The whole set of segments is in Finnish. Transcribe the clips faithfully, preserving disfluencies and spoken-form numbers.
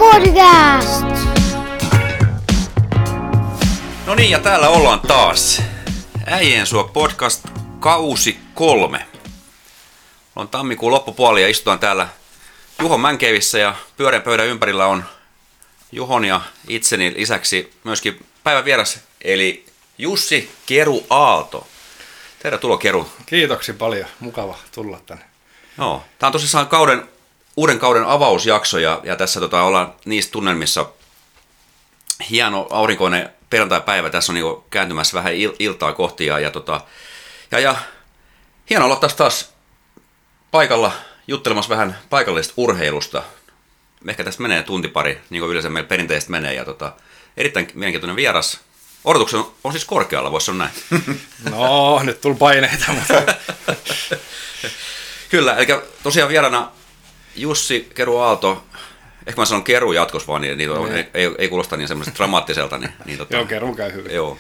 Podcast! No niin, ja täällä ollaan taas. Äijien suo podcast kausi kolme. On tammikuun loppupuoli ja istutaan täällä Juhon Mänkevissä ja pyöreän pöydän ympärillä on Juhon ja itseni lisäksi myöskin päivän vieras, eli Jussi Keru Aalto. Tervetuloa, Keru. Kiitoksia paljon. Mukava tulla tänne. No, tämä on tosissaan kauden, uuden kauden avausjakso ja, ja tässä tota, ollaan niissä tunnelmissa. Hieno aurinkoinen perjantai-päivä. Tässä on niinku kääntymässä vähän il- iltaa kohti ja, ja, tota, ja, ja hieno olla taas, taas paikalla juttelemassa vähän paikallisesta urheilusta. Ehkä tästä menee tunti pari, niin kuin yleensä meillä perinteisesti menee. Ja tota, erittäin mielenkiintoinen vieras. Odotukset on, on siis korkealla, voisi sanoa näin. No, nyt tuli paineita. Mutta... Kyllä, eli tosiaan vieraana Jussi Keru Aalto. Ehkä mä sanon Keru jatkos vaan, niin, niin ei, ei, ei kuulosta niin semmoiselta dramaattiselta. Niin, niin, tota, joo, Keru käy hyvin. Joo.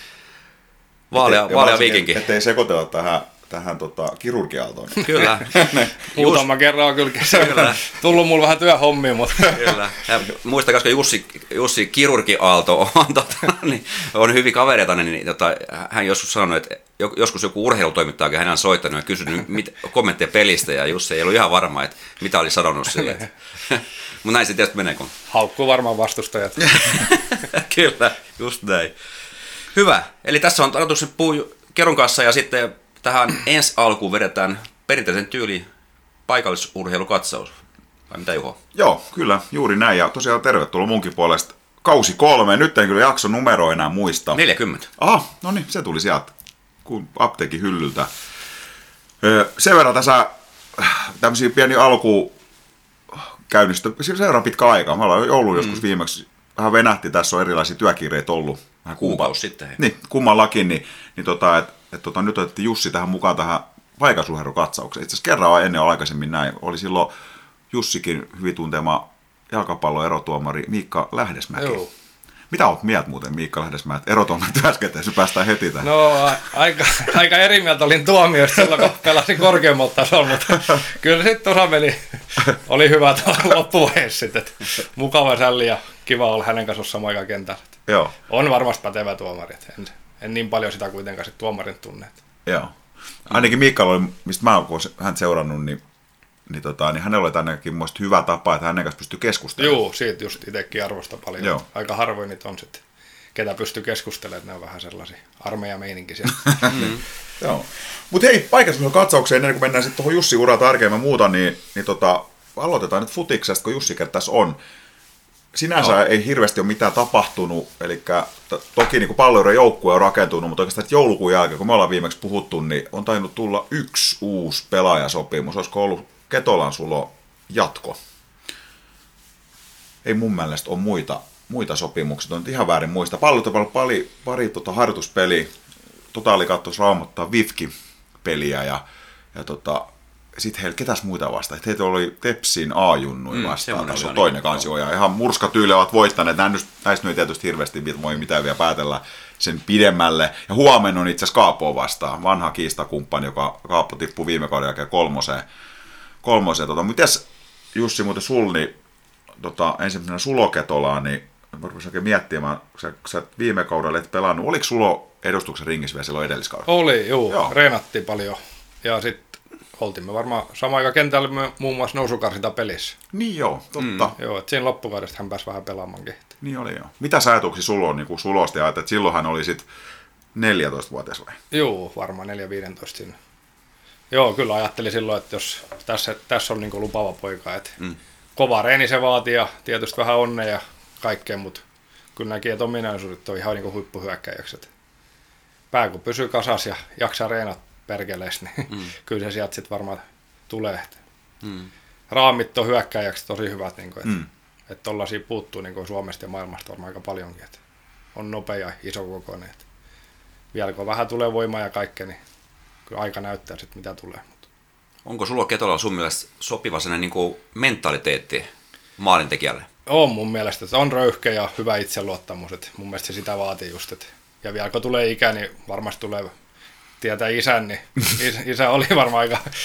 Vaalea, vaalea viikinki. Ettei sekoitella tähän, tähän tota, kirurgiaaltoon. Kyllä. Muutama kerran on kyllä, kyllä tullut mulla vähän työhommia, mutta... Kyllä. Ja muistakaa, koska Jussi, Jussi Kirurgi Aalto on, tota, niin, on hyvin kavereita, niin, niin tota, hän joskus sanoi, että joskus joku urheilutoimittajakin hän on soittanut ja kysynyt mit, kommentteja pelistä, ja Jussi ei ollut ihan varma, että mitä oli sanonut sille. Mutta näin se tietysti menee, kun... Haukkuu varmaan vastustajat. Kyllä, just näin. Hyvä. Eli tässä on tarkoitus puhua Kerun kanssa, ja sitten tähän ensi alkuun vedetään perinteisen tyyli paikallisurheilukatsaus. Vai mitä, Juho? Joo, kyllä, juuri näin. Ja tosiaan tervetuloa munkin puolesta. Kausi kolme. Nyt en kyllä jakso numeroa enää muista. neljäkymmentä. Aha, no niin, se tuli sieltä kuin apteekin hyllyltä. Öö, sen verran tässä tämmöisiä pieni alku käynnistä. Sen verran pitkä aika. Me ollaan ollut joskus mm. viimeksi. Vähän venähti, tässä on erilaisia työkiireitä ollut. Vähän kuukaus sitten. He. Niin, kummallakin. Niin, niin tota, et, et, tota, nyt otettiin Jussi tähän mukaan tähän paikallisurheilukatsaukseen. Itse asiassa kerran ennen on aikaisemmin näin. Oli silloin Jussikin hyvin tuntema jalkapallon erotuomari Miikka Lähdesmäki. Joo. Mitä olet mieltä muuten, Miikka Lähdesmäki, että erotuomarin työskentelyssä päästään heti tähän? No, aika, aika eri mieltä olin tuomioista silloin, kun pelasin korkeammalta tasolla, mutta kyllä sitten osa meni. Oli hyvä loppuvaiheessa sitten. Mukava sälli ja kiva olla hänen kanssa samaan aikaan kentällä. Joo. On varmasti pätevä tuomari. En, en niin paljon sitä kuitenkaan sit tuomarin tunne. Joo. Ainakin Miikka oli, mistä mä oon hän seurannut, niin Niin, tota, niin hänellä oli ainakin muista hyvä tapa, että hänen kanssa pystyy keskustelemaan. Joo, siitä just itsekin arvosta paljon. Joo. Aika harvoin niitä on sitten, ketä pystyy keskustelemaan, että ne on vähän sellaisia armeijameininkiä. mm. Joo. Mutta hei, paikallisurheilun katsaukseen, ennen kuin mennään sitten tuohon Jussi uraa tarkemmin muuta, niin, niin tota, aloitetaan nyt futiksesta, kun Jussi tässä on. Sinänsä no. ei hirveästi ole mitään tapahtunut, eli to, toki niin palloilujen joukkue on rakentunut, mutta oikeastaan joulukuun jälkeen, kun me ollaan viimeksi puhuttu, niin on tainnut tulla yksi uusi pelaajasopimus. Olisiko ollut Ketolan sulo jatko? Ei mun mielestä ole muita, muita sopimuksia, on ihan väärin muista. Pallot on pari, pari tota, harjoituspeliä, totaalikattos raamottaa Vifki-peliä ja, ja tota, sitten heillä ketäs muita vastaan? Heitä oli Tepsin A-junnuja mm, vastaan, tässä on toinen kansio ja ihan murskatyyli ovat voittaneet. Näistä ei tietysti hirveästi voi mitään vielä päätellä sen pidemmälle. Ja huomenna on itse asiassa Kaapoa vastaan, vanha kiistakumppani, joka Kaapo tippui viime kauden jälkeen kolmoseen. kolmoseen. Tota, mites Jussi, muuten sul, niin tota, ensimmäisenä Sulo-Ketolaan, niin voisi oikein miettimään, kun sä, sä viime kaudella et pelannut, oliko Sulo edustuksen ringissä vielä silloin edelliskaudella? Oli, juu, joo. Reenattiin paljon ja sitten oltiin me varmaan sama aika kentällä me muun muassa nousukarsinta pelissä. Niin joo, totta. Mm, joo, että siinä loppukaudesta hän pääsi vähän pelaamankin. Niin oli joo. Mitä ajatuksia sulla on niin Sulosta ja että silloin hän oli sitten neljätoistavuotias vai? Joo, varmaan neljä viisitoista siinä. Joo, kyllä ajattelin silloin, että jos tässä, tässä on niin lupaava poika, että mm. kova reeni se vaatii ja tietysti vähän onnea ja kaikkea, mutta kyllä näki, että ominaisuudet on ihan niin huippuhyökkäjäksi. Pää kun pysyy kasas ja jaksaa reenat perkelees, niin mm. kyllä se sieltä sitten varmaan tulee. Mm. Raamit on hyökkäjäksi tosi hyvät, niin kuin, että, mm. että tollaisia puuttuu niin kuin Suomesta ja maailmasta varmaan aika paljonkin. Että on nopea ja iso kokoinen. Että vielä kun vähän tulee voimaa ja kaikkea, niin kyllä aika näyttää sitten mitä tulee. Onko sulla Ketola sun mielestä sopiva sellainen niin kuin mentaliteetti maalintekijälle? On mun mielestä, että on röyhkeä ja hyvä itseluottamus. Että mun mielestä se sitä vaatii just. Että ja vielä kun tulee ikä, niin varmasti tulee tietää isän, niin isä, isä oli varmaan aika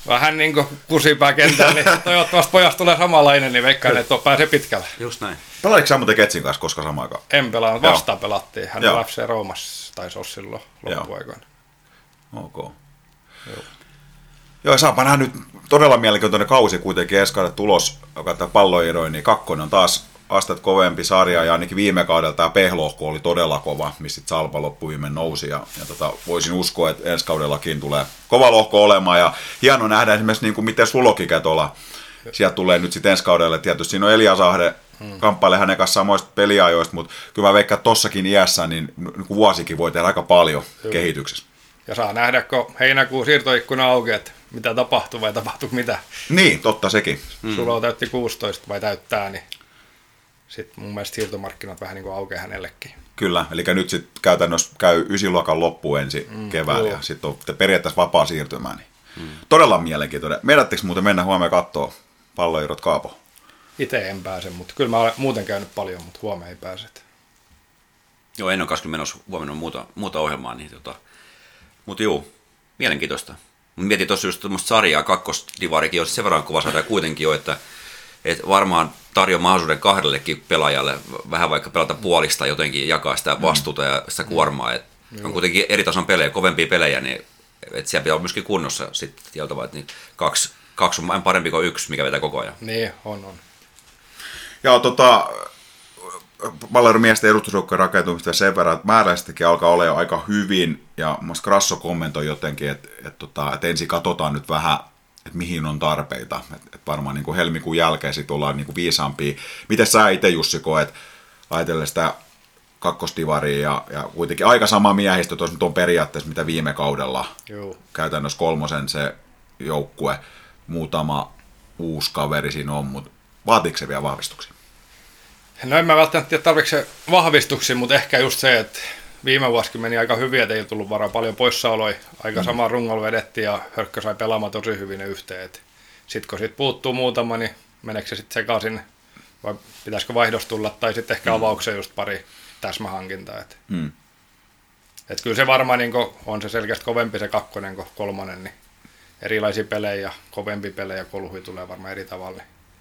vähän niin kuin kusipää kentällä, niin toivottavasti pojasta tulee samanlainen, niin veikkaan, että pääsee pitkälle. Just näin. Pelaatko sä muuten Ketsin kanssa koska samaan aikaan? En pelannut, vastaan pelattiin. Hän Joo. F C Roomassa taisi olla silloin loppuaikoina. Ok. Joo. Joo, saapa nähdä nyt todella mielenkiintoinen kausi kuitenkin Eskalle tulos, joka tämä palloeroin, niin kakkonen on taas astet kovempi sarja, ja ainakin viime kaudella tämä P-lohko oli todella kova, missä sitten Salpa loppuviimein nousi, ja, ja tota, voisin uskoa, että ensi kaudellakin tulee kova lohko olemaan, ja hieno nähdä esimerkiksi, niin kuin miten Sulokikä tuolla, sieltä tulee nyt sitten ensi kaudelle, tietysti siinä on Elias Ahde, hmm. kamppaile hänen kanssaan samoista peliajoista, mutta kyllä mä veikkaan, että tossakin iässä, niin, niin vuosikin voi tehdä aika paljon Kyllä. kehityksessä. Ja saa nähdä, kun heinäkuun siirtoikkuna auki, että mitä tapahtuu vai tapahtuu mitä. Niin, totta sekin. Hmm. Sulla on täytti kuusitoista vai täyttää, niin sitten mun mielestä siirtomarkkinat vähän niin kuin aukeaa hänellekin. Kyllä, eli nyt sitten käytännössä käy ysiluokan loppu ensi mm, keväällä ja sitten on periaatteessa vapaa siirtymää. Niin. Mm. Todella mielenkiintoinen. Meidättekö muuten mennä huomenna katsoa palloirot Kaapo? Itse en pääse, mutta kyllä mä olen muuten käynyt paljon, mutta huomenna ei pääse. Joo, en ole kanssa menossa huomenna muuta, muuta ohjelmaa, niin tota, mutta juu, mielenkiintoista. Mietin tuossa just tuommoista sarjaa, kakkosdivarikin on sen verran kova sarja kuitenkin jo, että et varmaan tarjoaa mahdollisuuden kahdellekin pelaajalle vähän vaikka pelata puolista jotenkin jakaa sitä vastuuta ja sitä kuormaa. Et on kuitenkin eri tason pelejä, kovempia pelejä, niin et siellä pitää olla myöskin kunnossa sitten tieltävä, että niin kaksi, kaksi on parempi kuin yksi, mikä vetää koko ajan. Niin, on, on. Ja tota, palloilun miesten edustusjoukkojen rakentumista sen verran, että määräisestikin alkaa olla jo aika hyvin, ja myös Grasso kommentoi jotenkin, että, että, että, että ensin katsotaan nyt vähän, että mihin on tarpeita. Et, et varmaan niin kuin helmikuun jälkeen sit ollaan niin kuin viisaampia. Miten sä itse, Jussi, koet ajatellen sitä kakkosdivaria ja, ja kuitenkin aika sama miehistö tuossa nyt on periaatteessa mitä viime kaudella. Joo. Käytännössä kolmosen se joukkue, muutama uusi kaveri siinä on, mutta vaatiiko se vielä vahvistuksia? No en mä välttämättä tiedä tarvitse se vahvistuksia, mutta ehkä just se, että viime vuosikin meni aika hyvin, että ei tullut varaa paljon poissaoloja. Aika mm. sama rungolla vedettiin ja Hörkkö sai pelaamaan tosi hyvin ne yhteen. Sitten kun siitä puuttuu muutama, niin meneekö se sitten sekaisin vai pitäisikö vaihdos tulla tai sitten ehkä mm. avaukseen just pari täsmähankintaa. Et. Mm. Et kyllä se varmaan niin on se selkeästi kovempi se kakkonen kuin kolmonen, niin erilaisia pelejä, kovempi pelejä, kolhui tulee varmaan eri tavalla.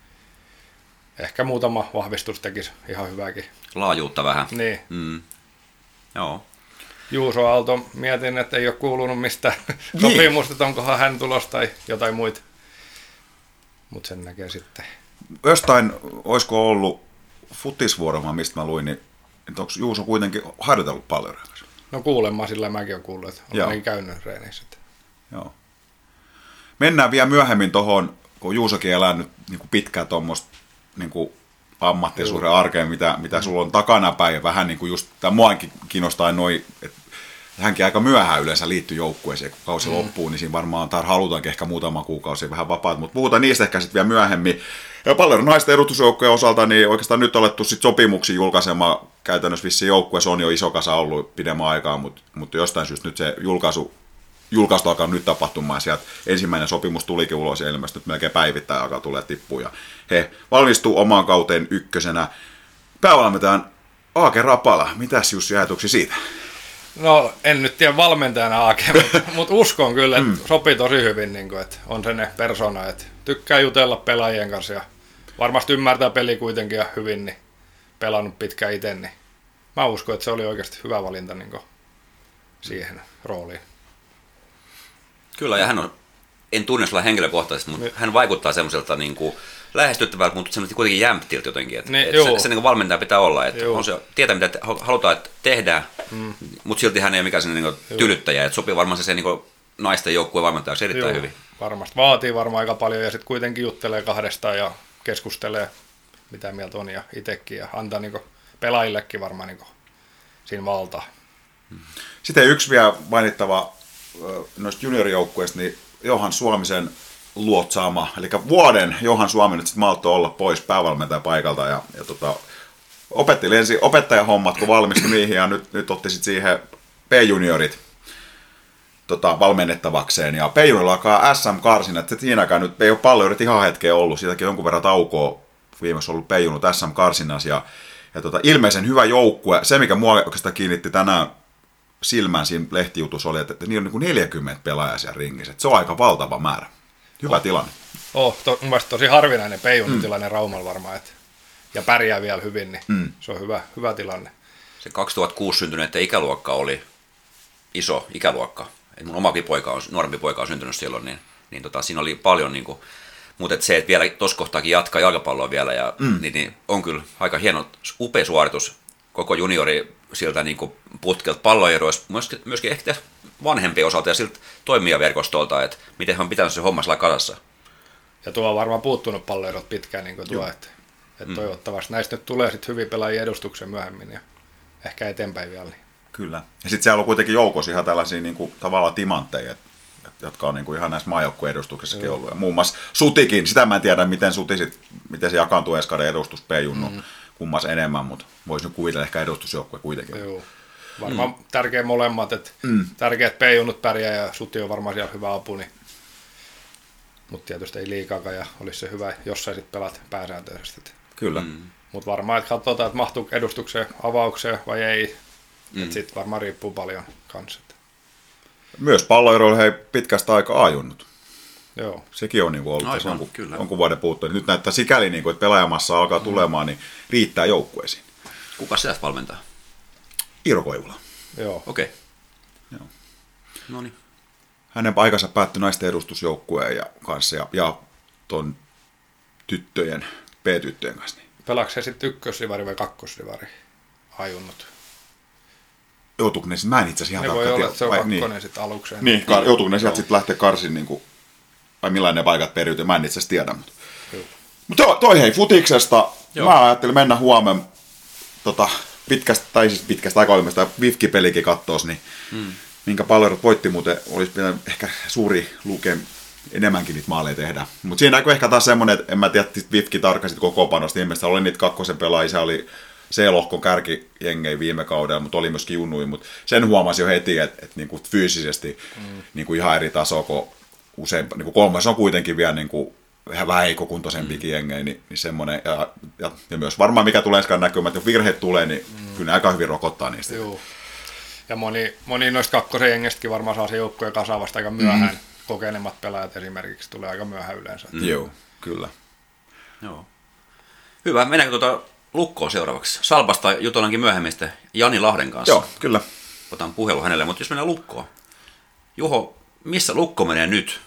Ehkä muutama vahvistus tekisi ihan hyvääkin. Laajuutta vähän. Niin. Mm. Joo. Juuso Aalto, mietin, että ei ole kuulunut mistään niin. sopimusta, että onkohan hän tulossa tai jotain muita. Mutta sen näkee sitten. Jostain, olisiko ollut futisvuoroma, mistä mä luin, niin onko Juuso kuitenkin harjoitellut paljon? No kuulemma, sillä mäkin olen kuullut, että on ainakin käynyt reenissä. Joo. Mennään vielä myöhemmin tuohon, kun Juusokin elää nyt niin kuin pitkään tuommoista niin kuin ammattisuuden arkeen, mitä, mitä sulla on takana päin, ja vähän niin kuin just, tämä muakin kiinnostaa noin, että hänkin aika myöhään yleensä liittyy joukkueeseen, kun kausi mm. loppuu, niin siinä varmaan tar halutaankin ehkä muutama kuukausi vähän vapaat, mutta puhutaan niistä ehkä sitten vielä myöhemmin. Ja paljon naisten edustusjoukkojen osalta, niin oikeastaan nyt olettu sitten sopimuksia julkaisemaan, käytännössä vissiin joukkueessa on jo iso kasa ollut pidemmän aikaa, mutta, mutta jostain syystä nyt se julkaisu, julkaistu alkaa nyt tapahtumaan, sieltä ensimmäinen sopimus tulikin ulos ja ilmeisesti nyt melkein päivittäin alkaa tulee tippuun, ja he valmistuu omaan kauteen ykkösenä. Päävalmentajan Aake Rapala, mitäs Jussi ajatuksia siitä? No en nyt tiedä valmentajana Aake, mutta mut uskon kyllä, että mm. sopii tosi hyvin, niin kun, että on se ne persona, että tykkää jutella pelaajien kanssa ja varmasti ymmärtää peli kuitenkin ja hyvin, niin pelannut pitkään itse, niin mä uskon, että se oli oikeasti hyvä valinta niin kun, siihen rooliin. Kyllä, ja hän on, en tunne sulla henkilökohtaisesti, mutta hän vaikuttaa semmoiselta niin kuin lähestyttävältä, mutta semmoiselta kuitenkin jämptiltä jotenkin. Että, niin, että se, se niin kuin valmentaja pitää olla, että on se, tietää mitä te, halutaan että tehdään, mm. mutta silti hän ei ole mikään niin kuin tylyttäjä. Että sopii varmaan se, se niin kuin naisten joukkueen valmentajaksi erittäin Joo. hyvin. Varmasti vaatii varmaan aika paljon ja sitten kuitenkin juttelee kahdestaan ja keskustelee mitä mieltä on ja itsekin ja antaa niin kuin pelaajillekin varmaan niin kuin siinä valtaa. Sitten yksi vielä mainittava noista juniorijoukkueista, niin Johan Suomisen luotsaama, eli vuoden Johan Suomi nyt sitten malttoi olla pois päävalmentajan paikalta ja, ja tota, opetti ensin opettajahommat, kun valmistui niihin ja nyt, nyt otti sitten siihen P-juniorit tota, valmennettavakseen ja P-juniorilla alkaa S M-karsin, että siinäkään nyt ei ole paljon ihan hetkeä ollut, siitäkin jonkun verran taukoa viimeksi ollut P-junut S M-karsinnassa ja, ja tota, ilmeisen hyvä joukkue, se mikä mua oikeastaan kiinnitti tänään silmään siinä lehtijutussa oli, että, että niillä on niin kuin neljäkymmentä pelaajaa siellä ringissä. Että se on aika valtava määrä. Hyvä tilanne. Oh, to, mun mielestä tosi harvinainen peijunutilanne mm. Raumalla varmaan, että, ja pärjää vielä hyvin, niin mm. se on hyvä, hyvä tilanne. Se kaksituhattakuusi syntyneiden ikäluokka oli iso ikäluokka. Et mun omakin poika on, nuorempi poika on syntynyt silloin, niin, niin tota, siinä oli paljon, niin kuin, mutta et se, että vielä tuossa kohtaakin jatkaa jalkapalloa vielä, ja, mm. niin, niin, on kyllä aika hieno, upea suoritus koko juniori siltä niin kuin putkelta palloeroista, myöskin, myöskin ehkä vanhempien osalta ja siltä toimijaverkostolta, että miten hän on pitänyt se homma sillä kasassa. Ja tuo on varmaan puuttunut palloerot pitkään, niin kuin tuo, että, että toivottavasti näistä nyt tulee sitten hyvin pelaajia edustuksen myöhemmin ja ehkä eteenpäin vielä. Niin. Kyllä. Ja sitten siellä on kuitenkin joukossa ihan tällaisia niin kuin, tavallaan timantteja, jotka on niin kuin ihan näissä maajoukkueen edustuksessakin ollut. Ja muun muassa Sutikin, sitä mä en tiedä, miten Suti sit, miten se jakaantuu Eskaden edustus P-junnu mm. kummas enemmän, mutta voisi nyt kuvitella ehkä edustusjoukkue kuitenkin. Joo. Varmaan mm. tärkeä molemmat, että mm. tärkeät P-junnut pärjää ja Suti on varmaan siellä hyvä apu, niin mutta tietysti ei liikaakaan ja olisi se hyvä, jos sä sitten pelat pääsääntöisesti. Kyllä. Mm. Mutta varmaan, että katsotaan, että mahtuu edustukseen avaukseen vai ei. Mm. Että sitten varmaan riippuu paljon kanssa. Myös palloeroilla hei pitkästä aikaa ajunnut. Joo. Sekin on niin ollut Aivan, jonkun, kyllä. jonkun vuoden puuttua. Nyt näyttää sikäli, niin kuin, että pelaajamassa alkaa mm. tulemaan, niin riittää joukkueisiin. Kuka sitä valmentaa? Iiro Koivula. Joo. Okei. Okay. Joo. Noniin. Hänen paikansa päättyi naisten edustusjoukkueen ja kanssa ja, ja ton tyttöjen, P-tyttöjen kanssa. Niin. Pelaako se sitten ykkösrivari vai kakkosrivari ajunnut? Joutuuko ne sitten? Mä en itse asiassa ihan ne voi olla, että se on vai, kakkonen niin. sitten alukseen. Niin, kar, joutuuko ne sieltä sitten lähteä karsin, niin kuin, vai millainen ne paikat periytyy, mä en itse asiassa tiedä. Mutta Mut toi, toi hei, futiksesta, Joo. mä ajattelin mennä huomenna tota, pitkästä, tai siis pitkästä aikailmasta, Vifki-pelikin kattoos, niin hmm. minkä Pallerot voitti, muuten olisi pitänyt ehkä suuri luke enemmänkin niitä maaleja tehdä. Mutta siinä on ehkä taas semmoinen, että en mä tiedä, että Vifki tarkkasit koko panosta, ilmeisesti oli niitä kakkosen pelaajia, se oli C-lohkon kärkijengei viime kaudella, mutta oli myöskin junnui, mutta sen huomasi jo heti, että, että niinku fyysisesti mm. niinku ihan eri taso, kun usein, niinku kolmas on kuitenkin vielä niinku vähän heikkokuntoisempikin mm. jengei, niin, niin semmoinen, ja, ja, ja myös varmaan mikä tulee ensin näkymään, että jos virheet tulee, niin mm. kyllä ne aika hyvin rokottaa niistä. Joo. Ja moni, moni noista kakkosen jengestäkin varmaan saa se joukkojen kasaan vasta aika myöhään. Mm. Kokenemat pelaajat esimerkiksi tulee aika myöhään yleensä. Mm. Joo, kyllä. Joo. Hyvä, mennäänkö tuota Lukkoon seuraavaksi? Salpasta jutellaankin myöhemmin sitten Jani Lahden kanssa. Joo, kyllä. Otan puhelu hänelle, mutta jos mennään Lukkoon. Juho, missä Lukko menee nyt?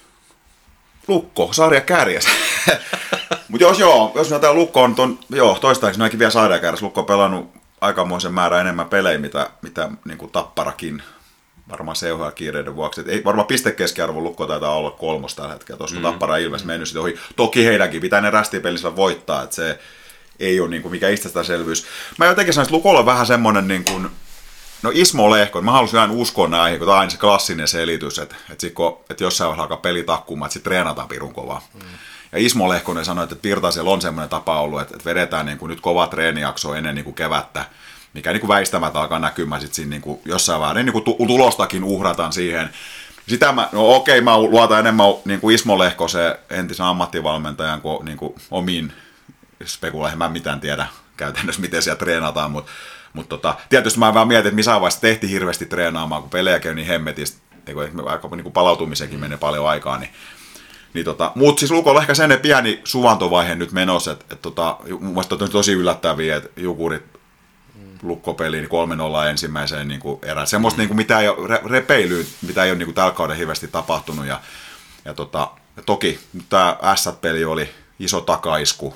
Lukko, sarja kärjäs. Mutta jos joo, jos näitä Lukko on, ton, joo, toistaiseksi näinkin vielä sarja kärjäs. Lukko on pelannut aikamoisen määrän enemmän pelejä, mitä, mitä niin kuin Tapparakin. Varmaan C H L-kiireiden vuoksi. Et ei, varmaan pistekeskiarvo Lukko taitaa olla kolmos tällä hetkellä. Tuossa mm. Tappara Ilves mennyt sitten ohi. Toki heidänkin pitää ne rästipelissä voittaa, että se ei ole niin kuin mikä itsestäänselvyys. Mä jotenkin sanoin, että Lukolla on vähän semmoinen, niin kuin, no Ismo Lehko, mä haluaisin aina uskoa näihin, kun tämä on aina se klassinen selitys, että, että, sit, kun, että jossain vaiheessa alkaa peli takkumaan, että sitten treenataan pirun kovaa. Mm. Ja Ismo Lehkonen sanoi, että Virtasella on semmoinen tapa ollut, että, että vedetään niin kuin nyt kova treenijakso ennen niin kuin kevättä, mikä niin kuin väistämättä alkaa näkymään sitten siinä niin kuin jossain vaiheessa, niin kuin tulostakin uhrataan siihen. Sitä mä, no okei, mä luotan enemmän niin kuin Ismo Lehkosen entisen ammattivalmentajan kuin, niin kuin omiin spekuleihin. Mä en mitään tiedä käytännössä, miten siellä treenataan, mutta mut tota, tietysti mä vaan mietin, että missä vaiheessa tehtiin hirveästi treenaamaan, kun pelejä käy niin hemmetistä, niin aika niin palautumiseenkin menee paljon aikaa, niin Niin tota, mutta siis Lukolla ehkä sen pieni suvantovaihe nyt menossa, että et tota, mun mielestä on tosi yllättäviä, että Jukurit Lukko-peliin kolme nolla ensimmäiseen niin erään. Semmoista, mm. niin kuin, mitä ei ole, repeilyä, mitä ei ole niin kuin tällä kaudella hirveästi tapahtunut. Ja, ja, tota, ja toki tämä S-peli oli iso takaisku,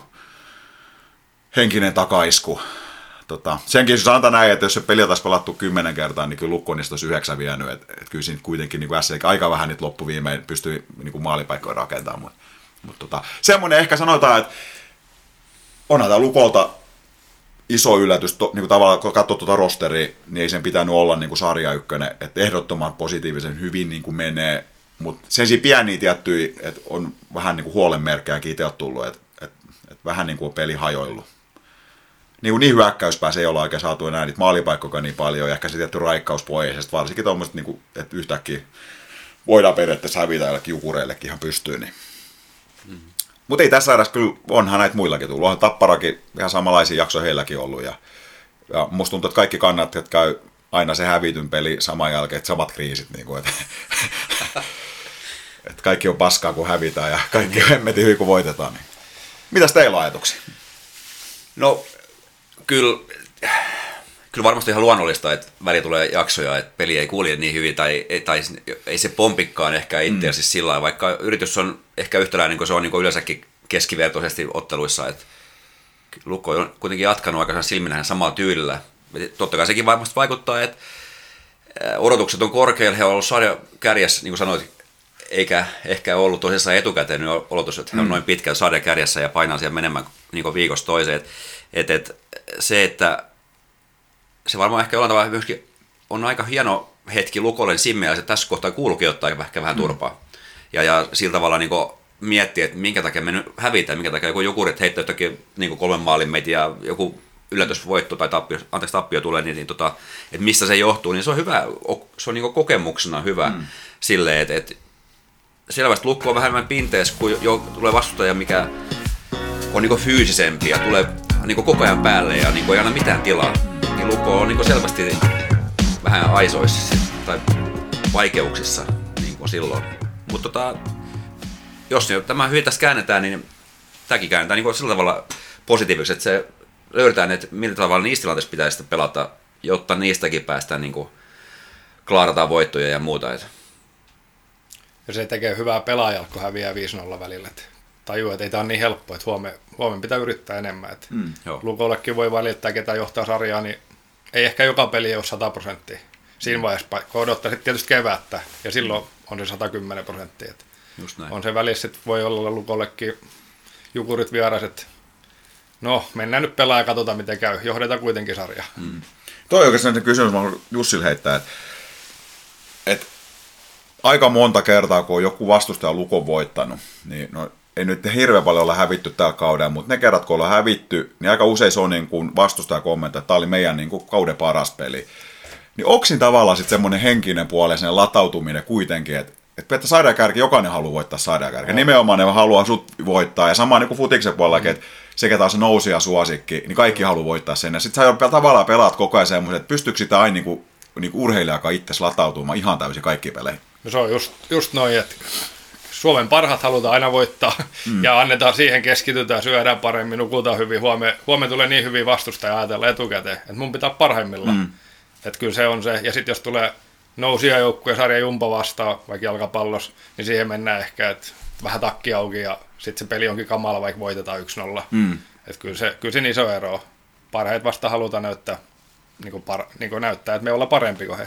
henkinen takaisku. Tota, senkin jos antaa näin, että jos se peli oltaisiin pelattu kymmenen kertaa, niin kyllä Lukko niistä olisi yhdeksän vienyt. Että et kyllä siinä kuitenkin niin kuin S aika vähän niitä loppuviimein pystyi niin kuin maalipaikkoja rakentamaan. Mutta, mutta tota, semmoinen ehkä sanotaan, että onhan tämä Lukolta iso yllätys, to, niin kuin tavallaan kun katsoo tuota rosteria, niin ei sen pitänyt olla niin kuin sarja ykkönen, että ehdottoman positiivisen hyvin niin kuin menee, mutta sen siinä pieniä tiettyjä, että on vähän niin kuin huolenmerkkejäkin itse tullut, että, että, että vähän niin kuin on peli hajoillut. Niin, kuin niin hyökkäyspäässä ei olla oikein saatu enää niitä maalipaikkoja niin paljon, ja ehkä se tietty raikkaus pois, varsinkin tuommoiset, niin kuin, että yhtäkkiä voidaan periaatteessa hävitä jollekin Jukureillekin ihan pystyyn. Niin. Mm. Mutta ei tässä edes kyllä, onhan näitä muillakin tullut. Onhan Tapparakin ihan samanlaisia jaksoja heilläkin ollut. Ja, ja musta tuntuu, että kaikki kannattajat käy aina se hävityn peli saman jälkeen, että samat kriisit. Niin kuin, että että kaikki on paskaa, kun hävitään ja kaikki on hemmetin hyvin, kun voitetaan. Niin. Mitäs teillä on ajatuksia? No, kyllä, kyllä varmasti ihan luonnollista, että väli tulee jaksoja, että peli ei kulje niin hyvin, tai, tai ei se pompikkaan ehkä itseä mm. siis sillä lailla, vaikka yritys on ehkä yhtäläinen kuin se on niin kuin yleensäkin keskivertoisesti otteluissa, että Lukko on kuitenkin jatkanut aika silminähän samalla tyylillä. Totta kai sekin varmasti vaikuttaa, että odotukset on korkealla, he ovat olleet sarja kärjessä, niin kuin sanoit, eikä ehkä ollut tosissaan etukäteen odotus, että he on noin pitkään sarja kärjessä ja painaa siellä menemään niin viikosta toiseen. Et, et, se, että se varmaan ehkä jollain tavalla myöskin on aika hieno hetki Lukolle simmeä, ja se tässä kohtaa kuuluukin ottaa ehkä vähän turpaa. Ja, ja sillä tavalla niin miettiä, että minkä takia me nyt hävitään, minkä takia joku Jukurit heittää jotakin niin kolmen maalin meitä ja joku yllätysvoitto tai tappio, anteeksi, tappio tulee, niin, niin tota, että mistä se johtuu, niin se on hyvä, se on niin kokemuksena hyvä mm. silleen, että, että selvästi Lukko on vähän enemmän pinteessä, kun jo tulee vastustaja, mikä on niin fyysisempi ja tulee niin koko ajan päälle ja niin ei anna mitään tilaa. Niin Lukko on niin selvästi vähän aisoissa tai vaikeuksissa niin silloin. Mutta tota, jos tämä hyvin tässä käännetään, niin tämäkin käännetään niin sillä tavalla positiivisesti, että se löydetään, että millä tavalla niistä tilanteissa pitäisi pelata, jotta niistäkin päästään niin kuin klaarataan voittoja ja muuta. Ja se tekee hyvää pelaajaa, kun häviää viisi nolla välillä. Tajuu, että ei tämä ole niin helppoa, että huomenna, huomenna pitää yrittää enemmän. Mm, Lukollekin voi valittaa, ketä johtaa sarjaa, niin ei ehkä joka peli ole sata prosenttia. Siinä vaiheessa, kun odottaisit tietysti kevättä, ja silloin on se sata kymmenen prosenttia. On se välissä, että voi olla Lukollekin Jukurit vieraiset. No, mennään nyt pelaa ja katsotaan, miten käy. Johdetaan kuitenkin sarjaa. Mm. Toi oikeastaan se kysymys, mä haluan Jussille heittää, että, että aika monta kertaa, kun on joku vastustaja Lukon voittanut, niin no, ei nyt hirveän paljon olla hävitty tällä kaudella, mutta ne kerrat, kun ollaan hävitty, niin aika usein se on niin kuin vastustaja kommentoi, että tämä oli meidän niin kuin kauden paras peli. Niin onko siinä tavallaan sitten semmoinen henkinen puoli ja sen latautuminen kuitenkin, että että että sarjakärki, jokainen haluaa voittaa sarjakärki. No. Nimenomaan ne haluaa sut voittaa. Ja sama niin kuin futiksen puolellakin, mm. että se, ketä on se nousija suosikki, niin kaikki mm. haluaa voittaa sen. Ja sitten sä tavallaan pelaat koko ajan semmoisen, että pystyykö sitä aina niin kuin, niin kuin urheilijakaan itse latautumaan ihan täysin kaikki peleihin. No se on just, just noin, että Suomen parhaat halutaan aina voittaa mm. ja annetaan siihen, keskitytään, syödään paremmin, nukutaan hyvin. Huomenna huome tulee niin hyvin vastustaja ajatella etukäteen, että mun pitää parhaimmillaan. Mm. Että kyllä se on se. Ja sitten jos tulee nousia joukkue sarja Jumpa vastaan, vaikka jalkapallossa, niin siihen mennään ehkä, että vähän takki auki ja sitten se peli onkin kamala, vaikka voitetaan yksi nolla. Mm. Että kyllä se, kyllä se iso ero. Parhaat vasta halutaan näyttää, niin kuin par, niin kuin näyttää, että me ollaan parempi kuin he.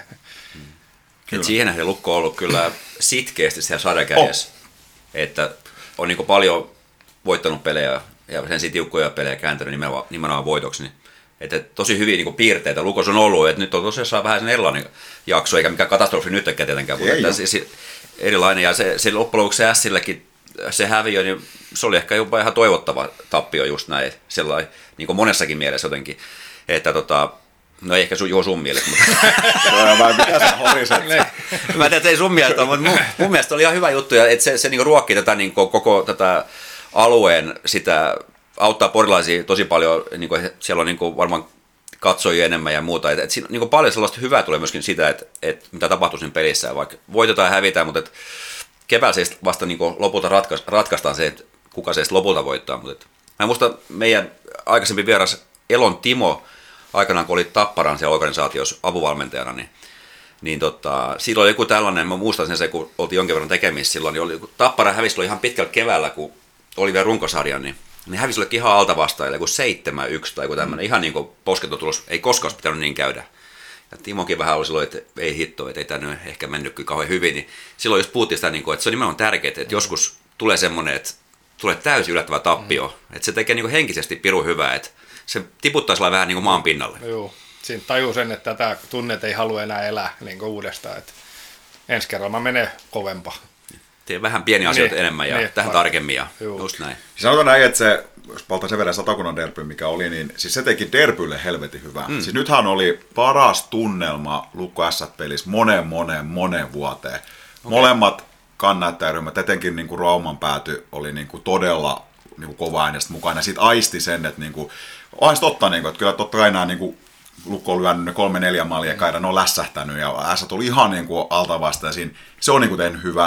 Mm. Siihen nähden Lukko on ollut kyllä sitkeästi siellä sarjakärjessä, oh. että on niin kuin paljon voittanut pelejä ja sen sitten tiukkoja pelejä kääntänyt nimenomaan, nimenomaan voitoksi. Niin että tosi hyviä niin piirteitä Lukos on ollut, että nyt on tosiaan vähän sen erilainen jakso, eikä mikään katastrofi nytkään tietenkään, mutta se, se, erilainen. Ja se, se loppujen lopuksi se Sillekin, se häviö, niin se oli ehkä jopa ihan toivottava tappio just näin, sellainen, niin kuin monessakin mielessä jotenkin. Että tota, no ei ehkä sun, joo sun mielestä, mutta mitä sä horiset? Mä tiedän, että ei sun mielestä, mutta mun, mun mielestä oli ihan hyvä juttu, ja että se, se niin ruokkii tätä niin koko tätä alueen sitä, auttaa porilaisia tosi paljon, niin kuin siellä on niin kuin varmaan katsojia enemmän ja muuta. Et, et siinä, niin kuin paljon sellaista hyvää tulee myöskin sitä, että et mitä tapahtuu siinä pelissä, vaikka voitetaan ja hävitään, mutta et keväällä se vasta niin kuin lopulta ratkaist, ratkaistaan se, että kuka se lopulta voittaa. Mutta et, mä muistan meidän aikaisempi vieras Elon Timo, aikanaan kun oli Tapparan siellä organisaatiossa apuvalmentajana, niin, niin tota, silloin oli joku tällainen, mä muistan sen se, kun oltiin jonkin verran tekemissä silloin, niin oli, Tappara hävisi ihan pitkällä keväällä, kun oli vielä runkosarja, niin ne hävisi jollekin ihan alta vastaajille, joku seitsemän yksi tai joku tämmöinen, mm. ihan niin kuin posketon tulos, ei koskaan olisi pitänyt niin käydä. Ja Timokin vähän oli silloin, että ei hitto, että ei tämä nyt ehkä mennyt kyllä kauhean hyvin, niin silloin just puhuttiin sitä, että se on nimenomaan tärkeää, että joskus tulee semmoinen, että tulee täysin yllättävä tappio, mm. että se tekee niin kuin henkisesti pirun hyvää, että se tiputtaa sillä vähän niin kuin maan pinnalle. Joo, siinä tajuu sen, että tätä tunnet ei halua enää elää niin kuin uudestaan, että ensi kerralla mä menen kovempaa. Tee vähän pieniä asioita niin, enemmän ja niin, tähän tarkemmin ja juu. Just näin. Siis sanotaan näin, että se, jos paltaan sen verran Satakunnan derby, mikä oli, niin siis se teki derbylle helvetin hyvää. Mm. Siis nythän oli paras tunnelma Lukko S F-pelissä monen, monen, monen vuoteen. Okay. Molemmat kannattajaryhmät, etenkin niin kuin Rauman pääty, oli niin kuin todella niin kuin kova äänestä mukana. Ja sitten aisti sen, että, niin kuin, aisti totta, niin kuin, että kyllä totta kai nämä niin kuin, Lukko on lyönyt ne kolme neljä maalia, mm. Kaida ne on lässähtänyt ja S tuli ihan niin kuin alta vasta. Ja siinä, se on niin kuin tehnyt hyvää.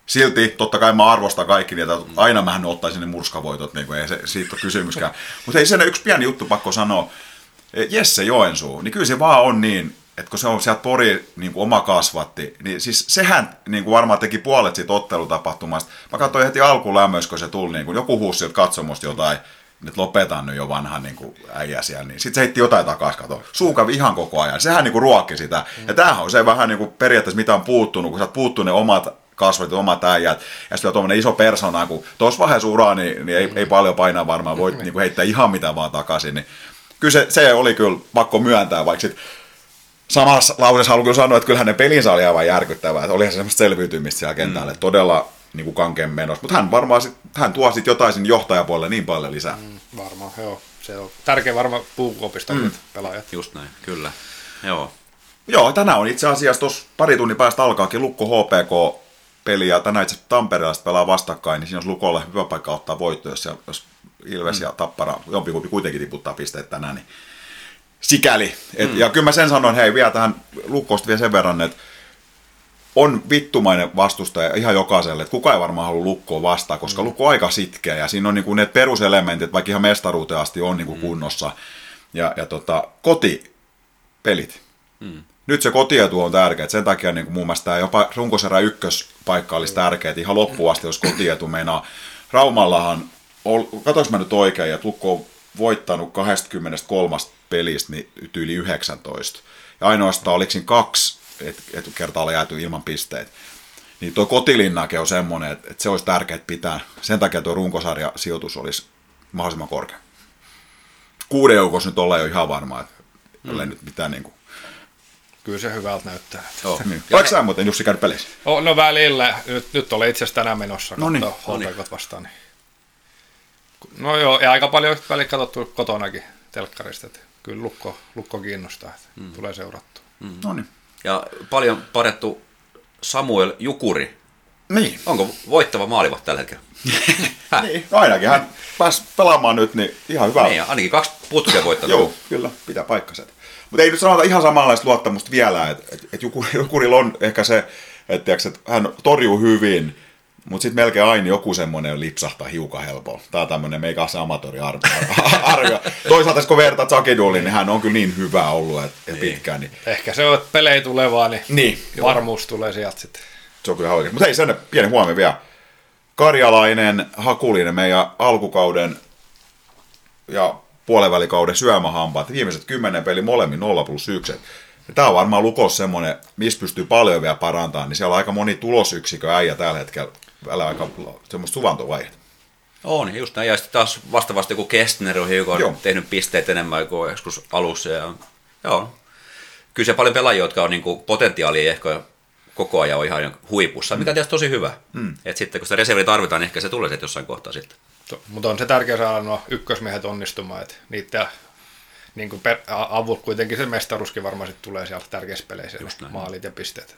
silti totta kai mä arvostan kaikki niitä, aina mähän ottaisin ne murskavoitot, niin kuin ei se siitä ole kysymyskään. Mutta ei sen yksi pieni juttu pakko sanoa, Jesse Joensuu, niin kyllä se vaan on niin, että kun se on sieltä Pori niin kuin oma kasvatti, niin siis sehän niin kuin varmaan teki puolet siitä ottelutapahtumasta. Mä katsoin heti alkulämmössä, kun se tuli, niin kuin joku huusi sieltä katsomusta jotain, että lopetan nyt jo vanhan niin kuin äijä siellä, niin sitten se heitti jotain takaisin, kato. Suu kävi ihan koko ajan, sehän niin kuin ruokki sitä. Mm. Ja tämähän on se vähän niin kuin periaatteessa, mitä on puuttunut, kun sä oot puuttunut ne omat kasvatit, omat äijät, ja sitten tuommoinen iso persona, kun tuossa vaiheessa uraa, niin, niin ei, mm. ei paljon painaa varmaan, voit niin kuin heittää ihan mitä vaan takaisin, niin kyllä se, se oli kyllä pakko myöntää, vaikka sitten samassa lauseessa haluan kyllä sanoa, että kyllähän ne pelinsä oli aivan järkyttävää, että olihan se semmoista selviytymistä siellä kentällä, mm. todella niin kuin kankeen menossa, mutta hän varmaan sit, hän tuo sitten jotain sinne johtajapuolelle niin paljon lisää. Mm, varmaan, joo. Se on tärkeä varmaan puukopista mm. pelaajat. Just näin, kyllä. Joo. Joo, tänään on itse asiassa tuossa pari tunnin päästä alkaakin Lukko H P K-peli, ja tänään itse asiassa Tampereella pelaa vastakkain, niin siinä olisi Lukolle hyvä paikka ottaa voitto, jos, siellä, jos Ilves mm. ja Tappara, jompikumpi kuitenkin tiputtaa pisteet tänään, niin sikäli. Et, mm. Ja kyllä mä sen sanon, hei vielä tähän Lukkosta vielä sen verran, että on vittumainen vastustaja ihan jokaiselle, että kukaan ei varmaan halua Lukkoa vastaan, koska mm. Lukko on aika sitkeä, ja siinä on niinku ne peruselementit, vaikka ihan mestaruuteen asti on niinku mm. kunnossa, ja, ja tota, kotipelit. Mm. Nyt se kotietu on tärkeä, sen takia niin mun mielestä jopa runkoserä ykköspaikka olisi tärkeä, että ihan loppuun asti, jos kotietu meinaa. Raumallahan, katsoinko mä nyt oikein, että Lukko on voittanut kaksikymmentäkolme pelistä niin yli yhdeksäntoista. Ja ainoastaan oliko siinä kaksi et, et kertaa olla jääty ilman pisteitä. Niin tuo kotilinnake on semmoinen, että, että se olisi tärkeää pitää. Sen takia tuo runkosarja sijoitus olisi mahdollisimman korkea. Kuuden joukossa nyt ollaan jo ihan varmaa, että jollei mm. nyt mitään niin kuin kyllä se hyvältä näyttää. Oh, niin. Oletko sä muuten Jussi käynyt peleissä? Oh, no välillä. Nyt, nyt olen itse asiassa tänään menossa Noniin. katsoa H P K vastaan. Niin. No joo, ja aika paljon välillä katsottu kotonakin telkkarista. Että kyllä lukko, lukko kiinnostaa, että mm. tulee seurattua. Mm. Noniin. Ja paljon parjattu Samuel Jukuri. Niin. Onko voittava maalivahti tällä hetkellä? Niin, no ainakin hän pääsi pelaamaan nyt, niin ihan hyvä. Niin, ainakin kaksi putkea voittanut. Joo, kyllä, pitää paikkansa. Mutta ei nyt sanota ihan samanlaista luottamusta vielä, että et, et Jukurilla on ehkä se, että et hän torjuu hyvin, mutta sitten melkein aina joku semmoinen lipsahtaa hiukan helpolla. Tämä on tämmöinen meikä se amatööriarvio. Toisaalta kun vertaat Sakiduliin, niin hän on kyllä niin hyvä ollut et, et niin. pitkään. Niin. Ehkä se on, että pelejä tulevaa, niin, niin varmuus joo. tulee sieltä sitten. Se on kyllä oikein. Mutta hei, sen pieni huomio vielä. Karjalainen, Hakulinen, meidän alkukauden ja puolenvälikauden syömähampaat. Viimeiset kymmenen peli molemmin nolla plus yksi. Tämä on varmaan Lukos semmoinen, missä pystyy paljon vielä parantamaan, niin siellä on aika moni tulosyksikö äijä tällä hetkellä. Välillä aika semmoista suvantovaihetta. On, just näin. Ja sitten taas vastaavasti kun Kestner on hiukan joo. tehnyt pisteet enemmän kuin joskus alussa. Ja, joo. Kyllä se paljon pelaajia, jotka on niin potentiaalia ehkä koko ajan on ihan huipussa, mikä on tietysti tosi hyvä. Mm. Et sitten kun sitä reserviä tarvitaan, niin ehkä se tulee sitten jossain kohtaa sitten. Mutta on se tärkeää saada nuo ykkösmiehet onnistumaan, että niitä niin kuin per, avut kuitenkin se mestaruuskin varmaan sitten tulee sieltä tärkeissä peleissä, maalit ja pisteet.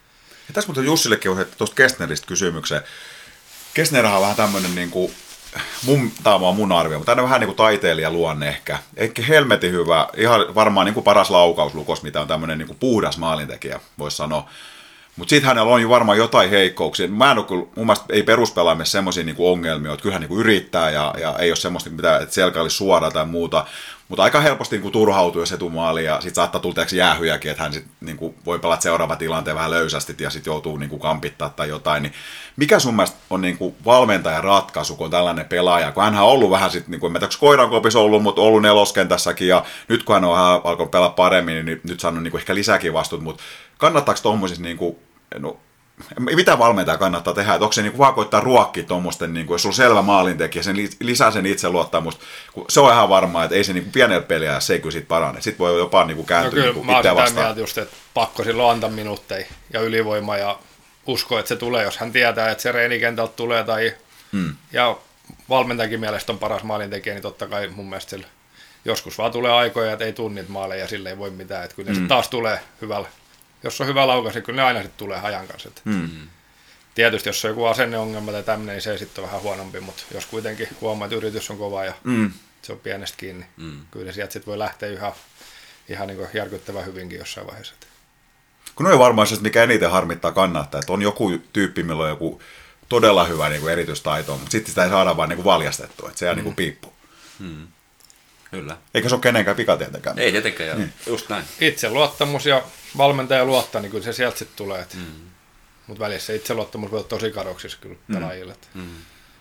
Ja tässä muuten Jussillekin on tuosta Kestneristä kysymykseen. Kestnerhän on vähän tämmöinen, niin kuin, mun, tämä on mun arvio, mutta tämä on vähän niin kuin taiteilijaluonne ehkä. Ehkä helmetin hyvä, ihan varmaan niin kuin paras laukauslukos, mitä on tämmöinen niin kuin puhdas maalintekijä, voisi sanoa. Mutta sitten hänellä on jo varmaan jotain heikkouksia. Mä en ole kyllä, mun mielestä ei peruspelaamissa semmoisia niinku ongelmia, että kyllähän niinku yrittää ja, ja ei ole semmoista, mitä, että selkä olisi suora tai muuta. Mutta aika helposti niinku turhautuu, jos etumaali ja sitten saattaa tulla jäähyjäkin, että hän sit niinku voi pelata seuraava tilanteen vähän löysästi ja sitten joutuu niinku kampittaa tai jotain. Niin mikä sun mielestä on niinku valmentajan ratkaisu, kun on tällainen pelaaja? Kun hänhän on ollut vähän sitten, niinku, en tiedä, koirankopissa ollut, mutta ollut neloskentässäkin ja nyt kun hän on vähän alkanut pelaa paremmin, niin nyt, nyt saanut niinku ehkä lisääkin vastuut, mutta kannattaako tuommoisissa niinku no, mitä valmentaja kannattaa tehdä, että onko se niin vaan koittaa ruokkia tuommoisten, niin jos sulla on selvä maalintekijä, sen lisää sen itseluottamusta, se on ihan varmaa, että ei se niin pienellä peliä, se ei kyllä siitä parane. Sitten voi jopa niin kääntyä no niin itseä vastaan. Mieltä just, että pakko silloin antaa minuutteja ja ylivoima ja usko, että se tulee, jos hän tietää, että se reenikentältä tulee tai hmm. ja valmentajakin mielestä on paras maalintekijä, niin totta kai mun mielestä sillä joskus vaan tulee aikoja, että ei tule niitä maaleja ja sille ei voi mitään, että kyllä hmm. se taas tulee hyvällä. Jos on hyvä laukaus, niin kyllä ne aina sitten tulee hajan kanssa. Mm-hmm. Tietysti jos on joku asenneongelma tai tämmöinen, niin se sitten on vähän huonompi, mutta jos kuitenkin huomaa, että yritys on kova ja mm. se on pienestä kiinni, mm. kyllä sieltä sitten voi lähteä ihan, ihan niin kuin järkyttävän hyvinkin jossain vaiheessa. kun ne on varmaan se, mikä eniten harmittaa kannattaa, että on joku tyyppi, millä on joku todella hyvä niin kuin erityistaito, mutta sitten sitä ei saada vaan niin kuin valjastettua, että se jää mm. niin kuin piippu. Hmm. Kyllä. Eikä se ole kenenkään vika tietenkään. Ei tietenkään, niin. Just näin. Itseluottamus ja valmentaja luottaa, niin kyllä se sieltä sitten tulee. Mm. Mutta välissä itseluottamus voi olla tosi kadoksissa kyllä mm. pelaajille. Mm.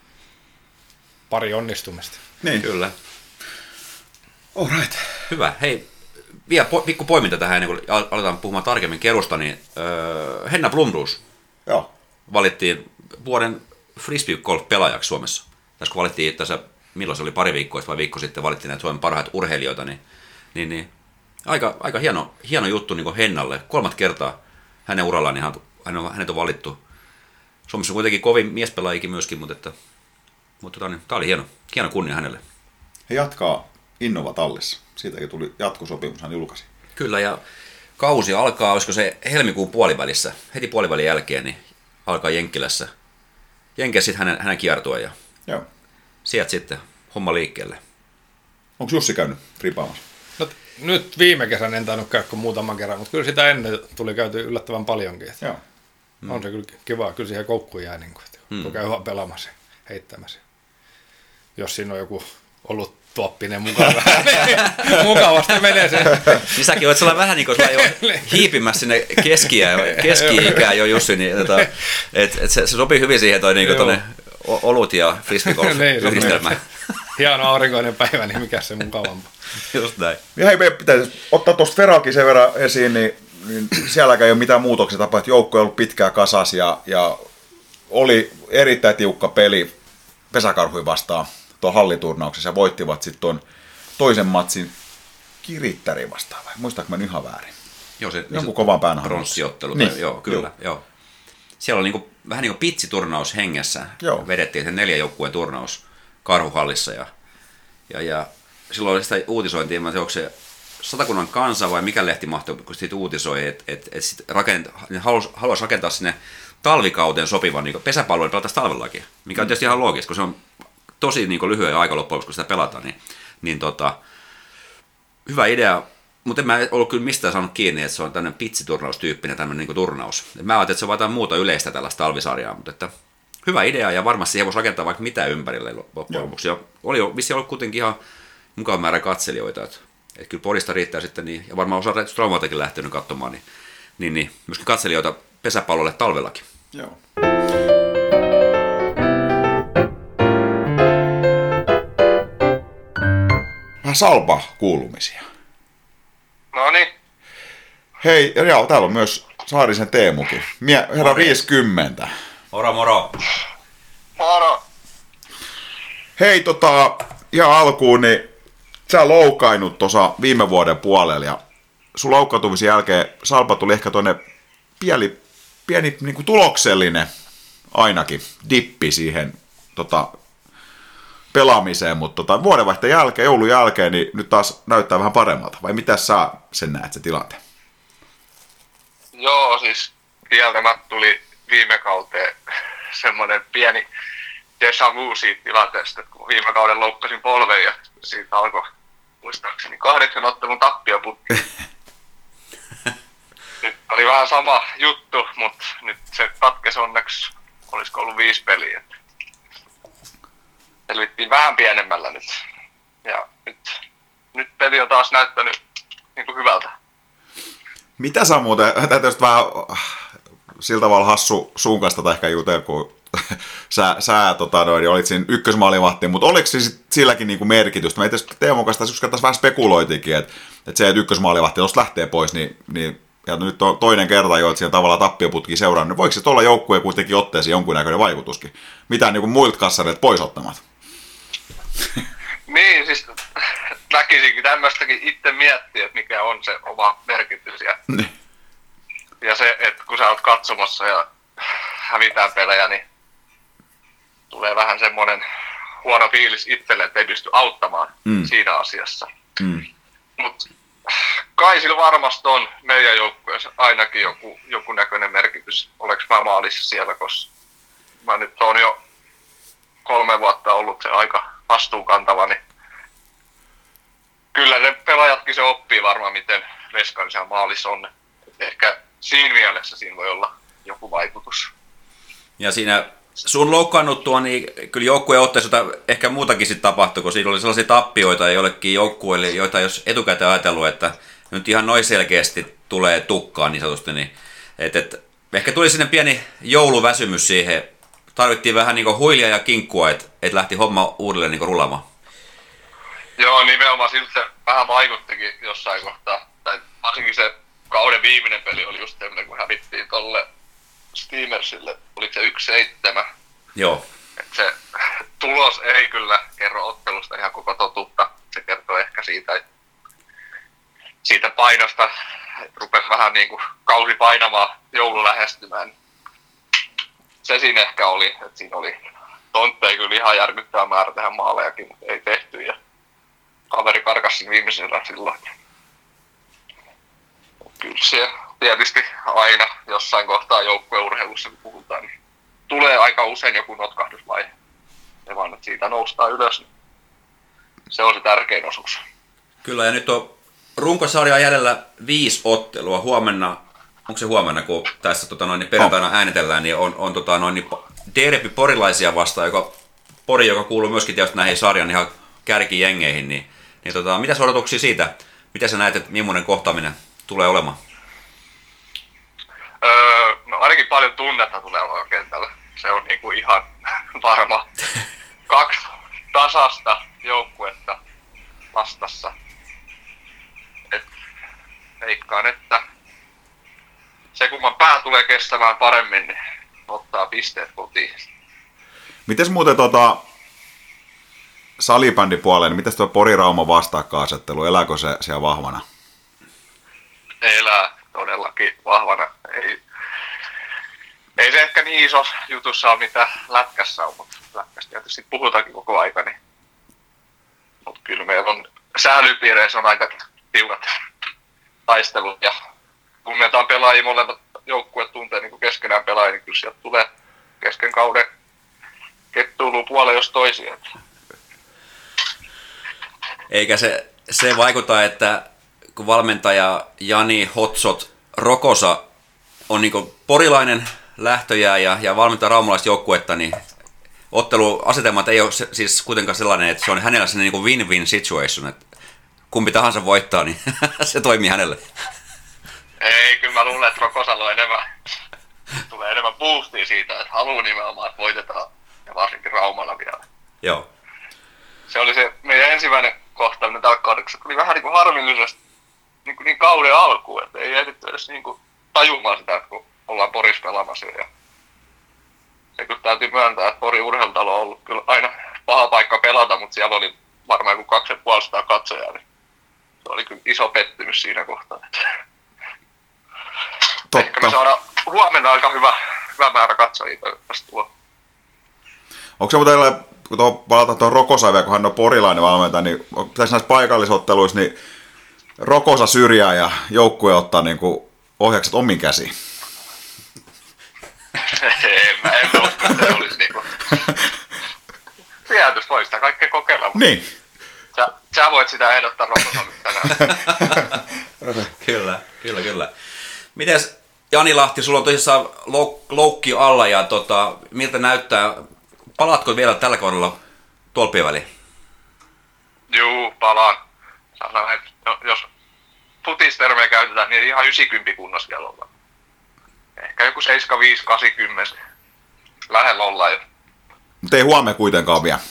Pari onnistumista. Niin. Kyllä. All right. Hyvä. Hei, vielä po- pikku poiminta tähän ennen kuin aletaan puhumaan tarkemmin Kerusta, niin öö, Henna Blomroos Joo. valittiin vuoden frisbee-golf-pelaajaksi Suomessa. Tässä kun valittiin tässä, milloin se oli pari viikkoa vai viikko sitten, valittiin näitä Suomen parhaita urheilijoita, niin, niin, niin aika, aika hieno, hieno juttu niin kuin Hennalle. Kolmat kertaa hänen urallaan niin hän on, hänet on valittu. Suomessa on kuitenkin kovin miespelaajikin myöskin, mutta, että, mutta tota, niin, tämä oli hieno, hieno kunnia hänelle. He jatkaa Innova Tallissa. Siitäkin tuli jatkosopimus, hän julkaisi. Kyllä, ja kausi alkaa, olisiko se helmikuun puolivälissä, heti puolivälin jälkeen, niin alkaa Jenkkilässä. Jenkkilässä sitten hänen, hänen kiertua ja Joo. sieltä sitten homma liikkeelle. Onko Jussi käynyt ripaamassa? No, nyt viime kesän en tainnut käydä kuin muutaman kerran, mutta kyllä sitä ennen tuli käyty yllättävän paljonkin. Joo. Mm. On se kyllä kiva, kyllä siihen koukkuun jää, niin kuin, että mm. kun käy vaan pelaamassa ja heittämässä. Jos siinä on joku ollut tuoppinen mukana. Mukavasti menee se. Niin säkin olet sellainen vähän niin kuin jo hiipimässä sinne keski-ikään keski jo Jussi, niin tota, et, et se, se sopii hyvin siihen toi niin tuonne olut ja frisbeegolf yhdistelmään. Hieno aurinkoinen päivä, niin mikä se mukavampaa. Just näin. Ja hei, meidän pitäisi ottaa tuosta Ferakin sen verran esiin, niin, niin sielläkään ei ole mitään muutoksia tapahtunut. Joukko on ollut pitkään kasas ja, ja oli erittäin tiukka peli Pesäkarhuja vastaan tuon halliturnauksessa ja voittivat sitten tuon toisen matsin Kirittäri vastaan, vai muistaako mä ihan väärin? Joo, se, jonkun kovan päänä. Pronssiottelu, niin, joo, kyllä, joo. joo. Siellä oli niinku, vähän niin kuin pitsiturnaus hengessä. Joo. Vedettiin sen neljän joukkueen turnaus Karhuhallissa ja, ja, ja silloin oli sitä uutisointia, en tiedä, onko se Satakunnan Kansa vai mikä lehti mahtoi, kun siitä uutisoi, että et, et rakent, haluaisi halus rakentaa sinne talvikauteen sopivan niin pesäpalloa pelata talvellakin, mikä on tietysti ihan loogista, kun se on tosi niin lyhyen aika loppujen, kun sitä pelataan, niin, niin tota, hyvä idea, mutta en mä ollut kyllä mistään saanut kiinni, että se on tämmöinen pitsiturnaustyyppinen tämmöinen niin turnaus. Et mä ajattelin, että se on jotain muuta yleistä tällaista talvisarjaa, mutta että hyvä idea ja varmasti siihen voisi rakentaa vaikka mitä ympärille loppujen lopuksi. Ja oli jo vissi ollut kuitenkin ihan mukava määrä katselijoita, että, että kyllä Porista riittää sitten, niin, ja varmaan osa Straumaltakin lähtenyt katsomaan, niin, niin, niin myöskin katselijoita pesäpallolle talvellakin. Joo. Vähän Salpa-kuulumisia. No niin. Hei, joo, täällä on myös Saarisen Teemukin. Mie, herra viisikymmentä. Moro moro. Moro. Hei, tota, ihan alkuun, niin sä loukkainut tuossa viime vuoden puolella ja sun loukkaantumisen jälkeen Salpa tuli ehkä tuonne pieni, pieni niin kuin tuloksellinen ainakin dippi siihen tota, pelaamiseen, mutta tota, vuodenvaihteen jälkeen, joulun jälkeen, niin nyt taas näyttää vähän paremmalta. Vai mitä sä sen näet, se tilanteen? Joo, siis kieltämättä tuli viime kauteen semmoinen pieni déjà vu siitä tilanteesta, että kun viime kauden loukkasin polven ja siitä alkoi muistaakseni kahdeksan ottelun tappioputki. Nyt oli vähän sama juttu, mutta nyt se katkesi onneksi, olisiko ollut viisi peliä. Selvittiin vähän pienemmällä nyt. Ja nyt, nyt peli on taas näyttänyt niin kuin hyvältä. Mitä sä muuten, täytyy vähän sillä tavalla hassu sun kanssa tai ehkä jutella, kun sä, sä tota, noin, olit siinä ykkösmaalivahtiin, mutta oliko siis silläkin niinku merkitystä? Mä itse Teemon kanssa tässä tässä vähän spekuloitikin, että, että se, että ykkösmaalivahti tuosta lähtee pois, niin, niin ja nyt on toinen kerta jo, että siellä tavallaan tappioputki seurannut. Voiko se tuolla joukkueen kuitenkin otteeseen jonkunnäköinen vaikutuskin? Mitään niin muilta kassareilta pois ottamat? Niin, siis näkisinkin tämmöistäkin itse miettiä, että mikä on se oma merkitys. Ja, ja se, että kun sä oot katsomassa ja hävitään pelejä, niin tulee vähän semmoinen huono fiilis itselle, että ei pysty auttamaan mm. siinä asiassa. Mm. Mutta kai sillä varmasti on meidän joukkueessa ainakin joku, joku näköinen merkitys. Oleks mä maalissa siellä, koska mä nyt on jo kolme vuotta ollut se aika vastuunkantava, niin kyllä ne pelaajatkin se oppii varmaan, miten veskari siellä maalissa on. Ehkä siinä mielessä siinä voi olla joku vaikutus. Ja siinä sun loukkaannuttua, niin kyllä joukkueen otteessa ehkä muutakin sitten tapahtui, kun siinä oli sellaisia tappioita jollekin joukkueille, joita jos etukäteen ajatellut, että nyt ihan noin selkeästi tulee tukkaan niin sanotusti, niin et, et, ehkä tuli sinne pieni jouluväsymys siihen. Tarvittiin vähän niin huilia ja kinkkua, että et lähti homma uudelleen niin rullaamaan. Joo, nimenomaan siltä se vähän vaikuttikin jossain kohtaa. Tai varsinkin se kauden viimeinen peli oli just semmoinen, kun hävittiin tolle Steamersille. Oliko se yksi seitsemän? Joo. Et se tulos ei kyllä kerro ottelusta ihan koko totuutta. Se kertoo ehkä siitä, että siitä painosta, että rupesi vähän niin kuin kausi painamaan joulu lähestymään. Se siinä ehkä oli, että siinä oli tonttei kyllä ihan järkyttävä määrä tehdä maalejakin, mutta ei tehty. Ja kaveri karkasi viimeisellä silloin. Kyllä se tietysti aina jossain kohtaa joukkueurheilussa, kun puhutaan, niin tulee aika usein joku notkahdusvaihe. Ja vaan, että siitä noustaan ylös, niin se on se tärkein osuus. Kyllä, ja nyt on runkosarja jäljellä viisi ottelua. Huomenna, onko se huomenna, kun tässä tota, noin, niin perjantaina äänitellään, niin on, on tota, noin, niin derby porilaisia vastaan, joka, Pori, joka kuuluu myöskin tietysti näihin sarjan ihan kärkijengeihin. Niin, niin tota, mitäs odotuksia siitä? Miten sä näet, että millainen kohtaaminen tulee olemaan? Öö, no ainakin paljon tunnetta tulee olemaan kentällä. Se on niinku ihan varma. Kaksi tasasta joukkuetta vastassa. Et veikkaan, että se kumman pää tulee kestämään paremmin, niin ottaa pisteet kotiin. Mites muuten tota salibändipuoleen, niin mites tuo Pori-Rauma vastakkainasettelu, elääkö se siellä vahvana? Elää todellakin vahvana. Ei, ei se ehkä niin iso jutussa ole, mitä lätkässä on, mutta lätkässä tietysti puhutaankin koko aika. Niin. Mutta kyllä meillä on säälypiireissä on aika tiukat taistelut. Ja kun meiltä on pelaajia, molemmat joukkueet tuntee niin keskenään pelaajia, niin kyllä sieltä tulee kesken kauden kettuilua puolella jos toisia. Eikä se, se vaikuta, että kun valmentaja Jani Hotsot Rokosa on niin porilainen lähtöjää ja, ja valmentaa raumalaista joukkuetta, niin otteluasetelmat ei ole se, siis kuitenkaan sellainen, että se on hänellä sellainen niin win-win situation, että kumpi tahansa voittaa, niin se toimii hänelle. Ei, kyllä mä luulen, että Rokosalla on enemmän, tulee enemmän boostia siitä, että haluaa nimenomaan, että voitetaan ja varsinkin Raumalla vielä. Joo. Se oli se meidän ensimmäinen kohtaaminen tällä kaudella, se tuli vähän niin kuin harmillisesti niin, kuin niin kauden alkuun, että ei ehditty edes niin kuin tajumaan sitä, kun ollaan Porissa pelaamassa. Ja se kyllä täytyy myöntää, että Porin urheilutalo on ollut kyllä aina paha paikka pelata, mutta siellä oli varmaan joku kaksi ja puoli sataa katsojaa, niin se oli kyllä iso pettymys siinä kohtaa. Totta. Ehkä me saadaan huomenna aika hyvä, hyvä määrä katsojia toivottavasti tuo. Onko se muuten, kun tuo, palataan tuon Rokosaan vielä, kun hän on porilainen valmentaja, niin pitäisi näissä paikallisotteluissa, niin Rokosa syrjää ja joukkue ottaa niin kuin ohjakset omiin käsiin? en mä en usko, että se olisi niinku... Tietysti voi sitä kaikkea kokeilla, mutta niin. Sä, sä voit sitä ehdottaa Rokosalle tänään. Kyllä, kyllä, kyllä. Mites Jani Lahti, sulla on tosissaan louk- loukki alla ja tota, miltä näyttää, palaatko vielä tällä kaudella tolppien väliin? Juu, palaan. Sanon, että jos futistermejä käytetään, niin ihan yhdeksänkymmentä kunnossa vielä ollaan. Ehkä joku seitsemänkymmentäviisi kahdeksankymmentä. Lähellä ollaan jo. Mutta ei huomenna kuitenkaan vielä.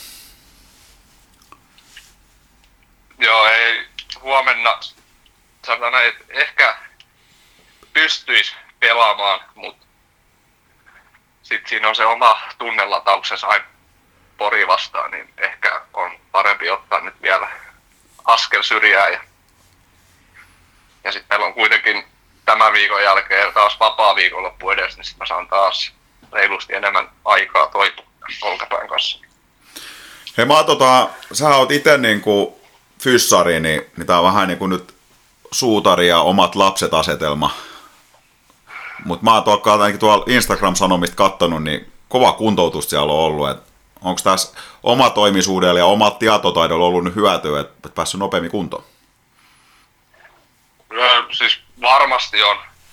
Joo, ei huomenna. Sanotaan, että ehkä pystyisi pelaamaan, mutta sitten siinä on se oma tunnelatauksensa aina Pori vastaan, niin ehkä on parempi ottaa nyt vielä askel syrjää. Ja, ja sitten meillä on kuitenkin tämän viikon jälkeen taas vapaa viikonloppu edes, niin sitten mä saan taas reilusti enemmän aikaa toipua olkapään kanssa. Hei mä tota, sä oot ite niinku fyssari, niin, niin tää on vähän niinku nyt suutari ja omat lapset asetelma. Mut mä oon tuolla, tuolla Instagram-sanomista kattonut, niin kova kuntoutus siellä on ollut. Et onko tässä oma toimisuudella ja omat tietotaidolla ollut nyt hyötyä, että päässyt nopeammin kuntoon? Öö, siis varmasti on.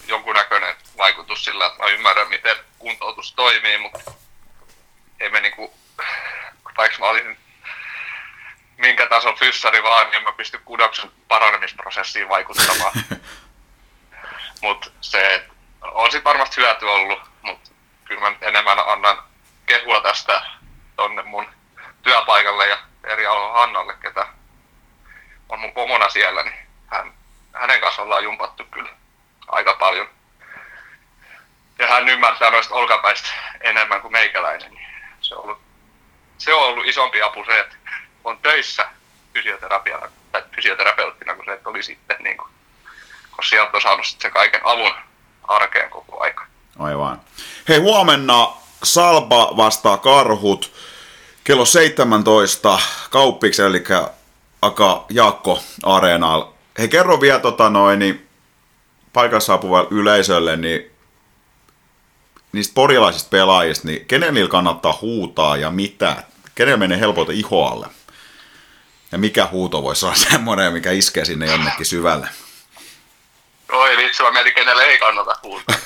jonkunnäköinen vaikutus sillä, että mä ymmärrän, miten kuntoutus toimii, mutta ei me niinku, vaikka mä olisin minkä tason fyssari vaan, niin en mä pysty kudoksen paranemisprosessiin vaikuttamaan. Mutta se, että on sit varmasti hyöty ollut, mutta kyllä mä nyt enemmän annan kehua tästä tonne mun työpaikalle ja eri aloilla Hannalle, ketä on mun pomona siellä, niin hän, hänen kanssa ollaan jumpattu kyllä aika paljon. Ja hän ymmärtää noista olkapäistä enemmän kuin meikäläinen, niin se on ollut, se on ollut isompi apu se, että on töissä fysioterapiana tai fysioterapeuttina kuin se, että oli sitten niin kuin, kun sieltä on saanut sitten sen kaiken avun arkeen koko aika. Aivan. Hei, huomenna Salpa vastaa Karhut kello seitsemäntoista Kauppiksen, eli Aka Jaakko Areenalla. Hei, kerro vielä tota noin, niin paikassa saapuvalle yleisölle, niin niistä porilaisista pelaajista, niin kenen niillä kannattaa huutaa ja mitä? Kenellä menee helpoiten ihoalle? Ja mikä huuto voisi olla semmoinen, mikä iskee sinne jonnekin syvälle? Oi vitsi, mä mietin, kenelle ei kannata huutaa.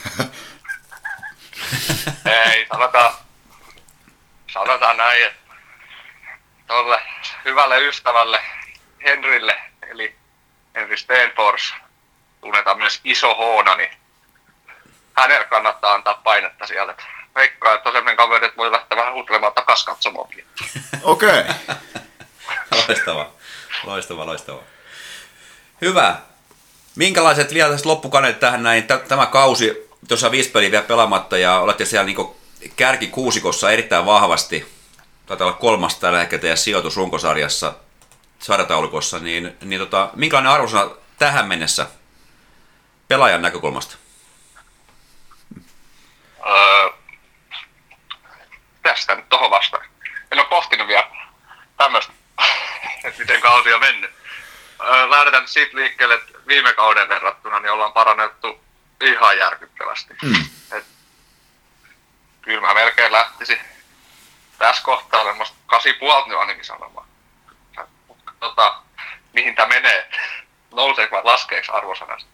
Ei, sanotaan, sanotaan näin, että tolle hyvälle ystävälle Henrille, eli Henri Stenfors, tunnetaan myös Iso Hoona, niin hänelle kannattaa antaa painetta siellä. Veikkaa, että on sellainen kaveri, että voi lähteä vähän huutelemaan takas katsomoonkin. Okei. Okay. Loistava, loistava, loistava. Hyvä. Minkälaiset vielä tästä loppukaneet tähän näin? Tämä kausi, tuossa viisi peliä vielä pelaamatta ja olette siellä niin kärkikuusikossa erittäin vahvasti. Taitaa olla kolmas tällä hetkellä teidän sijoitus runkosarjassa, sarjataulukossa. Niin, niin tota, minkälainen arvosana tähän mennessä pelaajan näkökulmasta? Öö, tästä nyt tohon vastaan. En ole pohtinut vielä tämmöistä, että miten kausi on mennyt. Öö, lähdetään siitä liikkeelle, että viime kauden verrattuna niin ollaan parannettu ihan järkyttävästi. Mm. Et, kyllä mä melkein lähtisin tässä kohtaa semmoista kasi puolta nyt ainakin sanomaan. Tota, mihin tää menee? Nouseeko vai laskeeko arvosanasta?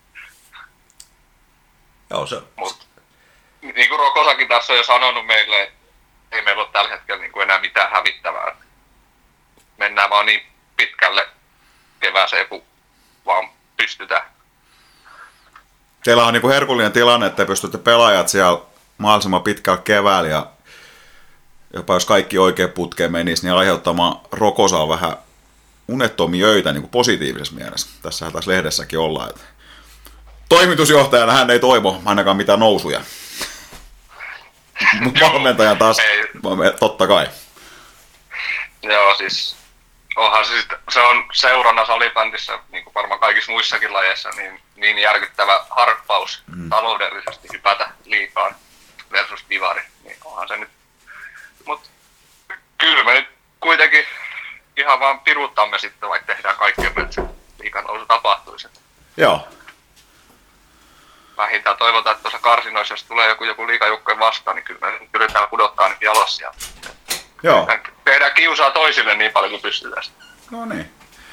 Joo, se... Mut, niin kuin Rokosakin tässä on jo sanonut meille, että ei meillä ole tällä hetkellä niin kuin enää mitään hävittävää. Mennään vaan niin pitkälle kevääseen, kun vaan pystytään. Teillä on niin kuin herkullinen tilanne, että te pystytte pelaajat siellä mahdollisimman pitkällä keväällä ja jopa jos kaikki oikein putkeen menisi, niin aiheuttamaan Rokosaan vähän unettomia öitä niin kuin positiivisessa mielessä. Tässähän taas lehdessäkin ollaan. Että toimitusjohtajana hän ei toivo ainakaan mitään nousuja. Mutta valmentajan taas, ei. Totta kai. Joo, siis onhan siis, se on seurana salibändissä, niin kuin varmaan kaikissa muissakin lajeissa, niin, niin järkyttävä harppaus mm. taloudellisesti hypätä liigaan versus divari. Niin onhan se nyt. Mut kyllä me nyt kuitenkin ihan vaan piruuttamme sitten, vaikka tehdään kaikkemme, että se liigan nousu tapahtuisi. Joo. Vähintään toivotaan, että tuossa karsinoissa, jos tulee joku, joku liigajoukkojen vastaan, niin kyllä me yritetään pudottaa ainakin jalas. Ja joo. Tehdään kiusaa toisille niin paljon kuin pystytään. No niin.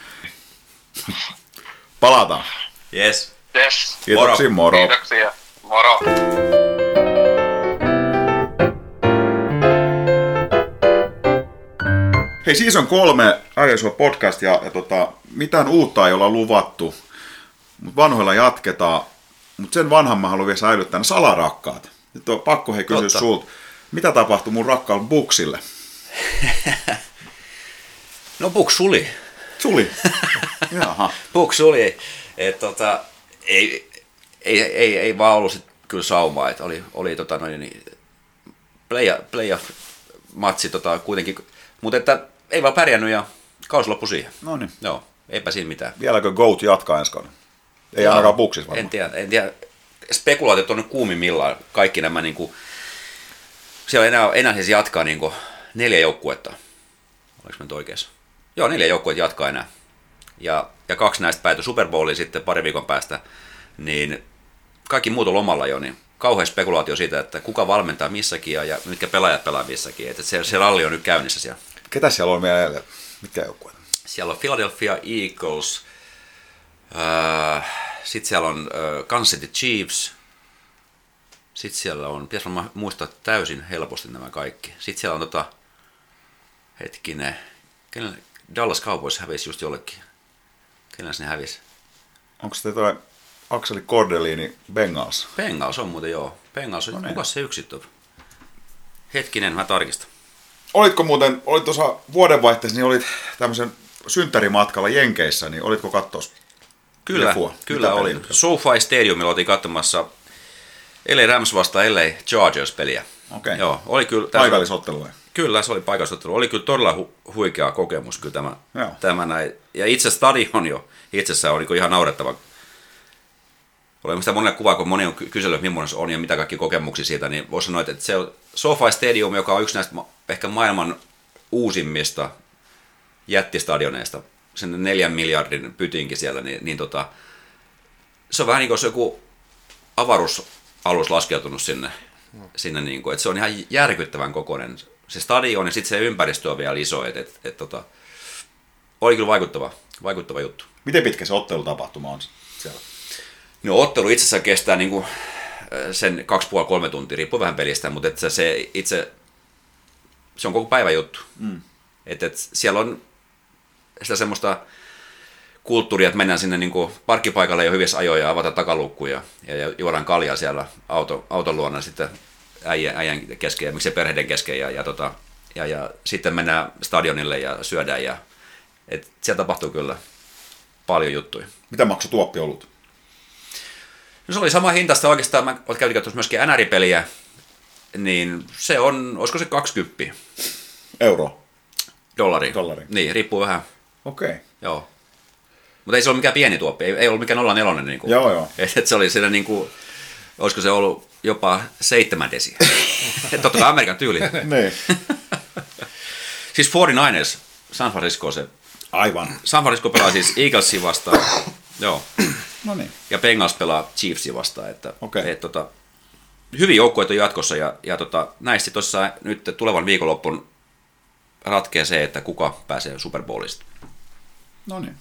Palataan. Yes. Yes. Kiitoksia, moro. Kiitoksia, moro. Hei, season kolme Äijäsuo podcast ja, ja tota, mitään uutta ei olla luvattu, mutta vanhoilla jatketaan. Mutta sen vanhan mä haluan vielä säilyttää ne salarakkaat. Nyt on pakko hei kysyä sulta, mitä tapahtui mun rakkaalle Buksille? No Buks suli. Suli? Jaha. Buks suli. Et, tota, ei, ei, ei, ei vaan ollut sit kyllä saumaa. Et oli oli tota, noin, niin, playoff-matsi tota, kuitenkin. Mutta että ei vaan pärjännyt ja kausi loppui siihen. No niin. Joo, eipä siinä mitään. Vieläkö Goat jatkaa ensi kauden? Ei Joo, ainakaan Buksissa varmaan. En tiedä, en tiedä. Spekulaatiot on nyt kuumimmillaan. Kaikki nämä, niin kuin, siellä enää, enää siis jatkaa niin kuin, neljä joukkuetta. Oliko mä nyt oikeassa? Joo, neljä joukkuetta jatkaa enää. Ja, ja kaksi näistä päätyi Super Bowliin sitten pari viikon päästä. Niin kaikki muut on lomalla jo, niin kauhean spekulaatio siitä, että kuka valmentaa missäkin ja, ja mitkä pelaajat pelaa missäkin. Että se, se ralli on nyt käynnissä siellä. Ketä siellä on vielä? Mitkä joukkueet? Siellä on Philadelphia Eagles. Äh, Sitten siellä on äh, Kansas City Chiefs, Sitten siellä on, pitäisi varmaan muistaa täysin helposti nämä kaikki. Sitten siellä on tota, hetkinen, kenen, Dallas Cowboys hävisi just jollekin. Kenen ne hävisi? Onko se toi Akseli Cordellini Bengals? Bengals on muuten joo. Bengals on, no niin. Kukas se yksi on? Hetkinen, mä tarkistan. Olitko muuten, olit tuossa vuodenvaihteessa, niin olit tämmöisen synttärimatkalla Jenkeissä, niin olitko katsoa Kyllä, lefua? kyllä Mitä olin. peliä? SoFi Stadiumilla oltiin katsomassa L A Rams vastaan L A Chargers-peliä. Okei. Joo, oli kyllä. Paikallisottelu. Kyllä, se oli paikallisottelu. Oli kyllä todella hu- huikea kokemus kyllä tämä, Joo. tämä näin. Ja itse stadion jo itsessään oli ihan naurettava. Olen sitä monelle kuvaa, kun moni on ky- kysellyt, millainen se on ja mitä kaikki kokemuksia siitä, niin voisi sanoa, että se on SoFi Stadium, joka on yksi näistä ma- ehkä maailman uusimmista jättistadioneista, sen neljän miljardin pytinkin siellä, niin, niin tota, se on vähän niin kuin se joku avaruusalus laskeutunut sinne, mm. sinne niin kuin, että se on ihan järkyttävän kokoinen se stadion ja sitten se ympäristö on vielä iso, että et, et, tota, oli kyllä vaikuttava, vaikuttava juttu. Miten pitkä se ottelutapahtuma on siellä? No ottelu itsessään kestää niin kuin sen kaksi puoli kolme tuntia, riippuu vähän pelistä, mutta että se itse, se on koko päivä juttu. Mm. Että et siellä on sitä semmoista kulttuuria, että mennään sinne niin kuin parkkipaikalle jo hyvissä ajoin ja avataan takaluukkuja ja, ja juodaan kaljaa siellä auto, auton luona sitten äijän, äijän kesken ja miksei perheiden kesken ja, ja, tota, ja, ja sitten mennään stadionille ja syödään ja et siellä tapahtuu kyllä paljon juttuja. Mitä maksoi tuoppi ollut? No se oli sama hintasta oikeastaan, mä käytin katsomaan myöskin N R-peliä, niin se on, olisiko se kaksikymmentä Euro. dollari. Dollari. Niin, riippuu vähän. Okei. Okay. Joo. Mutta ei se ollut mikään pieni tuoppi, ei, ei ollut mikään nolla neljä. Niin kuin. Joo, joo. Et, et se oli siinä niin kuin, olisiko se ollut jopa seitsemän desiä. Totta kai Amerikan tyyli. Niin. Siis neljäkymmentäyhdeksäns, San Francisco se. Aivan. San Francisco pelaa siis Eaglesia vastaan. Joo. No niin. Ja Bengals pelaa Chiefsia vastaan. Että, Okei. et, tota, hyviä joukkueita on jatkossa ja, ja tota, näistä tuossa nyt tulevan viikonloppun ratkee se, että kuka pääsee Super Bowlista. No niin.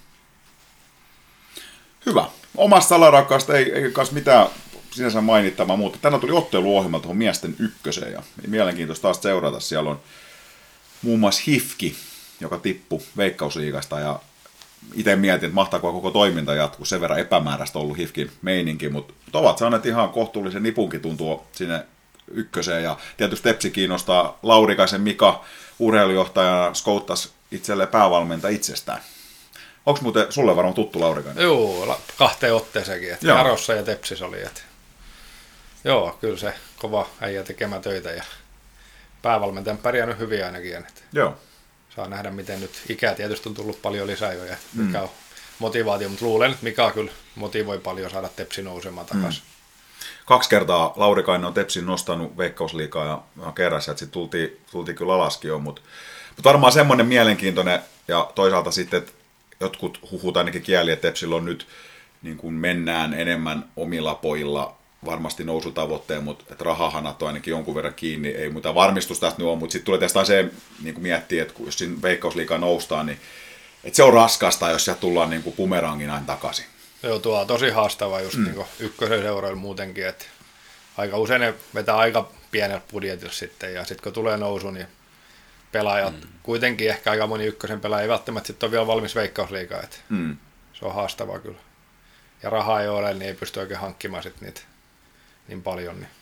Hyvä. Omasta salarakkaasta ei, ei kanssa mitään sinänsä mainittamaan, mutta tänään tuli otteluohjelma tuohon miesten ykköseen ja mielenkiintoista taas seurata. Siellä on muun muassa H I F K, joka tippui Veikkausliigasta ja itse mietin, että mahtaako koko toiminta jatkuu, sen verran epämääräistä ollut H I F Kin meininki, mutta, mutta ovat saaneet ihan kohtuullisen nipunkin tuntua sinne ykköseen ja tietysti Tepsi kiinnostaa Laurikaisen Mika urheilujohtajana skouttasi itselleen päävalmentaja itsestään. Onko muuten sulle varmaan tuttu Laurikainen? Joo, kahteen otteeseenkin, että Jarossa ja Tepsis oli. Että joo, kyllä se kova äijä tekemään töitä ja päävalmentajan pärjännyt hyvin ainakin. Että Joo. Saa nähdä, miten nyt ikää tietysti on tullut paljon lisää jo ja mikä mm. on motivaatio, mutta luulen, että Mika kyllä motivoi paljon saada Tepsi nousemaan takaisin. Mm. Kaksi kertaa Laurikainen on Tepsin nostanut Veikkausliigaa ja keräsi, että sitten tultiin, tultiin kyllä alaskin jo, mutta, mutta varmaan semmoinen mielenkiintoinen ja toisaalta sitten, että jotkut huhut ainakin kieli, että Tepsillä on nyt niin kuin mennään enemmän omilla pojilla varmasti nousutavoitteen, mutta että rahahanat on ainakin jonkun verran kiinni, ei muuta varmistusta tästä nyt ole, mutta sitten tulee tästä se niin kuin miettii, että jos siinä Veikkausliigaa noustaan, niin että se on raskasta, jos sieltä tullaan niin kuin bumerangin aina takaisin. Joo, tuo on tosi haastavaa just mm. niin ykkösen seuroilla muutenkin, että aika usein ne vetää aika pienellä budjetilla sitten, ja sitten kun tulee nousu, niin pelaajat, mm. kuitenkin ehkä aika moni ykkösen pelaaja ei välttämättä sitten ole vielä valmis Veikkausliigaa, että mm. se on haastavaa kyllä. Ja rahaa ei ole, niin ei pysty oikein hankkimaan sit niitä niin paljon. Niin.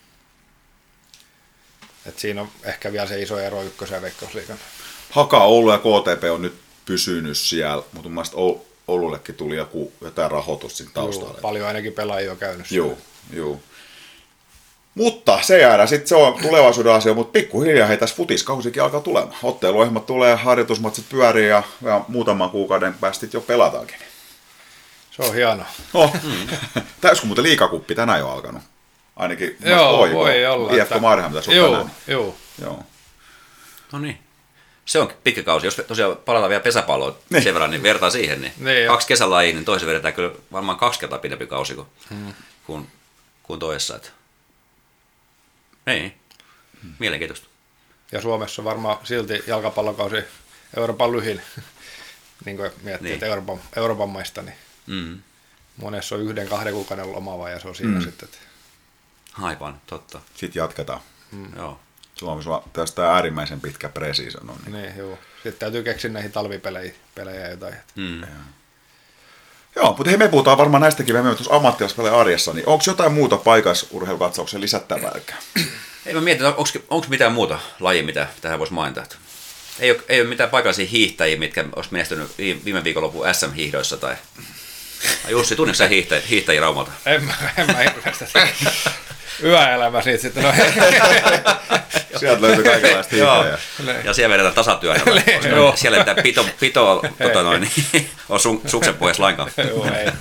Et siinä on ehkä vielä se iso ero ykkösen ja Veikkausliigan. Haka, Oulu ja K T P on nyt pysynyt siellä, mutta mun mielestä Oulullekin tuli joku, jotain rahoitus siinä taustalla. Juu, paljon ainakin pelaajia on käynyt. Joo, joo. Mutta se jäädään, sitten se on tulevaisuuden asia, mutta pikkuhiljaa hei tässä futiskausikin alkaa tulemaan. Otteluohjelmat tulee, harjoitusmatsit pyörii ja, ja muutaman kuukauden päästä jo pelataankin. Se on hienoa. Oh. Mm. Täyskö muuten liigakuppi tänään jo alkanut? Ainakin joo, voi, voi olla. I F K Marham pitäisi olla tänään. Joo, joo. No niin. Se on pitkä kausi. Jos tosiaan palataan vielä pesäpalloon niin. sen verran, niin vertaa siihen. Niin niin kaksi kesälajia, niin toisen vedetään kyllä varmaan kaksi kertaa pidempi kausi kuin, hmm. kuin, kuin toisessa. Että. Niin, hmm. mielenkiintoista. Ja Suomessa on varmaan silti jalkapallokausi Euroopan lyhin, niin kuin miettii, niin. että Euroopan, Euroopan maista, niin mm. monessa on yhden, kahden kuukauden lomava ja se on siinä mm. sitten. Että. Aivan, totta. Sitten jatketaan. Mm. Joo. Suomessa tästä äärimmäisen pitkä pre-season on. Niin. Niin, joo. Sitten täytyy keksiä näihin talvipelejä pelejä jotain. Mm. Joo, mutta hei, me puhutaan varmaan näistäkin vähän tuossa ammattilaispelejä arjessa, niin onko jotain muuta paikallisurheilukatsauksen lisättävääkään? Ei mä mietin, onko mitään muuta lajia, mitä tähän voisi mainita. Ei ole, ei ole mitään paikallisia hiihtäjiä, mitkä olisi menestynyt viime viikonlopun S M-hiihdoissa tai... Jussi, tunnistatko sä hiihtäjiä, hiihtäjiä Raumalta? En mä, en mä hirveästi. Yöelämä siitä sitten. No, sieltä löytyy kaikenlaista hiihtäjää. Ja siellä vedetään tasatyönä. Siellä tämä pito, pito tota noin, on sun, suksen pohjassa lainkaan. Joo, ei.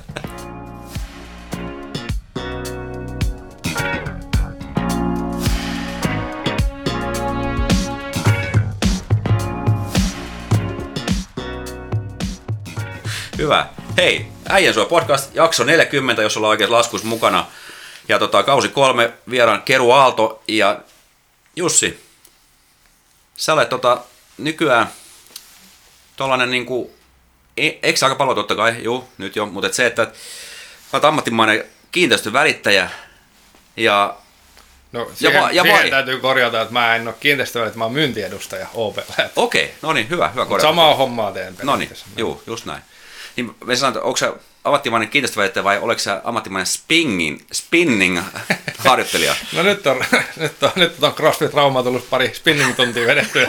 Hyvä. Hei, Äijänsuo podcast, jakso neljäkymmentä, jos ollaan oikein laskuissa mukana. Ja tota, kausi kolme, vieraan Keru Aalto ja Jussi. Sä olet tota, nykyään tollanen niinku, e- eikö aika paljon totta kai, juu, nyt jo, mutta et se, että olet ammattimainen kiinteistövälittäjä ja... No siihen, ja, va- ja siihen vai... täytyy korjata, että mä en ole kiinteistövälittäjä, mä oon myyntiedustaja O P:llä. Okei, okay, no niin, hyvä, hyvä korjata. Samaa hommaa teen. No niin, juu, just näin. Niin me sanotaan, että onko sä ammattimainen kiinteistövälittäjä vai oletko sä ammattimainen spinning, spinning-harjoittelija? No nyt on, nyt on, nyt on CrossFit-Rauma tullut pari spinning-tuntia vedetty.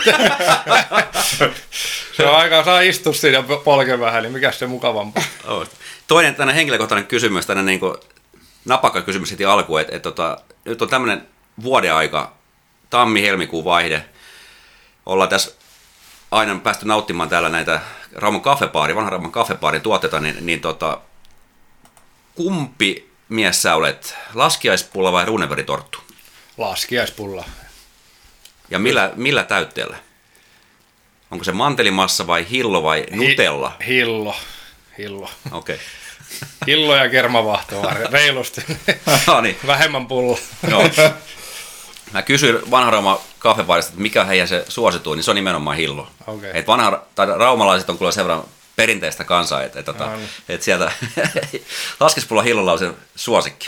Se on aika, saa istua siinä ja polke vähän, niin mikä se mukavampaa. Toinen tänne henkilökohtainen kysymys, tänne niin kuin napakka kysymys heti alkuun, että, että, että nyt on tämmöinen vuodenaika, tammi-helmikuun vaihde. Ollaan tässä aina päästy nauttimaan täällä näitä Rauman kaffebaari, vanhan Rauman kaffebaarin tuotteita, niin, niin tota, kumpi mies sä olet, laskiaispulla vai ruunenveritorttu? Laskiaispulla. Ja millä, millä täytteellä? Onko se mantelimassa vai hillo vai nutella? Hi, hillo. Hillo. Okei. Okay. Hillo ja kermavahto reilusti. No niin. Vähemmän pulla. No. Mä kysyin vanhan Rauman kaffebaarista, että mikä heidän se suosituin, niin se on nimenomaan hillo. Okay. Et vanha, tai raumalaiset on kyllä sen verran perinteistä kansaa, että et, et, no, niin. et sieltä laskispulla hillolla on se suosikki.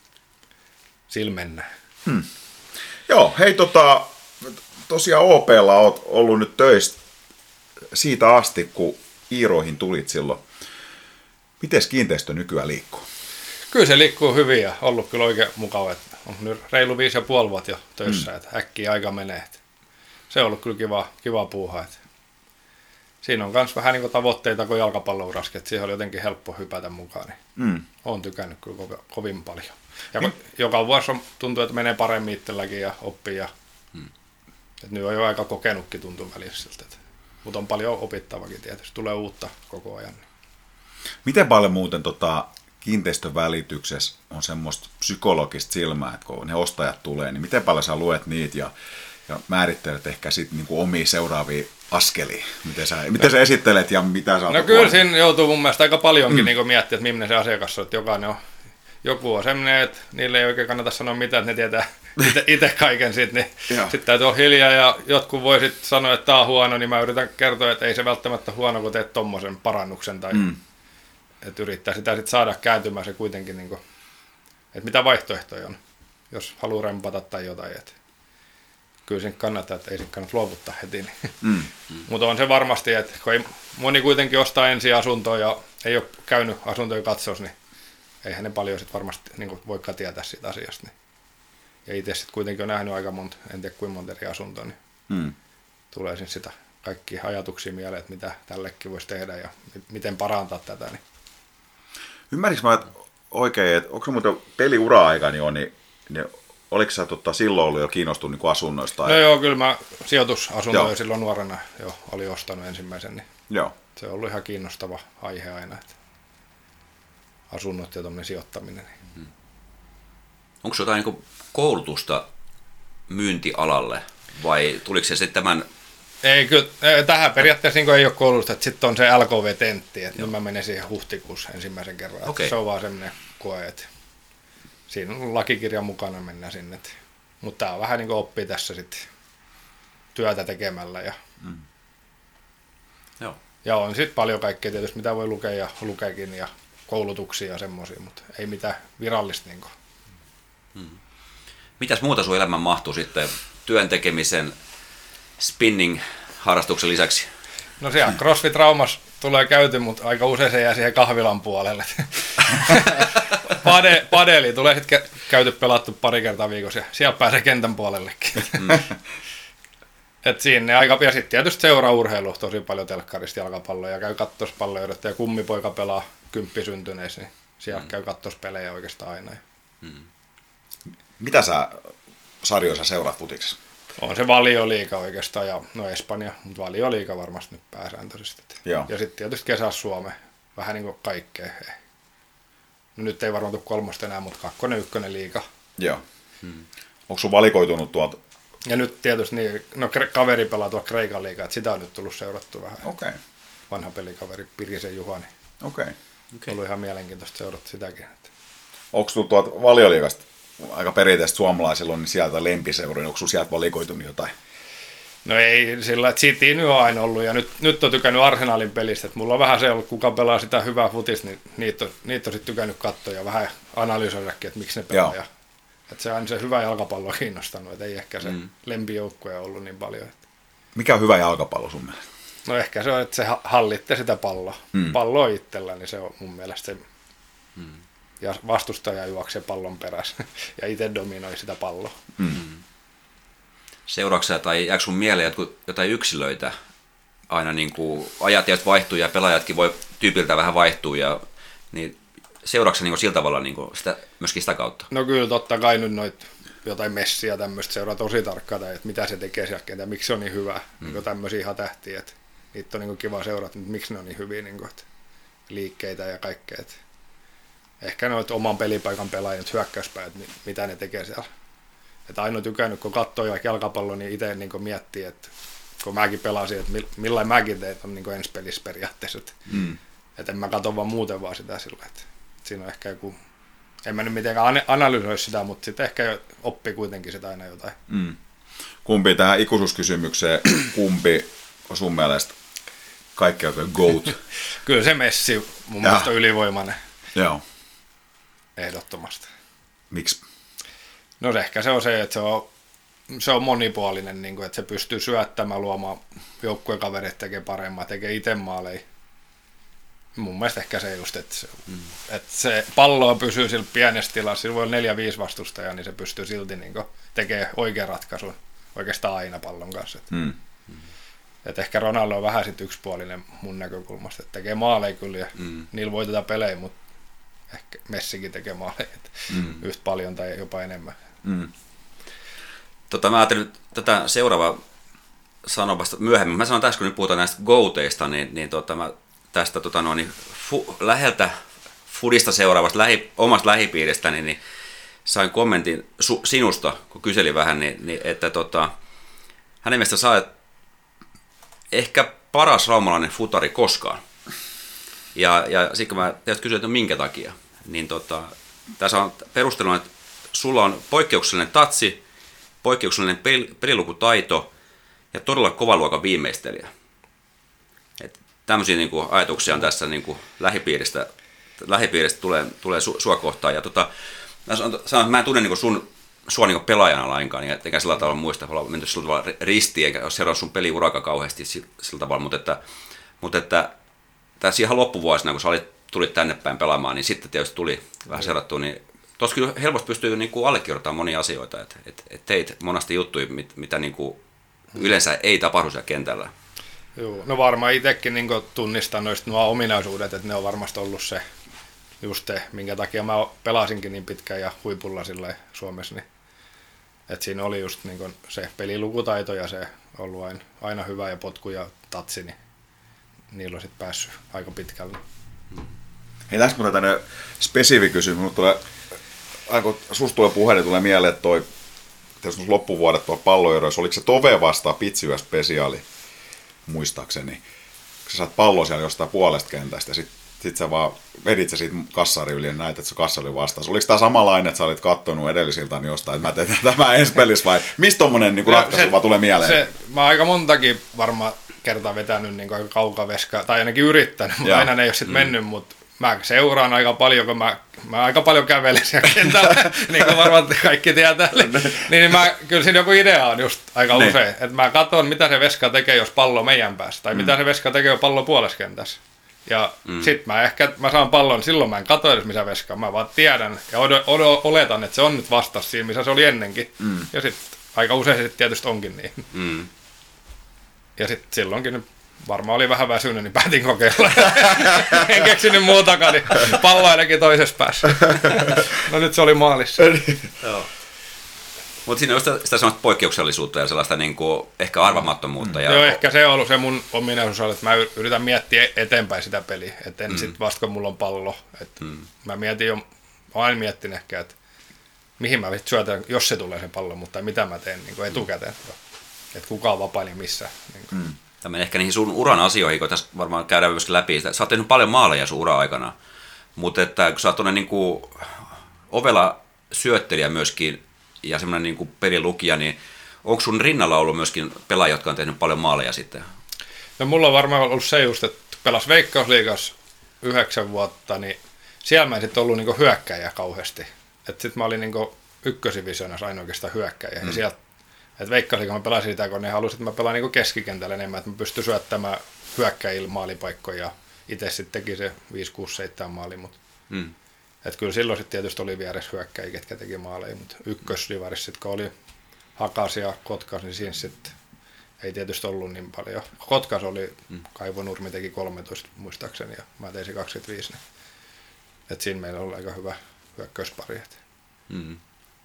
Sillä mennään. Hmm. Joo, hei tota, tosiaan O P:lla oot ollut nyt töissä siitä asti, kun Iiroihin tulit silloin. Miten kiinteistö nykyään liikkuu? Kyllä se liikkuu hyvin ja ollut kyllä oikein mukava. Että on nyt reilu viisi ja puoli vuotta jo töissä, mm. että äkkiä aika menee. Että se on ollut kyllä kiva, kiva puuhaa. Että siinä on myös vähän niin kuin tavoitteita kuin jalkapallouraskin, että siihen oli jotenkin helppo hypätä mukaan. Niin mm. olen tykännyt kyllä ko- kovin paljon. Ja mm. joka vuosi on, tuntuu, että menee paremmin itselläkin ja oppii. Ja, mm. että nyt on jo aika kokenutkin tuntuu välissä siltä. Mutta on paljon opittavakin tietysti, tulee uutta koko ajan. Miten paljon muuten tota, kiinteistön välityksessä on semmoista psykologista silmää, että kun ne ostajat tulee, niin miten paljon sä luet niitä ja, ja määrittelet ehkä sitten niinku omia seuraavia askelia? Miten sä, miten sä esittelet ja mitä sä... No kyllä siinä joutuu mun mielestä aika paljonkin mm. niin miettiä, että millainen se asiakas on, että jokainen on, joku on semmoinen, että niille ei oikein kannata sanoa mitään, että ne tietää itse kaiken sitten, niin sitten täytyy olla hiljaa ja jotkut voi sitten sanoa, että tämä on huono, niin mä yritän kertoa, että ei se välttämättä huono, kun teet tommosen parannuksen tai mm. että yrittää sitä sitten saada kääntymään se kuitenkin, niin kuin, että mitä vaihtoehtoja on, jos haluaa rempata tai jotain. Että kyllä siinä kannattaa, että ei siinä kannata luovuttaa heti. Niin. Mm. Mutta on se varmasti, että kun ei, moni kuitenkin ostaa ensin asuntoa ja ei ole käynyt asuntoja katsoa, niin eihän ne paljon sit varmasti niin voikaan tietää siitä asiasta. Niin. Ja itse sitten kuitenkin on nähnyt aika monta, en tiedä kuinka monta eri asuntoa, niin mm. tulee sitten sitä kaikki ajatuksia mieleen, että mitä tällekin voisi tehdä ja miten parantaa tätä. Niin. Ymmärrinkö mä oikein, että onko se muuten peliura-aikani on, niin, niin oliko sä tota, silloin ollut jo kiinnostunut niin asunnoista? No joo, kyllä mä sijoitusasuntoja jo silloin nuorena jo olin ostanut ensimmäisen, niin joo. Se on ollut ihan kiinnostava aihe aina, että asunnot ja tuommoinen sijoittaminen. Niin. Onko se jotain niin koulutusta myyntialalle vai tuliko se sitten tämän... Ei, kyllä tähän periaatteessa niin ei ole koulutusta, että sitten on se L K V-tentti, että nyt mä menen siihen huhtikuussa ensimmäisen kerran. Okay. Se on vaan semmoinen koe, että siinä on lakikirja mukana, mennään sinne. Mutta tämä on vähän niin kuin oppii tässä sitten työtä tekemällä. Ja, mm. Joo. ja on sitten paljon kaikkea tietysti, mitä voi lukea ja lukeekin ja koulutuksia ja semmoisia, mutta ei mitään virallista. Niin kuin. Mm. Mitäs muuta sun elämään mahtuu sitten työn tekemisen, spinning-harrastuksen lisäksi? No siellä CrossFit-raumassa tulee käyty, mutta aika usein se jää siihen kahvilan puolelle. Pade, padeli tulee sitten käyty pelattu pari kertaa viikossa ja siellä pääsee kentän puolellekin. Mm. Et siinä aika, ja sitten tietysti seuraa urheilua tosi paljon telkkarista jalkapalloa ja käy kattos palloja, ja kummipoika pelaa kymppisyntyneissä, niin siellä mm. käy kattos pelejä oikeastaan aina. Mm. Mitä sä sarjoissa seuraat futiksessa? On se Valioliiga oikeastaan, ja no Espanja, mutta Valioliiga varmasti nyt pääsääntöisesti. Joo. Ja sitten tietysti kesässä Suomeen, vähän niin kuin kaikkea. No nyt ei varmaan tule kolmosta enää, mutta kakkonen, ykkönen liiga. Joo. Hmm. Onko sun valikoitunut tuolta? Ja nyt tietysti niin, no kaveri pelaa tuolla Kreikan liigaa, että sitä on nyt tullut seurattu vähän. Okei. Okay. Vanha pelikaveri Pirisen Juha, niin okei. Okay. Okay. Ollut ihan mielenkiintoista seurata sitäkin. Onko sulla tuolta Valioliigasta aika perinteisesti suomalaisilla on, niin sieltä lempiseuroja, onko sulla sieltä valikoitunut jotain? No ei sillä, että City nyt on aina ollut, ja nyt, nyt on tykännyt Arsenalin pelistä, että mulla on vähän se ollut, kuka pelaa sitä hyvää futista, niin niitä on, niitä on sitten tykännyt katsoa ja vähän analysoidakin, että miksi ne pelaa. Ja, että se on se hyvä jalkapallo kiinnostanut, että ei ehkä se mm. lempijoukkue ollut niin paljon. Että. Mikä on hyvä jalkapallo sun mielestä? No ehkä se on, että se hallitte sitä palloa. Mm. Pallo on itsellä, niin se on mun mielestä se. Mm. Ja vastustaja juoksee pallon perässä ja itse dominoi sitä palloa. Mm. Seuraavaksi tai jääkö sun mieleen jotain yksilöitä? Aina niin kuin ajattajat vaihtuu ja pelaajatkin voi tyypiltä vähän vaihtua. Ja, niin seuraavaksi niin sillä tavalla niin sitä, myöskin sitä kautta? No kyllä totta kai nyt noit jotain Messiä tämmöistä seuraa tosi tarkkaan, että mitä se tekee siellä kentällä, miksi se on niin hyvä. Mm. Niin tämmöisiä ihan tähtiä, että niitä on niin kiva seurata, että miksi ne on niin hyviä niin kuin, että liikkeitä ja kaikkea. Että ehkä noit oman pelipaikan pelaajat hyökkäyspäät, niin mitä ne tekee siellä. Että aina tykännyt, kun katsoo jalkapalloa, niin itse niin miettii, että kun mäkin pelasin, että millainen mäkin teet on niin ensi pelissä periaatteessa. Että, mm. että en mä katso vaan muuten vaan sitä sillä, että siinä on ehkä joku, en mä nyt mitenkään analysoi sitä, mutta sitten ehkä oppii kuitenkin sitä aina jotain. Mm. Kumpi tähän ikuisuuskysymykseen, kumpi on sun mielestä kaikki oikein GOAT? Kyllä se Messi mun mielestä on ylivoimainen. Joo. Ehdottomasti. Miksi? No se ehkä se on se, että se on, se on monipuolinen, niin kuin, että se pystyy syöttämään, luomaan joukkuekaverit, tekee paremmin, tekee itse maaleja. Mun mielestä ehkä se just, että se, mm. että se pallo pysyy sillä pienessä tilassa, sillä voi olla neljä viisi vastustajaa, niin se pystyy silti niin kuin, tekemään oikean ratkaisun oikeastaan aina pallon kanssa. Että, mm. että ehkä Ronaldo on vähän sit yksipuolinen mun näkökulmasta, että tekee maaleja kyllä ja mm. niillä voitetaan pelejä, mutta ehkä Messikin tekee maaleja mm. yhtä paljon tai jopa enemmän. Mm. Tota, mä ajattelin tätä seuraavaa sanoa vasta myöhemmin. Mä sanon tässä, kun nyt puhutaan näistä GOATeista, niin, niin tota, mä tästä tota, no, niin, fu, läheltä Fudista seuraavasta lähi, omasta lähipiiristäni, niin sain kommentin su, sinusta, kun kyselin vähän, niin, niin, että tota, hänen mielestä sä olet ehkä paras raumalainen futari koskaan. Ja, ja sitten kun mä teet kysyin, että no minkä takia, niin tota, tässä on perusteluna, että sulla on poikkeuksellinen tatsi, poikkeuksellinen pel- pelilukutaito ja todella kovan luokan viimeistelijä. Et tämmöisiä niin kuin, ajatuksia on tässä niin kuin, lähipiiristä, lähipiiristä tulee, tulee su, sua kohtaan. Ja, tota, mä, sanon, että mä en tunne niin kuin sun, sua niin kuin pelaajana lainkaan, niin eikä sillä tavalla muista, olla menty sillä tavalla ristiin, eikä ole seurannut sun peliuraka kauheasti sillä, sillä tavalla, mutta että, mutta että tässä ihan loppuvuosina, kun sä olit, tulit tänne päin pelaamaan, niin sitten tietysti tuli vähän seurattua, niin tuossa kyllä helposti pystyy niin kuin allekirjoittamaan monia asioita, että et, et teit monasti juttuja, mit, mitä niin kuin yleensä ei tapahdu siellä kentällä. Joo, no varmaan itsekin niin tunnistan noista nuo ominaisuudet, että ne on varmasti ollut se, just se, minkä takia mä pelasinkin niin pitkään ja huipulla sillä Suomessa, niin että siinä oli just niin se pelilukutaito ja se ollut aina, aina hyvä ja potku ja tatsi, niin niillä on sitten päässyt aika pitkälle. Hei, tässä kun tänne spesifi kysymys, minun tulee, kun susta tulee puhe, niin tulee mieleen, että toi tässä loppuvuodet tuo palloeroissa, oliko se Tove vastaan Pitsyä spesiaali, muistaakseni, kun sä saat pallo siellä jostain puolesta kentästä ja sit, sit sä vaan vedit sä siitä kassari yli ja näit, että se kassari vastaan. Oliko tää samanlainen, että sä olit kattonut edellisiltaan jostain, että mä teen tämä ensi pelissä vai mistä tommonen niin ratkaisu vaan tulee mieleen? Se, mä aika montakin varmaan kertaa vetänyt niin aika kaukaveskaa, tai ainakin yrittänyt, mutta aina ne ei ole sitten mm. mennyt, mutta mä seuraan aika paljon, kun mä, mä aika paljon kävelen siellä kentällä, niin kuin varmaan kaikki tietää, niin, niin mä, kyllä siinä joku idea on just aika ne. usein, että mä katson, mitä se veska tekee, jos pallo on meidän päässä, tai mm. mitä se veska tekee, jos pallo on puoleskentässä. Ja mm. sit mä ehkä, mä saan pallon, niin silloin mä en katso edes missä veska, mä vaan tiedän ja od- od- oletan, että se on nyt vastassa siinä, missä se oli ennenkin. Mm. Ja sit aika usein se sit tietysti onkin niin. Mm. Ja sit silloinkin nyt varmaan oli vähän väsynyt, niin päätin kokeilla. En keksinyt muutakaan, niin pallo ainakin toisessa päässä. No nyt se oli maalissa. Joo. Mutta siinä on sitä, sitä sellaista poikkeuksellisuutta ja sellaista niin kuin, ehkä arvamattomuutta. Mm. Ja... Joo, ehkä se on ollut se mun ominaisuus, että mä yritän miettiä eteenpäin sitä peliä. Että en mm. sit vasta, kun mulla on pallo. Että mm. mä mietin jo, mä aina miettin ehkä, että mihin mä syötän, jos se tulee se pallo, mutta mitä mä teen niin kuin etukäteen. Mm. Että kuka on vapaa, niin missä. Niin mm. Tämä ehkä niihin sun uran asioihin, kun tässä varmaan käydään myöskin läpi. Sä oot tehnyt paljon maaleja sun ura-aikana, mutta että kun sä oot tuonne niin kuin ovela syöttelijä myöskin ja semmoinen niin kuin pelilukija, niin onko sun rinnalla ollut myöskin pelaajia, jotka on tehnyt paljon maaleja sitten? No mulla on varmaan ollut se just, että pelas Veikkausliigassa yhdeksän vuotta, niin siellä mä en sitten ollut niin kuin hyökkäjä kauheasti. Että sitten mä olin niin kuin ykkösivisioonassa aina oikeastaan hyökkäjä. Mm. Ja sieltä että Veikkausliiga mä pelasin sitä, kun ne halusivat, että mä pelaan niin keskikentällä enemmän, että mä pystyn syöttämään hyökkäjille maalipaikkoja. Itse sitten teki se viisi, kuusi, seitsemän maali, mutta mm. että kyllä silloin sitten tietysti oli vieressä hyökkäjiä, ketkä teki maaleja, mutta ykkösdivarissa sitten, kun oli Hakas ja Kotkas, niin siinä sitten ei tietysti ollut niin paljon. Kotkas oli, mm. Kaivo Nurmi teki kolmetoista muistaakseni ja mä tein se kaksikymmentäviisi, niin että siinä meillä oli aika hyvä hyökkäyspari. Mm.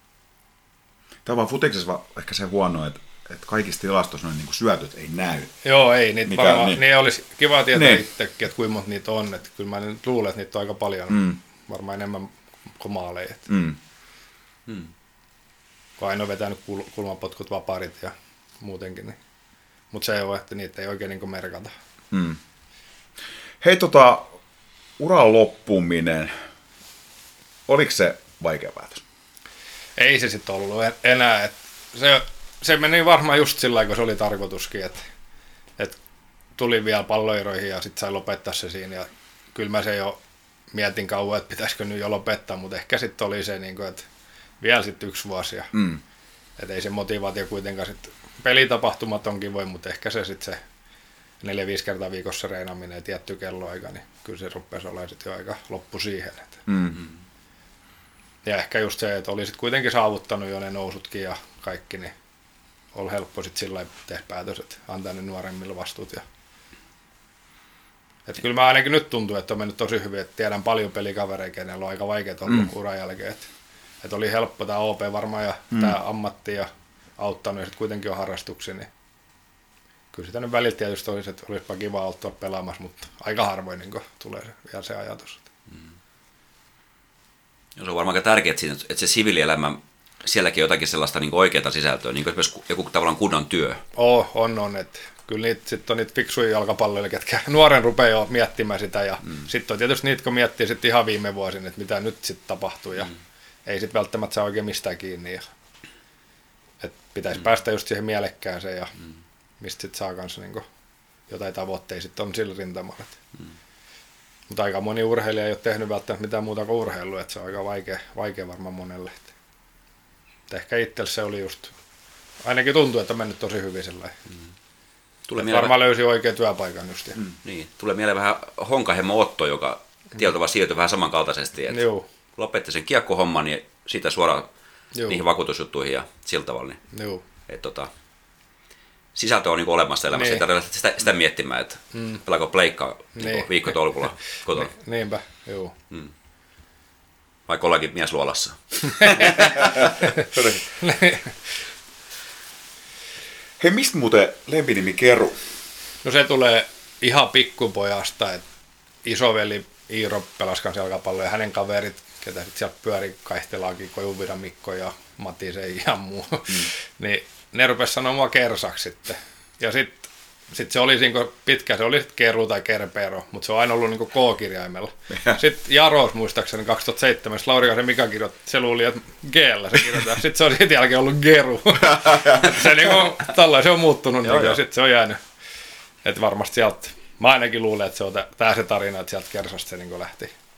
Tämä on vaan futiksessa ehkä se huono, että, että kaikissa tilastoissa noin niin kuin syötöt ei näy. Joo, ei. Niitä Mikä, varmaan, niin. niin olisi kiva tietää niin. itsekin, että kuinka monta niitä on. Että kyllä mä nyt luulen, että niitä on aika paljon. Mm. Varmaan enemmän kuin maaleja. Mm. Mm. Kun aina on vetänyt kul- kulmapotkut, vaparit ja muutenkin. Niin. Mutta se on, että niitä ei oikein niin merkata. Mm. Hei, tota, uran loppuminen, oliko se vaikea päätös? Ei se sitten ollut enää. Et se, se meni varmaan just sillä kun se oli tarkoituskin, että et tuli vielä palloiroihin ja sitten sai lopettaa se siinä. Ja kyllä mä se jo mietin kauan, että pitäisikö nyt jo lopettaa, mutta ehkä sitten oli se, niin että vielä sitten yksi vuosi. Ja, mm. Että ei se motivaatio kuitenkaan sitten, pelitapahtumat onkin voi, mutta ehkä se sitten se neljä, viisi kertaa viikossa reenaaminen ja tietty kelloaika, niin kyllä se rupesi olemaan sitten jo aika loppu siihen. Että. Mm-hmm. Ja ehkä just se, että olisit kuitenkin saavuttanut jo ne nousutkin ja kaikki, niin oli helppo sitten sillä lailla tehdä päätös, että antaa ne nuoremmille vastuut. Ja... Että kyllä mä ainakin nyt tuntuu, että on mennyt tosi hyvin, että tiedän paljon pelikavereja, kenellä on aika vaikeaa ollut mm. uran jälkeen. Että, että oli helppo tämä O P varmaan ja mm. tämä ammatti ja auttanut ja sitten kuitenkin on harrastuksia, niin kyllä sitä nyt välillä tietysti olisi, että olisipa kiva auttaa pelaamassa, mutta aika harvoin niin tulee se, vielä se ajatus. Mm. Ja se on varmaan tärkeää, että se siviilielämä, sielläkin on jotakin sellaista niin oikeaa sisältöä, niin kuin esimerkiksi joku tavallaan kunnon työ. Oh, on, on. Että kyllä niitä, sit on niitä fiksuja jalkapalloja, ketkä nuoren rupeaa jo miettimään sitä. Ja mm. sitten on tietysti niitä, kun miettii sitten ihan viime vuosina, että mitä nyt sitten tapahtuu. Ja mm. ei sitten välttämättä saa oikein mistään kiinni. Ja, että pitäisi mm. päästä just siihen mielekkääseen ja mm. mistä sitten saa kanssa niin jotain tavoitteita sitten on sillä rintamalla. Mm. Mutta aika moni urheilija ei ole tehnyt välttämättä mitään muuta kuin urheilua, että se on aika vaikea, vaikea varmaan monelle. Että ehkä itsellä se oli just, ainakin tuntuu, että on mennyt tosi hyvin sellainen. Mm. Varmaan löysi oikean työpaikan just. Mm. Niin. Tulee mieleen vähän Honkahemmo Otto, joka mm. tietyllä tavalla siirtyi vähän samankaltaisesti. Että lopetti sen kiekkohomman niin siitä suoraan Juu. niihin vakuutusjuttuihin ja sillä tavalla. Niin, et, tota, sisältö on niin olemassa elämässä, niin. Ei tarvitse sitä, sitä miettimään, että mm. pelaako pleikkaa niin. viikkotolkulla kotona. Niinpä, joo. Mm. Vaikka ollaankin mies luolassa. Hei, mistä muuten lempinimi Keru? No se tulee ihan pikkupojasta, että isoveli Iiro pelasi kanssa jalkapalloa ja hänen kaverit, ketä sitten sieltä pyöri kaihtelaakin, Kojuvira Mikko ja Matti se ihan muu, mm. niin ne rupesi sanoa mua Kersaksi sitten. Ja sitten sit se oli siinä pitkä, se oli sitten Keru tai Kerpero, mutta se on aina ollut niin K-kirjaimella. Sitten Jaros muistaakseni kaksituhattaseitsemän, Laurikaisen Mika kirjoitti, se luuli, että G-llä se kirjoittaa. Sitten se on siitä jälkeen ollut Geru. se, niin kuin, se on muuttunut niin, ja sitten se on jäänyt. Että varmasti sieltä, mä ainakin luulen, että se on tää se tarina, että sieltä Kersasta se niin lähti.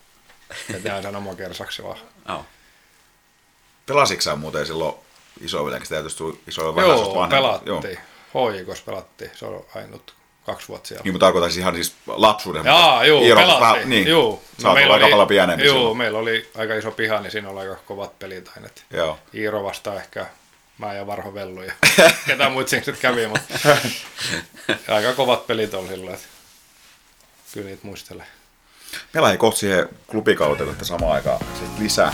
että jään sen oma kersaksi vaan. Oh. Pelasitko sä muuten silloin isoveljeksi? Sitä tietysti isoilla vähän Joo, pelattiin. H J K:ssa pelattiin. Se on ainut kaksi vuotta siellä. Niin, mutta tarkoitan ihan siis lapsuuden. Jaa, juu, pelattiin. Vähän, niin, juu. No, meillä aika oli, paljon pienempi. Juu, silloin. meillä oli aika iso piha, niin siinä oli aika kovat pelit aina. Joo. Iiro vastaan ehkä mä ja Varho Vellu ja ketään muut sitten kävi, mutta aika kovat pelit oli silloin, että kyllä niitä muistelee. Meillä ei kohta siihen klubikauteen, että samaan aikaan sitten lisää.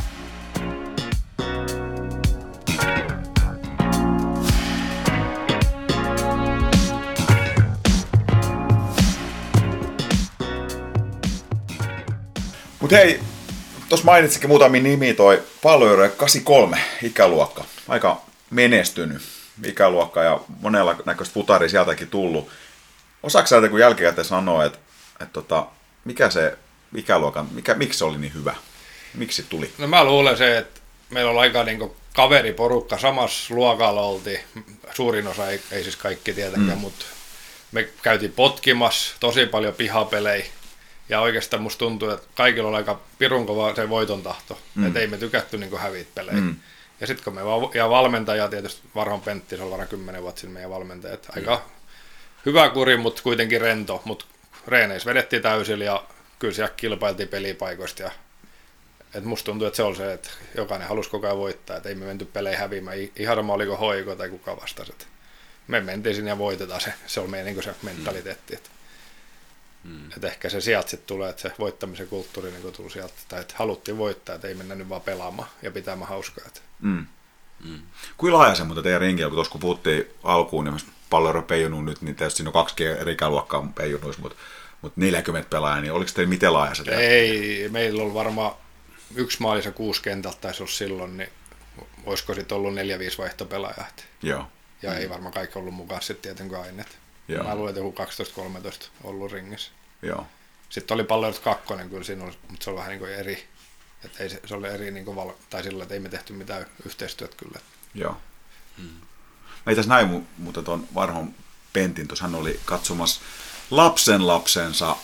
Mutta hei, tuossa mainitsikin muutamia nimiä, toi Palloilija kahdeksankymmentäkolme ikäluokka. Aika menestynyt ikäluokka ja monella näköistä futaria sieltäkin tullut. Osaatko sä kun jälkikäteen sanoa, että, että tota, mikä se ikäluokan, mikä, miksi se oli niin hyvä? Miksi se tuli? No mä luulen se, että meillä on aika niin kaveriporukka, samassa luokalla oltiin. Suurin osa, ei, ei siis kaikki tietenkään, mm. mutta me käytiin potkimassa tosi paljon pihapelejä. Ja oikeastaan musta tuntuu, että kaikilla on aika pirun kova se voiton tahto. Mm. Että ei me tykätty niin häviitä pelejä. Mm. Ja sitten kun me va- ja valmentaja, tietysti Varhon Pentti, se on varmaan kymmenen vuotta sitten meidän valmentaja. Että mm. aika hyvä kuri, mutta kuitenkin rento. Mutta reeneissä vedettiin täysillä ja kyllä siellä kilpailtiin pelipaikoista. Ja, et musta tuntuu, että se oli se, että jokainen halusi koko ajan voittaa. Että ei me menty pelejä häviämään. Ihan sama oliko H I K tai kuka vastasi. Me mentiin sinne ja voitetaan se. Se oli meidän niin se mentaliteetti. Että Mm. Et ehkä se sieltä sitten tulee, että se voittamisen kulttuuri niin tuli sieltä, tai että haluttiin voittaa, että ei mennä nyt vaan pelaamaan ja pitämään hauskaa. Mm. Mm. Kuinka laaja se mutta teidän rinkiä, kun tuossa kun puhuttiin alkuun, niin Palloilija peijunut nyt, niin tietysti siinä on kaksi eri ikäluokkaa peijunuissa, mutta, mutta neljäkymmentä pelaajaa, niin oliko teillä miten laaja se teidän? Ei, meillä oli varmaan yksi maalissa kuusi kentältä taisi olla silloin, niin olisiko sitten ollut neljä viisi vaihtopelaajaa. Joo. Ja mm. ei varmaan kaikki ollut mukaan sitten tietenkin aina. Joo. Mä luulen, että joku kaksitoista kolmetoista ollut ringissä. Joo. Sitten oli Palloilija kakkonen kyllä siinä, oli, mutta se oli vähän niin kuin eri. Että ei se, se oli eri niin kuin val, tai sillä, että ei me tehty mitään yhteistyötä kyllä. Joo. Hmm. Mä itse asiassa näin, mutta tuon Varhon Pentin, tuossa hän oli katsomassa lapsen lapsensa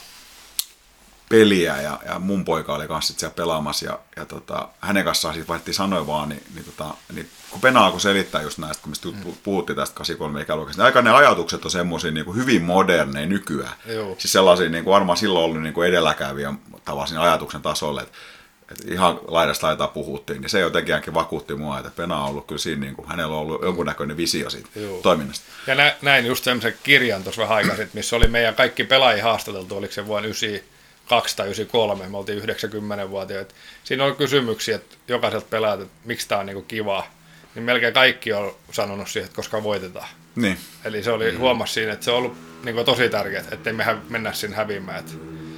peliä ja, ja mun poika oli kanssa siellä pelaamassa ja, ja tota, hänen kanssaan siitä vaihdettiin sanoja vaan, niin, niin, tota, niin kun Penaa kun selittää just näistä, kun me mm. puhuttiin tästä kahdeksankymmentäkolme ikäluokasta, niin aika ne ajatukset on semmoisia niin kuin hyvin moderneja nykyään. Joo. Siis sellaisia niin kuin varmaan silloin ollut niin kuin edelläkävijä tavallaan ajatuksen tasolle, että, että ihan laidasta laitaa puhuttiin, niin se jotenkin ainakin vakuutti mua, että Penaa on ollut kyllä siinä, niin kuin, hänellä on ollut jonkunnäköinen visio siitä Joo. toiminnasta. Ja nä, näin just semmoisen kirjan tuossa vähän aikaa sitten, missä oli meidän kaikki pelaajia haastateltu, oliko se vuonna yhdeksänkymmentäkaksi tai yhdeksänkymmentäkolme, me oltiin yhdeksänkymmentävuotiaita. Siinä oli kysymyksiä, että jokaiselta pelaajat, että miksi tämä on niinku kivaa, niin melkein kaikki on sanonut siihen, että koska voitetaan. Niin. Eli se oli mm-hmm. huomasi siinä, että se on ollut niinku tosi tärkeää, ettei me mennä sinne häviämään. Että,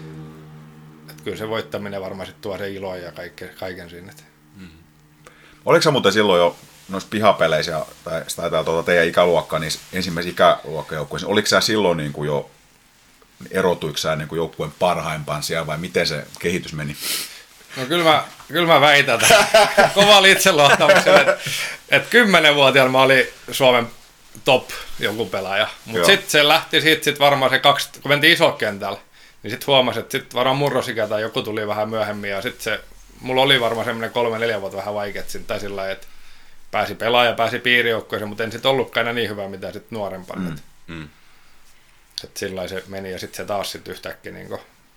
että kyllä se voittaminen varmaan sit tuo se ilo ja kaiken, kaiken siinä. Mm-hmm. Oliko sä muuten silloin jo noissa pihapeleissä, tai, tai tuota teidän ikäluokkaa, niin ensimmäisen ikäluokkajoukkueessa, oliko sä silloin niin kuin jo erotuiko sä niin kuin joukkueen parhaimpaan siellä vai miten se kehitys meni? No kyllä mä, kyllä mä väitän kovalla itseluottamuksella, että et kymmenvuotiaana mä olin Suomen top joku pelaaja, mutta sitten se lähti siitä sit varmaan se kaksi, kun mentiin isokentällä, niin sitten huomasi, että sitten varmaan murrosikä tai joku tuli vähän myöhemmin ja sitten se, mulla oli varmaan semmoinen kolme neljä vuotta vähän vaikeat siinä, tai sillä lailla, että pääsi pelaaja, pääsi piirijoukkoeseen, mutta en sitten ollutkaan enää niin hyvä mitä sitten nuorempana. Mm. Mm. Että sillä se meni ja sitten se taas sitten yhtäkkiä niin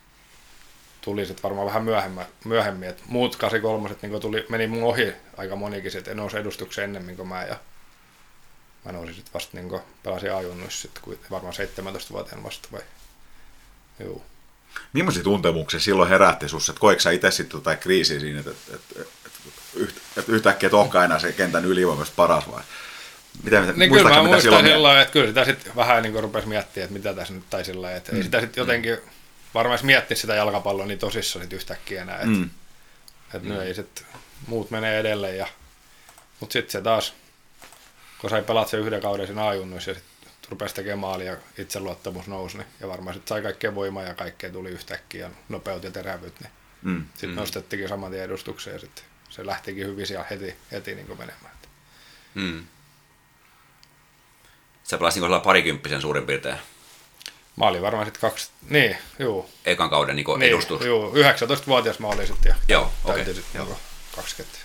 tuli sitten varmaan vähän myöhemmin, myöhemmin. että muut kahdeksankymmentäkolme niin tuli, meni mun ohi aika monikin, että en nousi edustukseen ennemmin kuin mä ja mä nousin sitten vasta niin pelasin A-junnuissa sitten varmaan seitsemäntoistavuotiaan vasta vai juu. Millaisia tuntemuksia silloin herätti sinussa, että koetko sä itse sitten jotain kriisiä siinä, että, että, että, että yhtäkkiä et olekaan enää se kentän ylivoimasta paras vai? Mitä, mitä, niin kyllä mä muistan silloin, että kyllä sitä sitten vähän niin rupesi miettimään, että mitä tässä nyt tai sillä että mm. ei sitä sitten jotenkin varmaan miettiä sitä jalkapalloa niin tosissaan sit yhtäkkiä enää, että mm. et mm. nyt ei sitten muut menee edelleen ja mutta sitten se taas, kun sai pelata sen yhden kauden siinä A-junnuissa ja sitten rupesi tekemään maalia ja itseluottamus nousi niin, ja varmaan sitten sai kaikkea voimaa ja kaikkea tuli yhtäkkiä ja nopeut ja terävyyt, niin mm. sitten mm. nostettikin saman tien edustukseen ja sitten se lähtikin hyvin siellä heti, heti niin menemään. Mm. Sä pelasit niin parikymppisen suurin piirtein? Mä olin varmaan sitten kaksi, niin, juu. Ekan kauden niin niin, edustus. Juu, yhdeksäntoistavuotias mä olin sitten ja joo, täytin okay, sitten niin kaksikymmentä.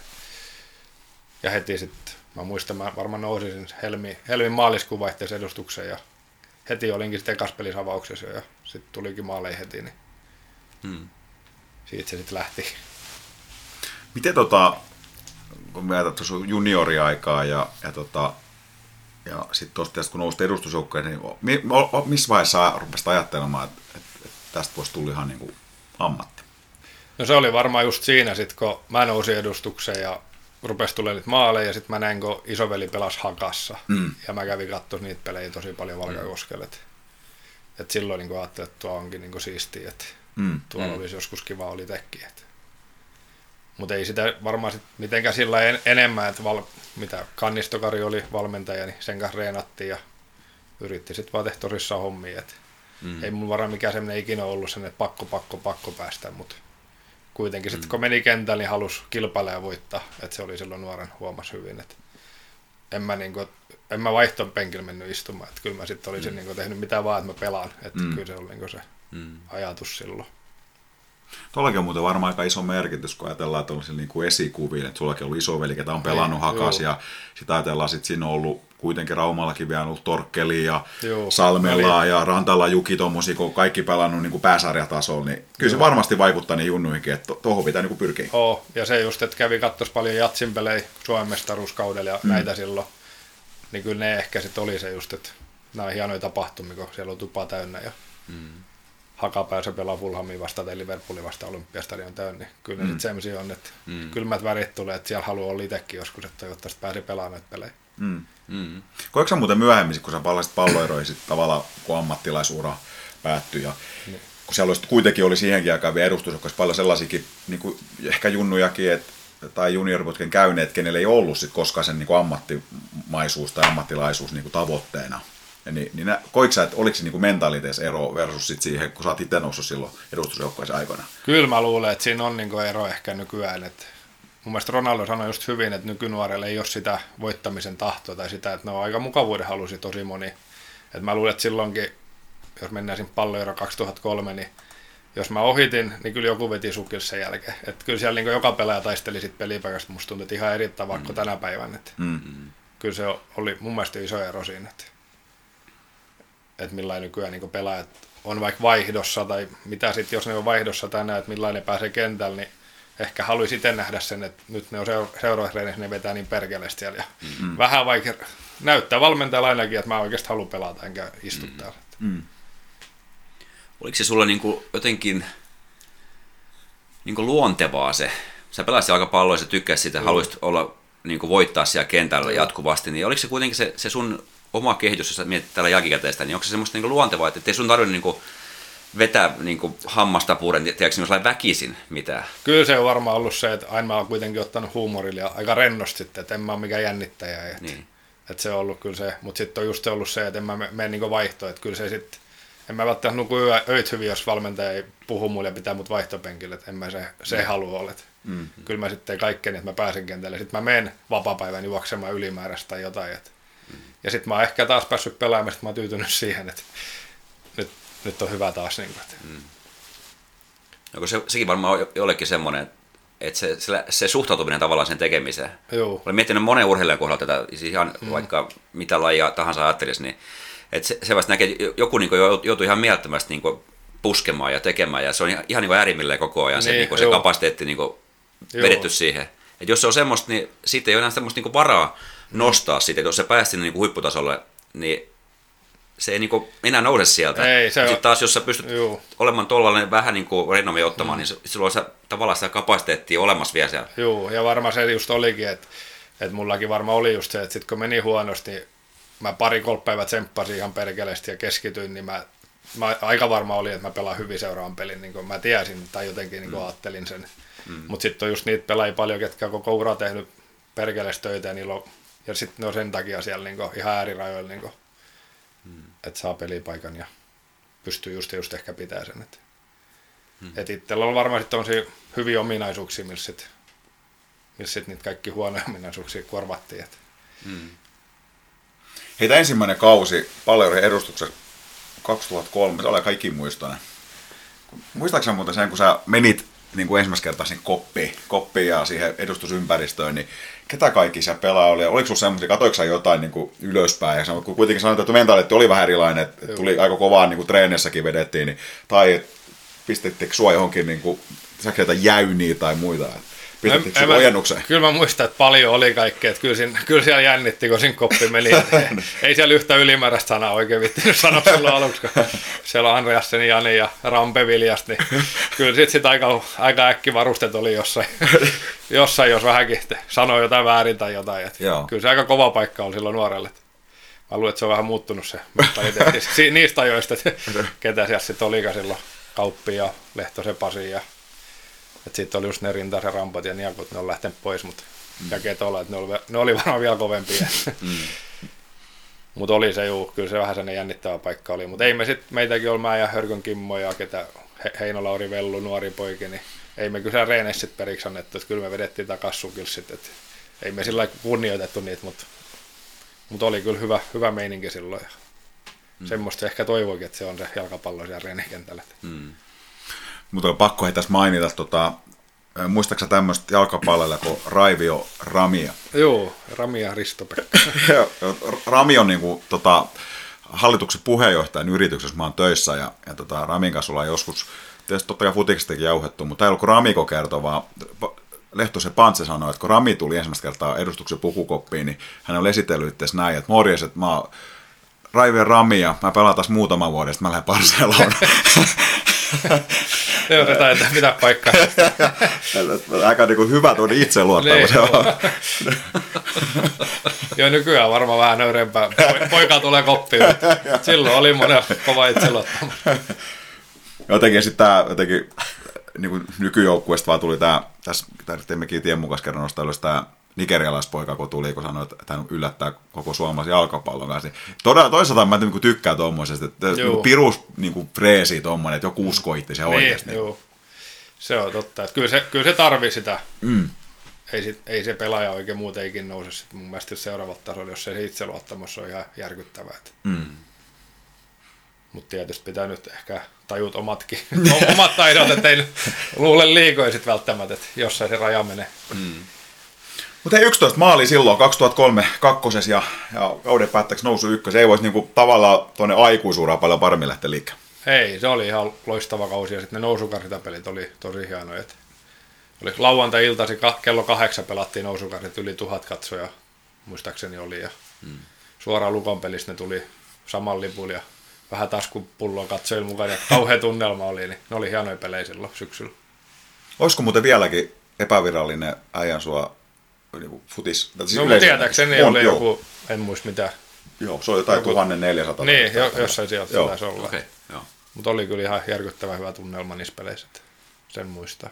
Ja heti sitten, mä muistan, mä varmaan nousin Helmi, Helmin maaliskuun vaihteessa edustukseen ja heti olinkin sitten ekas pelissä avauksessa ja sitten tulikin maaleihin heti, niin hmm. siitä se sitten lähti. Miten tota, kun mietit tuossa junioriaikaa ja, ja, tota, ja sitten tuosta kun nousit edustusjoukkoon, niin mi, missä vaiheessa rupesit ajattelemaan, että, että, että tästä voisi tulla ihan niin kuin ammatti? No se oli varmaan just siinä sitten, kun mä nousin edustukseen ja rupesi tulemaan niitä maaleja ja sitten mä näin, kun isoveli pelasi Hakassa mm. ja mä kävin katsomaan niitä pelejä tosi paljon Valkeakoskella. Mm. Että silloin niin ajattelin, että tuo onkin niin siistiä, että mm. tuolla mm. olisi joskus kiva oli tekkiä. Mutta ei sitä varmaan sit mitenkään sillä en, enemmän, että val, mitä Kannistokari oli valmentaja, niin sen kanssa reenattiin ja yritti sitten vaan tehdä tosissaan hommia. Et mm. ei mun varmaan mikään semmoinen ikinä ollut sen, että pakko, pakko, pakko päästä, mutta kuitenkin sitten mm. kun meni kentälle, niin halusi kilpailla ja voittaa, että se oli silloin nuoren huomas hyvin. Et en mä, niinku, en mä vaihtoon penkillä mennyt istumaan, että kyllä mä sitten olisin mm. niinku tehnyt mitä vaan, että mä pelaan, että mm. kyllä se oli niinku se mm. ajatus silloin. Tuollakin on muuten varmaan aika iso merkitys, kun ajatellaan tuollaisilla niin kuin esikuviin, että sullakin on ollut isoveli, ketä on pelannut niin, Hakas, joo. Ja sitten ajatellaan, että siinä on ollut kuitenkin Raumallakin vielä ollut Torkkeli ja joo, Salmella ja Rantalla Juki, tommosia, kun kaikki pelannut niin kuin pääsarjatasolla, niin kyllä joo. Se varmasti vaikuttaa niin junnuihinkin, että tuohon pitää niin kuin pyrkiä. Oo, ja se just, että kävi katsoisi paljon Jatsin pelejä Suomen mestaruuskaudella ja mm. näitä silloin, niin kyllä ne ehkä sitten oli se just, että nämä on hienoja tapahtumia, kun siellä on tupa täynnä ja mm. Haka pääsee pelaa Fulhamia vastaan tai Liverpoolin vastaan Olympiastadion täynnä, niin kyllä ne mm. sitten sellaisia on, että mm. kylmät värit tulee, että siellä haluaa olla itsekin joskus, että toivottavasti pääsi pelaamaan näitä pelejä. Mm. Mm. Koetko sä muuten myöhemmin, kun sä palasit palloeroihin sitten tavallaan, kun ammattilaisura päättyi ja mm. kun siellä olisi, kuitenkin oli siihenkin aikaan vielä edustus, olisi paljon sellaisiakin, niin kuin ehkä junnujakin, et, tai junioriputken käyneet, kenelle ei ollut sit koskaan sen niin kuin ammattimaisuus tai ammattilaisuus niin kuin tavoitteena. Ja niin, niin koitko sä, että oliko se niinku mentaaliteessa ero versus sit siihen, kun sä oot itse noussut silloin edustusjoukkueeseen aikana? Kyllä mä luulen, että siinä on niinku ero ehkä nykyään. Et mun mielestä Ronaldo sanoi just hyvin, että nykynuorelle ei ole sitä voittamisen tahtoa tai sitä, että ne on aika mukavuuden halusi tosi moni. Et mä luulen, että silloinkin, jos mennään sinne palloeuro kaksituhattakolme, niin jos mä ohitin, niin kyllä joku veti sukille sen jälkeen. Et kyllä siellä niinku joka pelaaja taisteli sit pelipaikasta, musta tuntui, että ihan eri tavalla mm. kuin tänä päivänä. Mm-hmm. Kyllä se oli mun mielestä iso ero siinä. Et että millainen nykyään niin pelaajat on vaikka vaihdossa tai mitä sitten, jos ne on vaihdossa tänään, että millainen pääsee kentällä, niin ehkä haluaisi itse nähdä sen, että nyt ne on seuraavassa reenissä, ne vetää niin perkeleesti siellä. Ja mm. vähän vaikka näyttää valmentajalla ainakin, että mä oikeasti haluan pelata enkä istu mm. täällä. Mm. Oliko se sulla niinku jotenkin niinku luontevaa se? Sä pelasit aika paljon ja sä tykkäsit sitä, mm. haluaisit olla, niinku voittaa siellä kentällä mm. jatkuvasti, niin oliko se kuitenkin se, se sun oma kehitys, jos sä mietit täällä jälkikäteistä, niin onko se semmoista niinku luontevaa, että ei sun tarvitse niinku vetää niinku hammasta puuren, tiedätkö semmoisella väkisin mitään? Kyllä se on varmaan ollut se, että aina mä oon kuitenkin ottanut huumorilla ja aika rennosti sitten, että en mä ole mikään jännittäjä. Että, niin. että se on ollut kyllä se, mutta sitten on just se ollut se, että en mä mene niinku vaihtoon, että kyllä se sitten, en mä välttämättä nuku öit hyvin, jos valmentaja ei puhu mulle ja pitää mut vaihtopenkille, että en mä se, se mm. halua olla. Mm. Kyllä mä sitten teen kaikkeen, että mä pääsen kentälle, sitten mä menen vapaapäivän juoksemaan ylimääräistä tai jotain, että ja sitten mä oon ehkä taas päässyt pelaamaan, että mä oon tyytynyt siihen, että nyt, nyt on hyvä taas. Niin kuin, mm. no, se, sekin varmaan on jollekin semmoinen, että se, se, se suhtautuminen tavallaan sen tekemiseen. Joo. Olen miettinyt monen urheilijan kohdalla tätä, siis ihan mm. vaikka mitä lajia tahansa ajattelisi, niin että se, se vasta näkee, että joku niin joutuu ihan mielettömästi niin puskemaan ja tekemään, ja se on ihan, ihan niin äärimmilleen koko ajan, niin, se, niin se kapasiteetti niin vedetty siihen. Että jos se on semmoista, niin siitä ei ole enää semmoista niin varaa nostaa siitä, että jos se pääsi sinne niin huipputasolle, niin se ei niin kuin enää nouse sieltä. Ei, se sitten on, taas, jos sä pystyt juu. olemaan tuollainen vähän niin kuin rennomia ottamaan, mm. niin silloin on se, tavallaan sitä kapasiteettia olemassa vielä siellä. Joo, ja varmaan se just olikin, että, että mullakin varmaan oli just se, että sitten kun meni huonosti, niin mä pari-kolme päivät tsemppasin ihan perkeleesti ja keskityin, niin mä, mä aika varma oli, että mä pelaan hyvin seuraavan pelin, niin kuin mä tiesin tai jotenkin niin kuin mm. ajattelin sen. Mm. Mutta sitten on just niitä pelaajia paljon, ketkä on koko ura tehnyt perkeleesti töitä, ja, niillä on, ja sitten ne on sen takia siellä niin kuin ihan äärirajoilla, niin kuin, mm. että saa pelipaikan ja pystyy just, just ehkä pitää sen. Että mm. et itsellä on varmaan sitten hyviä ominaisuuksia, missä sitten missä sit niitä kaikki huonoja ominaisuuksia korvattiin. Että. Mm. Heitä ensimmäinen kausi Palloeurien edustuksessa kaksituhattakolme, se oli aika ikimuistoinen. Muistaakseni muuten sen, kun sä menit niin kuin ensimmäistä kertaa sinne koppiin, koppiin ja siihen edustusympäristöön, niin ketä kaikki siellä pelaa oli? Oliko sulla semmoisia, katoiko sä jotain niin kuin ylöspäin? Ja kun kuitenkin sanoit, että mentaliteetti oli vähän erilainen, että tuli aika kovaa niin kuin treenissäkin vedettiin, niin, tai pistettekö sua johonkin niin kuin, jäyniä tai muita? Pistettekö sun ojennukseen? Kyllä mä muistan, että paljon oli kaikkea. Että kyllä, siinä, kyllä siellä jännitti, kun siinä koppi meni. Ei siellä yhtä ylimääräistä sanaa oikein vittinyt sanoa silloin aluksi, kun siellä on Andreasen, Jani ja Rampe Viljast. Niin kyllä sitten sit aika, aika äkki varustet oli jossain, jossain, jos vähänkin sanoi jotain väärin tai jotain. Et kyllä se aika kova paikka oli silloin nuorelle. Mä luulen, että se on vähän muuttunut se mentaliteetti niistä ajoista, että ketä siellä sitten olikaan silloin. Kauppi ja Lehtosen Pasi ja että sitten oli just ne Rintasen Rampot ja Niakut, ne on lähtenyt pois, mutta mm. ja Ketola, että ne oli, ne oli varmaan vielä kovempia. Mm. Mutta oli se juu, kyllä se vähän sellainen jännittävä paikka oli, mutta ei me sitten, meitäkin oli mä ja Hörkön Kimmo ja ketä Heinolauri Vellu, nuori poiki, niin ei me kyllä reeneissä sitten periksi annettu, että kyllä me vedettiin takassu kyllä sitten, että ei me sillä kunnioitettu niitä, mutta, mutta oli kyllä hyvä, hyvä meininki silloin. Mm. Semmoista ehkä toivoikin, että se on se jalkapallo siellä reenikentällä. Mm. Mutta on pakko hei tässä mainita, tota, muistaaksä tämmöistä jalkapalloilla kuin Raivio Ramia? Joo, Ramia Risto-Pekka. Rami on niinku, tota, hallituksen puheenjohtajan yrityksessä, mä oon töissä, ja, ja tota, Ramin kanssa ollaan joskus, tietysti totta kai futiksestakin jauhettu, mutta täällä kun Ramiko kertoo, vaan Lehtosen Pantse sanoi, että kun Rami tuli ensimmäistä kertaa edustuksen pukukoppiin, niin hän oli esitellyt itseasiassa näin, että morjes, että mä oon Raivio Rami ja mä pelaan taas muutaman vuoden, sitten mä lähden Barcelonan. Joo, se taitaa pitää paikkaa. Aika niin kuin hyvä tuon itseluottamus. Joo, nykyään varmaan vähän nöyrempää. Poika tulee koppiin. Silloin oli monella kova itseluottamus. Jotenkin sitten tämä jotenkin niin nykyjoukkueesta vaan tuli tämä, tässä teemmekin tien mukaan kerran nostaa ylös tämä nigerialaispoika, kun tuli, kun sanoi, että hän yllättää koko suomalaisen jalkapallon kanssa. Todella toisaalta mä niin tykkään tuommoisesta, että niin pirus niin freesi tuommoinen, että joku uskoo itse se oikeasti. Niin, joo. Se on totta. Että kyllä, se, kyllä se tarvii sitä. Mm. Ei, sit, ei se pelaaja oikein muuten ikin nouse. Sit mun mielestä seuraavat tasolla, jos se itseluottamus on ihan järkyttävää. Mm. Mutta tietysti pitää nyt ehkä tajut omatkin, omat taidot, ettei luule liikoja sit välttämättä, että jossain se raja menee. Mm. Mutta hei, yksitoista maali silloin, kaksituhattakolme kakkoses ja, ja kauden päättäjäksi nousu ykkös. Ei voisi niinku tavallaan tuonne aikuisuuraa paljon paremmin lähteä liikkeelle. Ei, se oli ihan loistava kausi ja sitten ne nousukaritapelit oli tosi hienoja. Oli lauantai-iltasi kello kahdeksan pelattiin nousukarit, yli tuhat katsoja muistaakseni oli. Ja hmm. suoraan Lukon pelissä ne tuli saman lipulla ja vähän taskupulloa katsojilla mukana ja kauhea tunnelma oli, niin ne oli hienoja pelejä silloin syksyllä. Olisiko muuten vieläkin epävirallinen äijän sua niin futis? Siis no tietääkseni oli joo. Joku, en muista mitä. Joo, se on jotain joku, tuhatneljäsataa. Niin, jo, jossain sieltä joo. Taisi olla. Okay, mutta oli kyllä ihan järkyttävän hyvä tunnelma niissä peleissä, sen muistaa.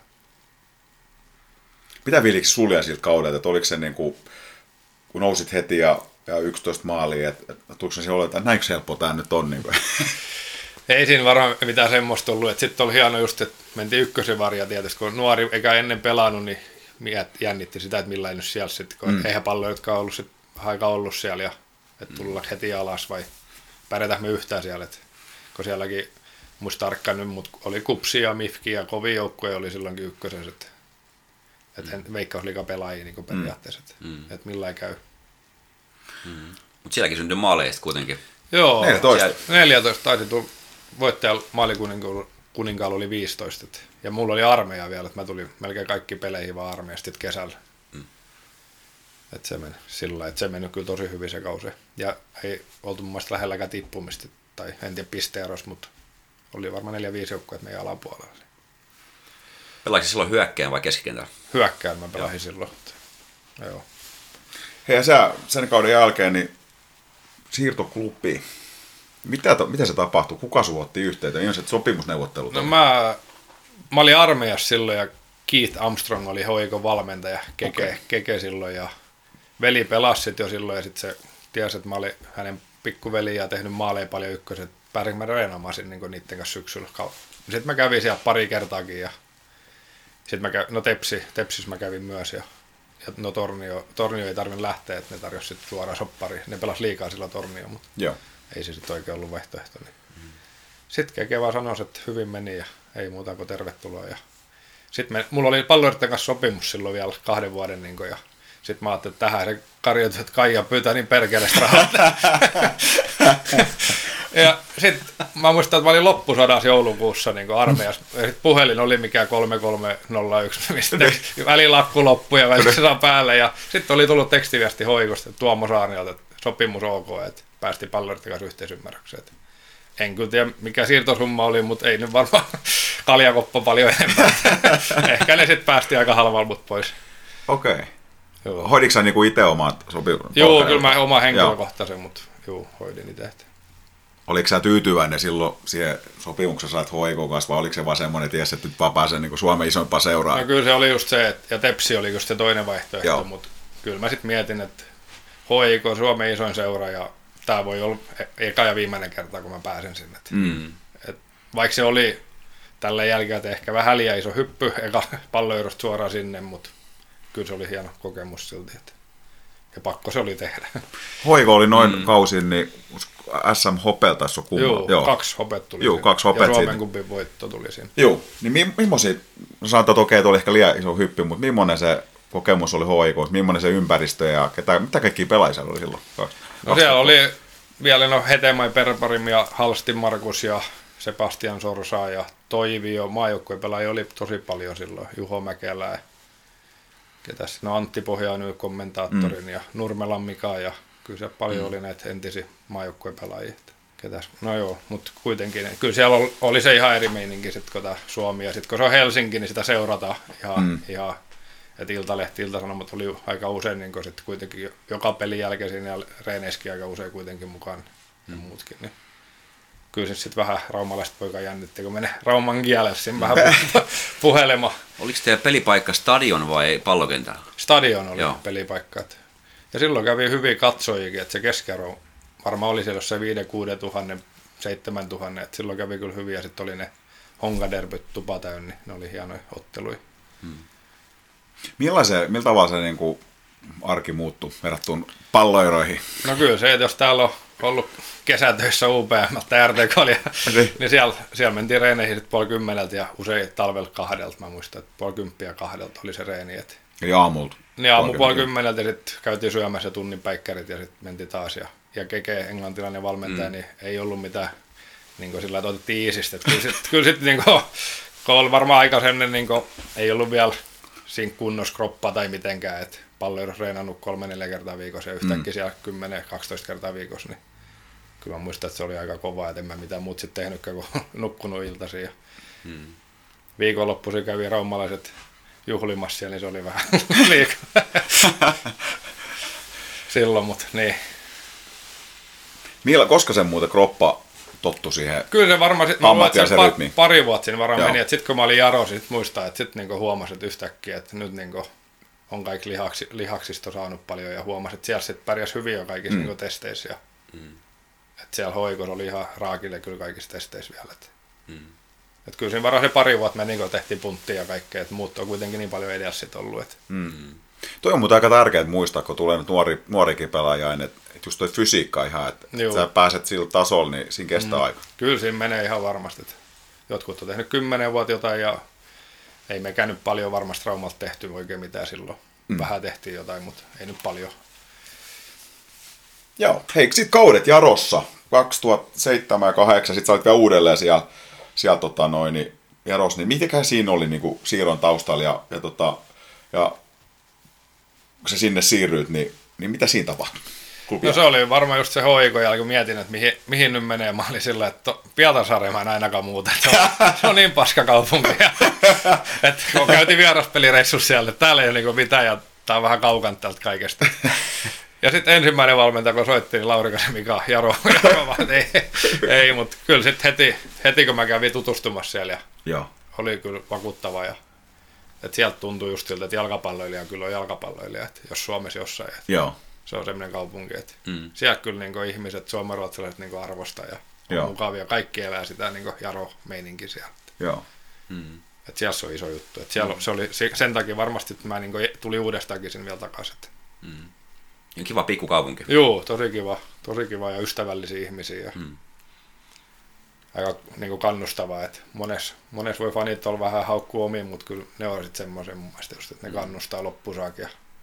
Mitä fiiliksi sulja siltä kaudelta, että oliko se niin kuin, kun nousit heti ja, ja yksitoista maalia, että, että tuliko se olla, että näinkö helppoa tämä nyt on? Niin kuin? Ei siinä varmaan mitään semmoista ollut, että sitten oli hieno just, että mentiin ykkösen varja tietysti, kun nuori eikä ennen pelannut, niin jännitti sitä, että millainen siellä sitten, kun mm. eihän palloja, jotka on ollut sit aika ollut siellä ja että tulla mm. heti alas vai pärjätään me yhtään siellä, että kun sielläkin muista tarkkaan nyt, mutta oli Kupsi ja Mifki ja kovin joukkuja oli silloinkin ykkösessä, että et mm. Veikkausliiga pelaajia niin periaatteessa, että mm. et millään käy. Mm. Mutta sielläkin syntyi maaleista kuitenkin. Joo, neljätoista, neljätoista taisi tulla, voittaja maalikuninkaalla oli viisitoista, et, ja mulla oli armeija vielä, että mä tulin melkein kaikki peleihin vaan armeijasta kesällä. Mm. Että se meni sillä että se meni kyllä tosi hyvin se kausi. Ja ei oltu mun mielestä lähelläkään tippumista, tai en tiedä pisteeros, mutta oli varmaan neljä viisi joukkueet meidän alapuolella. Pelaatko silloin hyökkään vai keskikentällä? Hyökkään mä pelasin silloin. Joo. Hei, ja sä sen kauden jälkeen niin siirtoklubiin. Mitä, mitä se tapahtui? Kuka sua otti yhteyteen? Ihan se sopimusneuvottelut? No mä, mä olin armeijassa silloin ja Keith Armstrong oli H I K:n valmentaja, Keke, okay. Keke silloin ja veli pelasi sit jo silloin ja sitten se tiesi, että mä olin hänen pikkuveli ja tehnyt maaleja paljon ykköset. Pääsin mä reenaamaan niin niiden kanssa syksyllä. Sitten mä kävin siellä pari kertaakin ja sitten mä kävin, no Tepsi, Tepsissä mä kävin myös ja, ja no Tornio, Tornio ei tarvinnut lähteä, että ne tarjosi sitten suoraan soppari. Ne pelasi liikaa sillä Tornio, mutta Joo. ei se sitten oikein ollut vaihtoehto. Niin. sitten Keva sanoi, että hyvin meni ja ei muuta kuin tervetuloa. Ja sitten me, mulla oli Palloyrittäjän kanssa sopimus silloin vielä kahden vuoden, niin ja sitten mä ajattelin, että tähän se karjoitus, että Kaija pyytää niin perkelestä rahaa. Ja sitten mä muistan, että mä olin loppusodassa joulukuussa niin armeijassa. Ja sitten puhelin oli mikään kolme kolme nolla yksi, mistä välilakku loppui ja välissä saa päälle. Ja sitten oli tullut tekstiviesti Hoikosta, että Tuomo Saarnialta, että sopimus ok, että päästi Palloyrittäjän kanssa yhteisymmärrykseen. En kyllä tiedä, mikä siirtosumma oli, mutta ei nyt varmaan kaljakoppa paljon enemmän. Ehkä ne sitten päästi aika halvalla mut pois. Okei. Okay. Hoiditko sä niinku itse omat sopimukset? Joo, kyllä mä oma henkilökohtaisen, mutta joo, hoidin itse. Oliko sä tyytyväinen silloin siihen sopimuksessa, että H I K kanssa, vai oliko se vaan semmoinen, että ties, että nyt vaan pääsen niin Suomen isoimpaan seuraan? No kyllä se oli just se, että, ja Tepsi oli just se toinen vaihtoehto, joo. Mutta kyllä mä sitten mietin, että H I K Suomen isoin seura, ja tämä voi olla eka ja viimeinen kerta, kun mä pääsen sinne. Mm. Et vaikka se oli tällä jälkeen ehkä vähän liian iso hyppy, eka Palloyrosta suoraan sinne, mutta kyllä se oli hieno kokemus silti, että ja pakko se oli tehdä. H I K oli noin mm. kausin, niin S M Hopel tässä on kumma. Joo, Joo, kaksi Hopet tuli. Joo, kaksi Hopet ja Suomen kupin voitto tuli siinä. Joo, niin mi- millaisia, no sanotaan, että okei, oli ehkä liian iso hyppy, mutta millainen se kokemus oli H I K, millainen se ympäristö ja ketä, mitä kaikkia pelaajia oli silloin? No siellä oli vielä no Hetemai Perparim ja Halstin Markus ja Sebastian Sorsa ja Toivio, maajoukkueen pelaajia oli tosi paljon silloin, Juho Mäkelä, ketäs, no Antti Pohjainen kommentaattorin mm. ja Nurmelan Mika ja kyllä siellä paljon mm. oli näitä entisiä maajoukkueen pelaajia. Ketäs, no joo, mutta kuitenkin, kyllä siellä oli, oli se ihan eri meininki sitten kun tämä Suomi ja sitten kun se on Helsinki, niin sitä seurataan ihan, mm. ihan että Iltalehti, Ilta-Sanomat oli aika usein niin sitten kuitenkin joka pelin jälkeen siinä ja reeneissäkin aika usein kuitenkin mukaan ja mm. muutkin. Niin. Kyllä se sitten vähän raumalaiset poika jännitti, kun menee Rauman kielelle siinä vähän puhelemaan. Oliko teidän pelipaikka stadion vai pallokentällä? Stadion oli Joo. pelipaikka. Ja silloin kävi hyviä katsojikin, että se keskiarvo varmaan oli siellä jossain viisi kuusi tuhatta, seitsemän tuhatta, että silloin kävi kyllä hyviä. Sitten oli ne Honkaderbyt tupa täynnä, niin ne oli hienoja otteluja. Hmm. Millaisen, miltä tavalla se niin kuin arki muuttui verrattuna Palloiroihin? No kyllä se, että jos täällä on ollut kesätöissä U P M tai R T K, niin siellä, siellä mentiin reeneihin sitten puoli kymmeneltä ja usein talvella kahdelta. Mä muistan, että puoli kymppiä kahdelta oli se reeni. Että eli aamulta? Niin aamu puoli kymmeneltä ja sitten käytiin syömässä tunnin päikkärit ja sitten mentiin taas. Ja, ja Keke, englantilainen valmentaja, mm. niin ei ollut mitään niin sillä että otettiin iisistä. Että kyllä sitten kyllä sit, niin kun oli varmaan aikaisemmin, niin ei ollut vielä siinä kunnossa kroppaa tai mitenkään, että Palloirossa reenannut kolme neljä kertaa viikossa ja yhtäkkiä mm. siellä kymmenen kaksitoista kertaa viikossa, niin kyllä mä muistan, että se oli aika kovaa, et en mä mitään muut sitten tehnytkään, kun nukkunut iltaisin. Ja mm. viikonloppuisin kävi raumalaiset juhlimassa siellä, niin se oli vähän liikaa silloin, mutta niin. Millä, koska sen muuten kroppa tottui siihen kyllä se varmaan, sit, mä luulen, että pa- pari vuotta siinä varmaan meni, että sitten kun mä olin Jaro, sit muistaa, että sitten niinku huomasin että yhtäkkiä, että nyt niinku on kaikki lihaksi, lihaksista saanut paljon ja huomasin, että siellä sitten pärjäsi hyvin jo kaikissa mm. niinku testeissä. Ja, mm. että siellä hoikossa oli ihan raakille kyllä kaikissa testeissä vielä. Että, mm. että kyllä siinä varmaan se pari vuotta me niinku tehtiin punttia ja kaikkea, että muut on kuitenkin niin paljon edellä sitten ollut. Että. Mm. Toi on muuten aika tärkeää muistaa, kun tulee nyt nuori, nuorikin pelaaja, että just toi fysiikka ihan, että Juu. sä pääset sillä tasolla, niin siinä kestää mm. aika. Kyllä siinä menee ihan varmasti. Että jotkut on tehnyt kymmenen vuotta jotain ja ei mekään nyt paljon varmasti traumalta tehty oikein mitään silloin. Mm. Vähän tehtiin jotain, mutta ei nyt paljon. Joo, hei sitten kaudet Jarossa, kaksituhattaseitsemän ja kahdeksan, sitten sä olit vielä uudelleen siellä, siellä tota noin, niin Jarossa, niin mitenköhän siinä oli niin kuin siirron taustalla ja, ja, tota, ja kun sä sinne siirryit, niin, niin mitä siinä tapahtui? Klubia. No se oli varmaan just se H I K jälkeen, kun mietin, että mihin, mihin nyt menee. Mä olin sillä, että Pietarsaari mä en ainakaan muuta. Se on, se on niin paska kaupunki. Että kun käytiin vieraspelireissussa siellä, että täällä ei ole niin mitään ja tää on vähän kaukana täältä kaikesta. Ja sitten ensimmäinen valmentaja, kun soitti, niin Laurikasen Mika, Jaro, Jaro vaan, ei, ei mutta kyllä sitten heti, heti, kun mä kävin tutustumassa siellä, ja Joo. oli kyllä vakuuttava. Ja, että sieltä tuntui just siltä, että jalkapalloilija kyllä on jalkapalloilija, että jos Suomessa jossain. Että Joo. Se on semmoinen kaupunki, että mm. siellä kyllä niin ihmiset, suomenruotsalaiset niin arvostaa ja on Joo. mukavia. Kaikki elää sitä niin Jaro-meininkiä sieltä. Joo. Mm. Että siellä se on iso juttu. Että siellä mm. se oli sen takia varmasti, että mä niin tulin uudestaankin sinne vielä takaisin. Mm. Ja kiva pikkukaupunki. Joo, tosi kiva. Tosi kiva ja ystävällisiä ihmisiä. Ja... Mm. aika niin kuin kannustavaa, että mones, mones voi fanit olla vähän haukkua omiin, mutta kyllä ne on sitten semmoisen mun mielestä just, että ne kannustaa loppusaakka.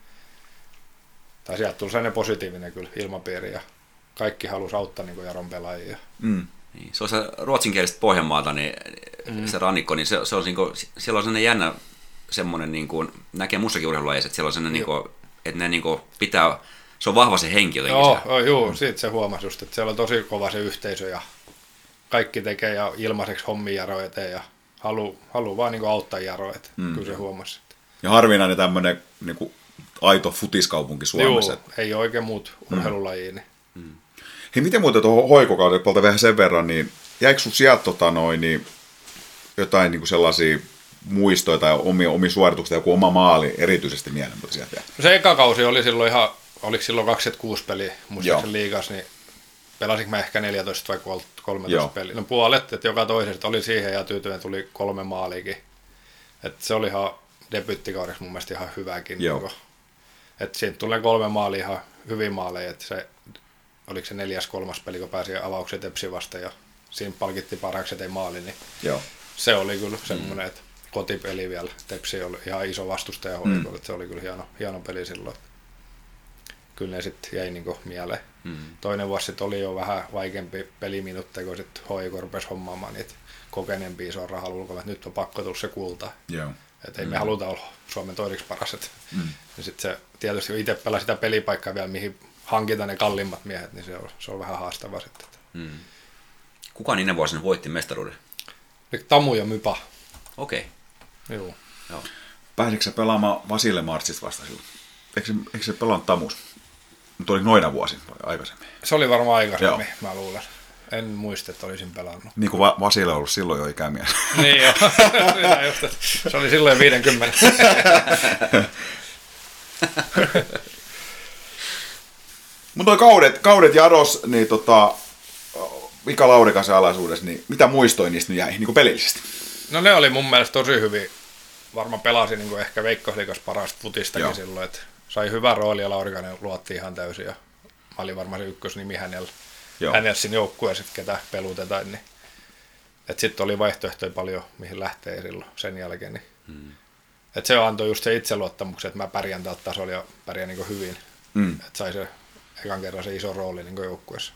Tai sieltä tuli sellainen positiivinen kyllä ilmapiiri ja kaikki halusi auttaa niin kuin Jaron pelaajia. Mm. Niin, se on se ruotsinkielistä Pohjanmaalta, niin mm. se rannikko, niin se, se on, niin kuin, siellä on sellainen jännä semmoinen, niin kuin, näkee muissakin urheilulajeissa, että siellä on sellainen, niin kuin, että ne niin kuin, pitää, se on vahva se henki jotenkin. Joo, oh, joo, siitä se huomasi just, että siellä on tosi kova se yhteisö ja kaikki tekee ja ilmaiseksi hommia Jaro eteen ja haluaa halu vaan niin kuin auttaa Jaro, että mm. kyllä se huomasi. Ja harvinainen tämmöinen niin kuin aito futiskaupunki Suomessa. Joo, ei ole oikein muut urheilulajia. Niin. Mm. Hei, miten muuten tuohon hoikokauden puolta vähän sen verran, niin jäikö sun sieltä tota, noin, niin, jotain niin kuin sellaisia muistoja tai omia, omia suorituksia, joku oma maali erityisesti mieleen, mutta sieltä no se eka kausi oli silloin ihan, oliko silloin kaksikymmentäkuusi peliä muistaakseni liigassa, niin pelasinko mä ehkä neljätoista vai kolmetoista Joo. peliä. No puolet, että joka toisesta oli siihen ja tyytyväinen tuli kolme maaliikin. Että se oli ihan debyttikaudeksi mun mielestä ihan hyväkin. Niin että siitä tulee kolme maalia ihan hyvin maaleja, että se oliko se neljäs kolmas peli, kun pääsi avaukseen Tepsi vasta ja siinä palkittiin parhaaksi ettei maali, niin Joo. se oli kyllä semmoinen, mm. että kotipeli vielä. Tepsi oli ihan iso vastustaja mm. hoikolle, että se oli kyllä hieno, hieno peli silloin. Kyllä ne sitten jäi niinku mieleen. Mm. Toinen vuosi sitten oli jo vähän vaikeampi peliminuutteja, kun sitten H I K rupesi hommaamaan niitä kokeneempia isoa rahalla ulkoa, että nyt on pakko tulla se kulta. Joo. Että ei mm. me haluta olla Suomen toiseksi paras. Mm. Ja sitten se tietysti, kun itse pelaa sitä pelipaikkaa vielä, mihin hankitaan ne kalliimmat miehet, niin se on, se on vähän haastavaa sitten. Mm. Kuka niinä vuosina voitti mestaruuden? Tamu ja Mypa. Okei. Okay. Joo. Joo. Pääsitkö sä pelaamaan Vasile Martsista vasta silloin? Eikö, eikö se pelannut Tamus? Mutta oli noina vuosina aikaisemmin. Se oli varmaan aikaisemmin, Joo. mä luulen. En muista, että olisin pelannut. Niin kuin Va- Vasile on ollut silloin jo ikämies. Niin joo, just, se oli silloin viisikymmentä. Mutta toi kaudet, kaudet Jaros, niin tota, Mika Laurikasen alaisuudessa, niin mitä muistoin niistä nyt jäi niin kuin pelillisesti? No ne oli mun mielestä tosi hyvin. Varmaan pelasi niin kuin ehkä Veikkausliigassa parasta futistakin Joo. silloin, että sai hyvä rooli ja Laurikainen luotti ihan täysin ja mä olin varmaan se ykkösnimi hänellä. Hänellä siinä joukkueessa, ketä pelutetaan, niin että sitten oli vaihtoehtoja paljon, mihin lähtee silloin sen jälkeen. Niin. Hmm. Että se antoi just se itseluottamuksen, että mä pärjään tältä tasolla ja pärjään niin hyvin. Hmm. Että sai se ekan kerran se iso rooli niin joukkueessa.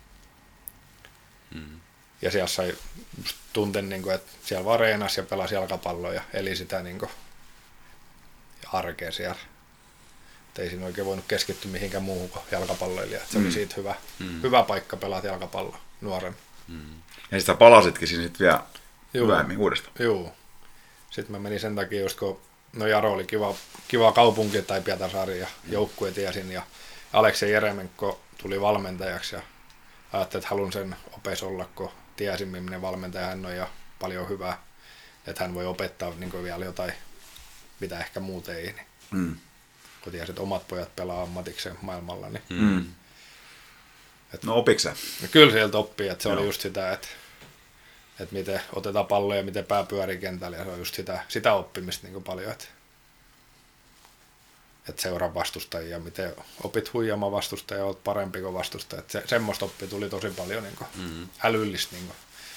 Hmm. Ja siellä sai tunten, niin kuin, että siellä vaan reenasi ja pelasi jalkapalloa ja eli sitä niin kuin, arkea siellä. Et ei siinä oikein voinut keskittyä mihinkään muuhun kuin jalkapalloilija. Se mm. oli siitä hyvä, mm. hyvä paikka pelata jalkapalloa nuoren. Mm. Ja sitä palasitkin siinä sitten vielä myöhemmin uudestaan. Joo. Sitten mä menin sen takia, just kun no Jaro oli kiva, kiva kaupunki tai Pietarsaari ja joukkue tiesin. Ja Aleksei Jeremenko tuli valmentajaksi ja ajattelin, että haluan sen opes olla, kun tiesin, millainen valmentaja hän on ja paljon hyvää. Että hän voi opettaa niin vielä jotain, mitä ehkä muut ei. Niin. Mm. Kun tiesin, että omat pojat pelaa ammatikseen maailmalla. Niin. Mm. Et, no opitko sä? No kyllä sieltä oppii, että se Joo. oli just sitä, että, että miten otetaan palloja ja miten pää pyörii kentällä. Ja se on just sitä, sitä oppimista niin paljon, että, että seuraa vastustajia ja miten opit huijaamaan vastustajia ja olet parempi kuin vastustaja. Että se, semmoista oppia tuli tosi paljon niin kuin, mm. älyllistä. Niin kuin.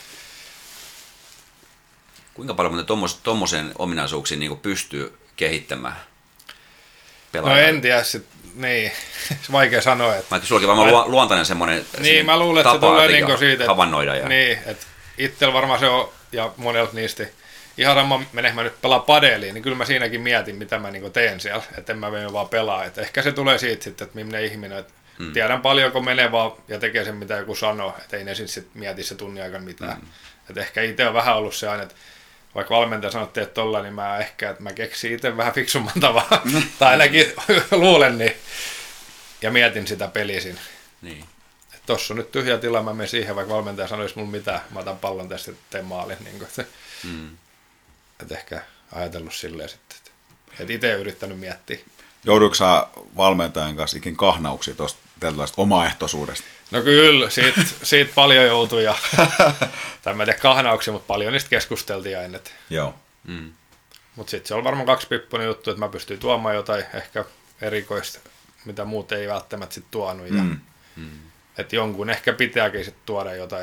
Kuinka paljon tuommoisen ominaisuuksiin niin pystyy kehittämään? Pelaaja. No en tiedä, sit, niin, se vaikea sanoa. Että Vaikka sullakin varmaan mä, luontainen semmoinen niin, mä luulen, että se tulee niin siitä, havainnoida. Ja niin, että itsellä varmaan se on, ja monelta niistä, ihan sama menee mä nyt pelaa padeliin, niin kyllä mä siinäkin mietin, mitä mä niin teen siellä, että en mä mene vaan pelaa. Että ehkä se tulee siitä sitten, että millainen ihminen, että hmm. tiedän paljon, kun menee vaan ja tekee sen, mitä joku sanoo, että ei ne sitten mieti se tunnin aikana mitään. Hmm. Että ehkä itse on vähän ollut se aina, että vaikka valmentaja sanoo, että tolla, niin mä ehkä, että mä keksin itse vähän fiksumman tavan, tai ainakin luulen, niin, ja mietin sitä pelisin. Niin. Että tossa on nyt tyhjä tila, mä menen siihen, vaikka valmentaja sanoisi mulle mitään, mä otan pallon tästä ja teen maalin. Niin kuin, että, mm. että ehkä ajatellut silleen sitten, että, että itse yrittänyt miettiä. Joudutko sä valmentajan kanssa ikin kahnauksia tuosta tällaista omaehtoisuudesta? No kyllä, siitä, siitä paljon joutui ja, tai mä en tiedä kahnauksia, mutta paljon niistä keskusteltiin aina. Joo. Mm. Mutta sitten se on varmaan kaksipippunen juttu, että mä pystyn tuomaan jotain ehkä erikoista, mitä muut ei välttämättä sitten tuonut. Ja, mm. Mm. Että jonkun ehkä pitääkin sitten tuoda jotain, että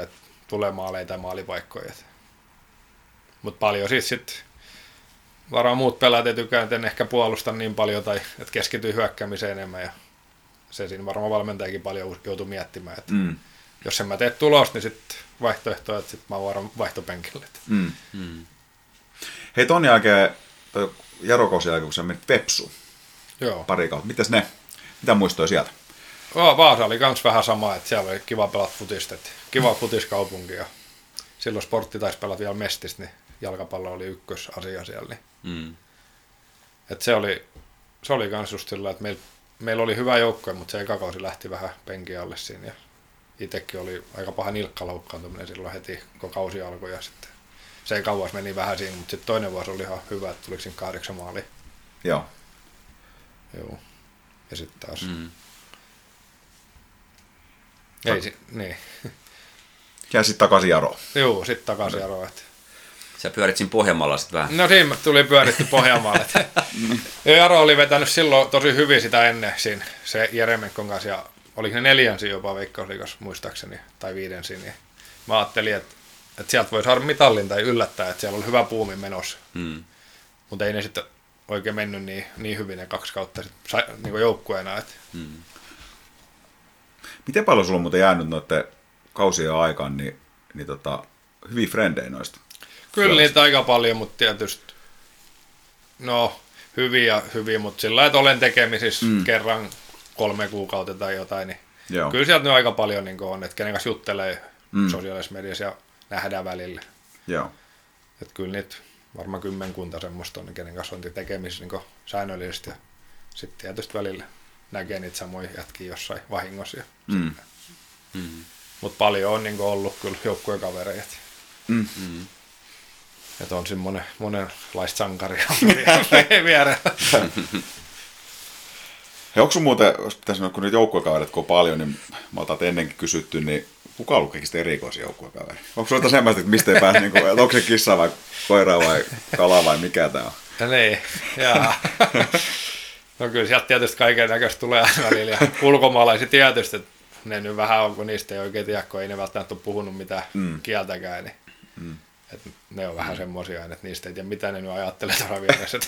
tulee maaleja tai maalipaikkoja. Mutta paljon siis sitten varmaan muut pelaat ei tykkää, että en ehkä puolusta niin paljon tai että keskityy hyökkäämiseen enemmän ja se siinä varmaan valmentajakin paljon joutuu miettimään, että mm. jos en mä tee tulosta, niin sitten vaihtoehtoja, että sitten mä oon varmaan vaihtopenkille. Mm. Mm. Hei, ton jälkeen, Jarokausin jälkeen, kun sä menit Vepsuun pari kautta, mitäs ne, mitä muistoja sieltä? Oh, Vaasa oli kans vähän sama, että siellä oli kiva pelata futista, että kiva futiskaupunki ja silloin sportti taisi pelata vielä Mestistä, niin jalkapallo oli ykkösasia siellä. Niin. Mm. Et se oli, se oli kans just sillä, että meillä meil oli hyvä joukko, mutta se eka kausi lähti vähän penkin alle siinä ja itsekin oli aika paha nilkkaloukkaantuminen silloin heti, kun kausi alkoi ja sitten se eka vuosi meni vähän siinä, mutta sitten toinen vuosi oli ihan hyvä, että tuliko siinä kahdeksan maalia. Joo. Joo. Ja sitten taas. Mm. Ei, si- niin. Ja sitten takaisin Jaroon. Joo, sitten takaisin Jaroon. Sä pyörit siinä Pohjanmaalla sitten vähän. No siinä tuli pyöritty Pohjanmaalle. Jaro oli vetänyt silloin tosi hyvin sitä ennen siinä, se Jeremenkon kanssa. Ja oliko ne neljänsi jopa Veikkausliigassa muistaakseni, tai viidensi. Niin mä ajattelin, että, että sieltä voi saada mitallin tai yllättää, että siellä oli hyvä puumi menossa. Hmm. Mutta ei ne sitten oikein mennyt niin, niin hyvin ne kaksi kautta sit, niin joukkueena. Hmm. Miten paljon sulla on muuten jäänyt noiden kausien aikaan niin, niin tota, hyviä frendejä noista? Kyllä niitä aika paljon, mutta tietysti no hyviä, hyviä mutta sillä lailla, että olen tekemisissä mm. kerran kolme kuukautta tai jotain, niin Joo. kyllä sieltä nyt aika paljon niin on, että kenen kanssa juttelee mm. sosiaalisessa mediassa ja nähdään välillä. Joo. Että kyllä niitä varmaan kymmenkunta semmoista on, kenen kanssa on tekemisissä niin säännöllisesti ja sitten tietysti välillä näkee niitä samoja jätkiä jossain vahingossa. Mm. Mm. Mutta paljon on niin ollut kyllä joukkuekavereja. Mm. Mm. Että on semmoinen monenlaista sankaria vierellä. Hei, onko sun muuten, jos pitäisi sanoa, kun niitä joukkuekavereita kun on paljon, niin mä otan ennenkin kysytty, niin kuka on ollut kaikista erikoisia joukkuekavereita? Onko sulla semmoista, että mistä ei pääse, niin kuin, että onko se kissa vai koira vai kala vai mikä tämä on? Ja niin, jaa. No kyllä sieltä tietysti kaiken näköistä tulee välillä ja ulkomaalaisia tietysti, että ne nyt vähän on, kun niistä ei oikein tiedä, kun ei ne välttämättä ole puhunut mitään mm. kieltäkään, niin mm. et ne on vähän semmoisia, että niistä ei tiedä, mitä ne nyt ajattelee tuolla vieressä.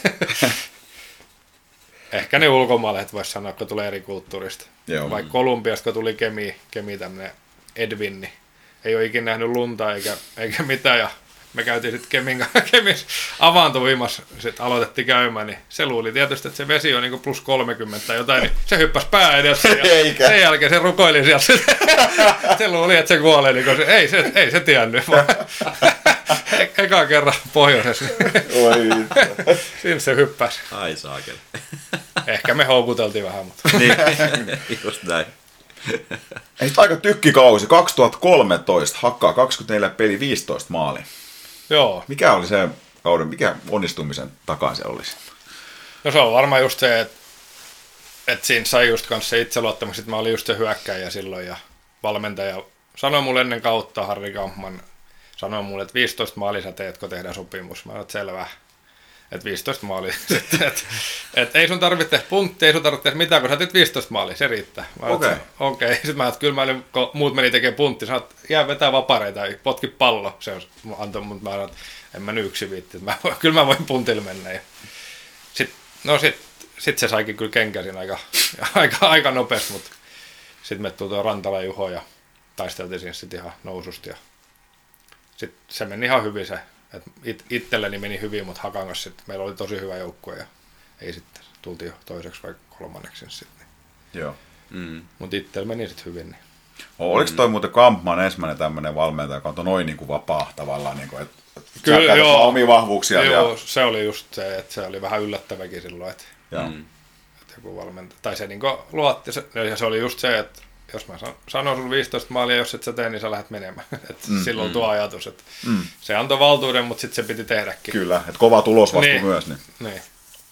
Ehkä ne ulkomaalaiset voisi sanoa, kun tulee eri kulttuurista. Joo. Vaikka Kolumbiasta, kun tuli Kemi, Kemi tämmöinen Edwin, niin ei ole ikinä nähnyt lunta eikä, eikä mitään. Ja me käytiin sitten Kemin Kemis avaantouimassa, sitten aloitettiin käymään, niin se luuli tietysti, että se vesi on niin plus kolmekymmentä tai jotain, niin se hyppäsi pää edessä ja sen jälkeen se rukoili sieltä. Se luuli, että se kuolee, niin se, ei, se, ei se tiennyt. Eka kerran pohjoisessa. Siinä se hyppäsi. Ai saakeli. Ehkä me houkuteltiin vähän, mutta. Niin, just näin. Ei sitten aika tykkikausi, kaksituhattakolmetoista, hakkaa kaksikymmentäneljä peli, viisitoista maali. Joo. Mikä oli se kauden, mikä onnistumisen takaa se olisi? No se on varmaan just se, että, että siinä sai just kanssa se itseluottamus, että mä olin just se hyökkäjä silloin ja valmentaja sanoi mulle ennen kautta, Harri Kampman sanoi mulle, että viisitoista maalia sä teet, kun tehdään sopimus. Mä sanoin, että selvä. Että viisitoista maalia. Että et, et ei sun tarvitse tehdä punttia, ei sun tarvitse tehdä mitään, kun sä teet viisitoista maalia, se riittää. Okei. Okay. Okei. Okay. Sitten mä ajattelin, kyllä mä olin, kun muut meni tekemään punttia, sanoin, että jää vetää vapareita, potki pallo. Se on, antoi, mutta mä sanoin, että en mä nyt yksin viitti. Mä, kyllä mä voin puntille mennä. Ja sit, no sit, sit se saikin kyllä kenkäsin aika, aika, aika nopeasti, mutta sitten me tuli tuo Rantala Juho ja taisteltiin siinä sitten ihan noususta. Ja sitten se meni ihan hyvin se. It, itselleni meni hyvin, mutta Hakan kanssa sitten meillä oli tosi hyvä joukkue ja ei sitten tultiin jo toiseksi vai kolmanneksi sitten. Joo. Mm. Mutta itsellä meni sitten hyvin. Niin. Oliko toi muuten Kampman ensimmäinen tämmöinen valmentaja, joka on noin niin kuin vapaa tavallaan, niin kuin, että kyllä, joo, omia vahvuuksia? Joo, ja se oli just se, että se oli vähän yllättäväkin silloin, että, mm. että joku valmentaja, tai se niin kuin luotti, se, ja se oli just se, että jos mä sanon sun viisitoista maalia, jos et sä tee, niin sä lähdet menemään. Et mm, silloin mm. tuo ajatus, että mm. se antoi valtuuden, mutta sitten se piti tehdäkin. Kyllä, että kova tulosvastu niin. myös. Niin. Niin.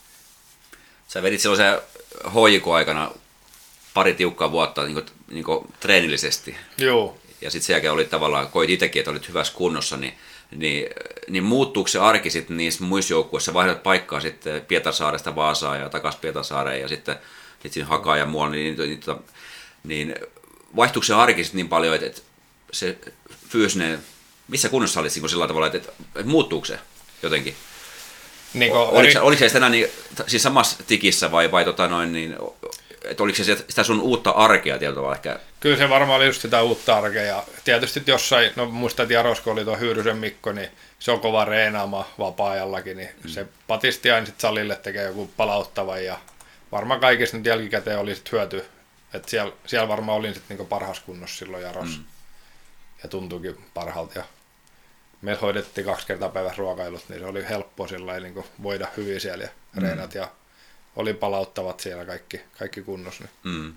Sä vedit silloin se H J K-aikana pari tiukkaa vuotta niin kuin, niin kuin treenillisesti. Joo. Ja sitten sen jälkeen olit tavallaan, koit itsekin, että olit hyvässä kunnossa, niin, niin, niin muuttuuko se arki sitten niissä muissa joukkueissa? Vaihdat paikkaa sitten Pietarsaaresta Vaasaan ja takaisin Pietarsaareen ja sitten, sitten siinä Hakaan ja muualla, niin, niin, niin, niin vaihtuuko se arki sitten niin paljon, että, että, se fyysinen, missä kunnossa olit niin sillä tavalla, että, että, että muuttuuko se jotenkin? Niin oliko, eri... se, oliko se enää niin, siis samassa tikissä vai, vai tota noin, niin, että oliko se sitä sun uutta arkea tietyllä tavalla ehkä? Kyllä se varmaan oli just sitä uutta arkea. Ja tietysti jossain, no muistan, että Jarosko oli tuo Hyyrysen Mikko, niin se on kova reenaama vapaa-ajallakin, niin mm. se patisti aina sit salille tekee joku palauttavan ja varmaan kaikista nyt jälkikäteen oli sit hyöty. Että siellä, siellä varmaan olin sitten niinku parhaassa kunnossa silloin Jaros. Mm. Ja tuntuikin parhaalta. Ja meillä hoidettiin kaksi kertaa päivässä ruokailut, niin se oli helppo sillä niin voida hyvin siellä ja mm. reenat. Ja oli palauttavat siellä kaikki, kaikki kunnossa. Niin. Mm.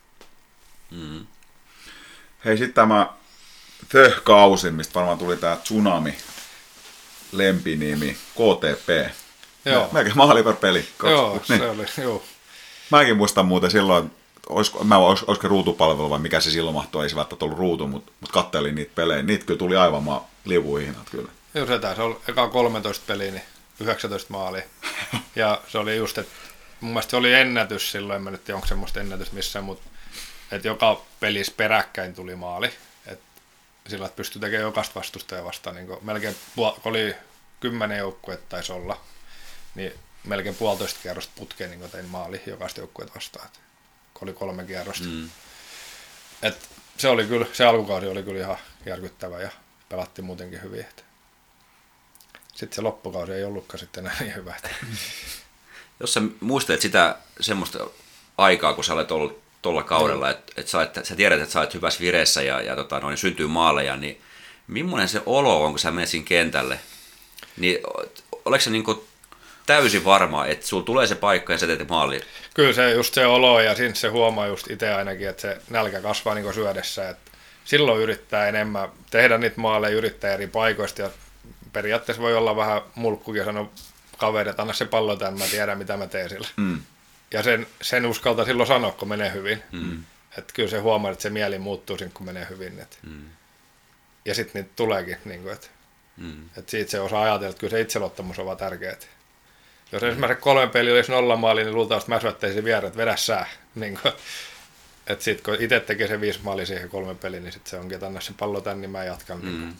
Mm. Hei, sitten tämä The-kausi, mistä varmaan tuli tämä Tsunami lempinimi, K T P. Joo. Mäkin maali per peli. Joo, niin. se oli, joo. Mäkin muistan muuten silloin, olisiko, mä olis, olisiko ruutupalvelu vai mikä se silloin mahtui, ei se välttämättä ollut ruutu, mutta mut kattelin niitä pelejä. Niitä kyllä tuli aivan maa livuihinat kyllä. Joo, se taisi olla eka kolmetoista peliä, niin yhdeksäntoista maalia. Ja se oli just, että mun mielestä se oli ennätys silloin, en mä nyt tiedä, onko semmoista ennätystä missään, mutta että joka pelissä peräkkäin tuli maali. Et sillä, että pystyi tekemään jokaista vastustajaa vastaan. Niin melkein puol- oli kymmenen joukkuetta taisi olla, niin melkein puolitoista kierrosta putkeen niin tein maali jokaista joukkuetta vastaan. Et, oli kolme kierrosta. Mm. Et se, oli kyllä, se alkukausi oli kyllä ihan järkyttävä ja pelattiin muutenkin hyvin. Et. Sitten se loppukausi ei ollutkaan sitten enää niin hyvä. Jos sä muistelet sitä semmoista aikaa, kun sä olet ollut tuolla kaudella, että et sä, et, sä tiedät, että sä olet hyvässä vireessä ja, ja tota, noin, syntyy maaleja, niin millainen se olo on, kun sä menet siinä kentälle? Niin oletko sä niinku täysin varma, että sulla tulee se paikka ja sä teet maali? Kyllä se just se olo ja siinä se huomaa just itse ainakin, että se nälkä kasvaa niinku syödessä. Että silloin yrittää enemmän tehdä niitä maaleja, yrittää eri paikoista ja periaatteessa voi olla vähän mulkkukin ja sanoa kaveri, että anna se pallo tämän, mä tiedän mitä mä teen sillä. Mm. Ja sen, sen uskaltaa silloin sanoa, kun menee hyvin. Mm. Että kyllä se huomaa, että se mieli muuttuu siinä, kun menee hyvin. Et. Mm. Ja sitten niitä tuleekin. Niin kuin, että mm. et siitä se osaa ajatella, että kyllä se itseluottamus on vaan tärkeää. Jos mm. esimerkiksi kolmen peli olisi nolla maali, niin luultavasti mä syöttäisin viereen, että vedä sää. Niin että sitten kun itse tekee se viisi maali siihen kolmen peliin, niin sitten se onkin, että anna se pallo tän, niin mä jatkan. Mm. Niin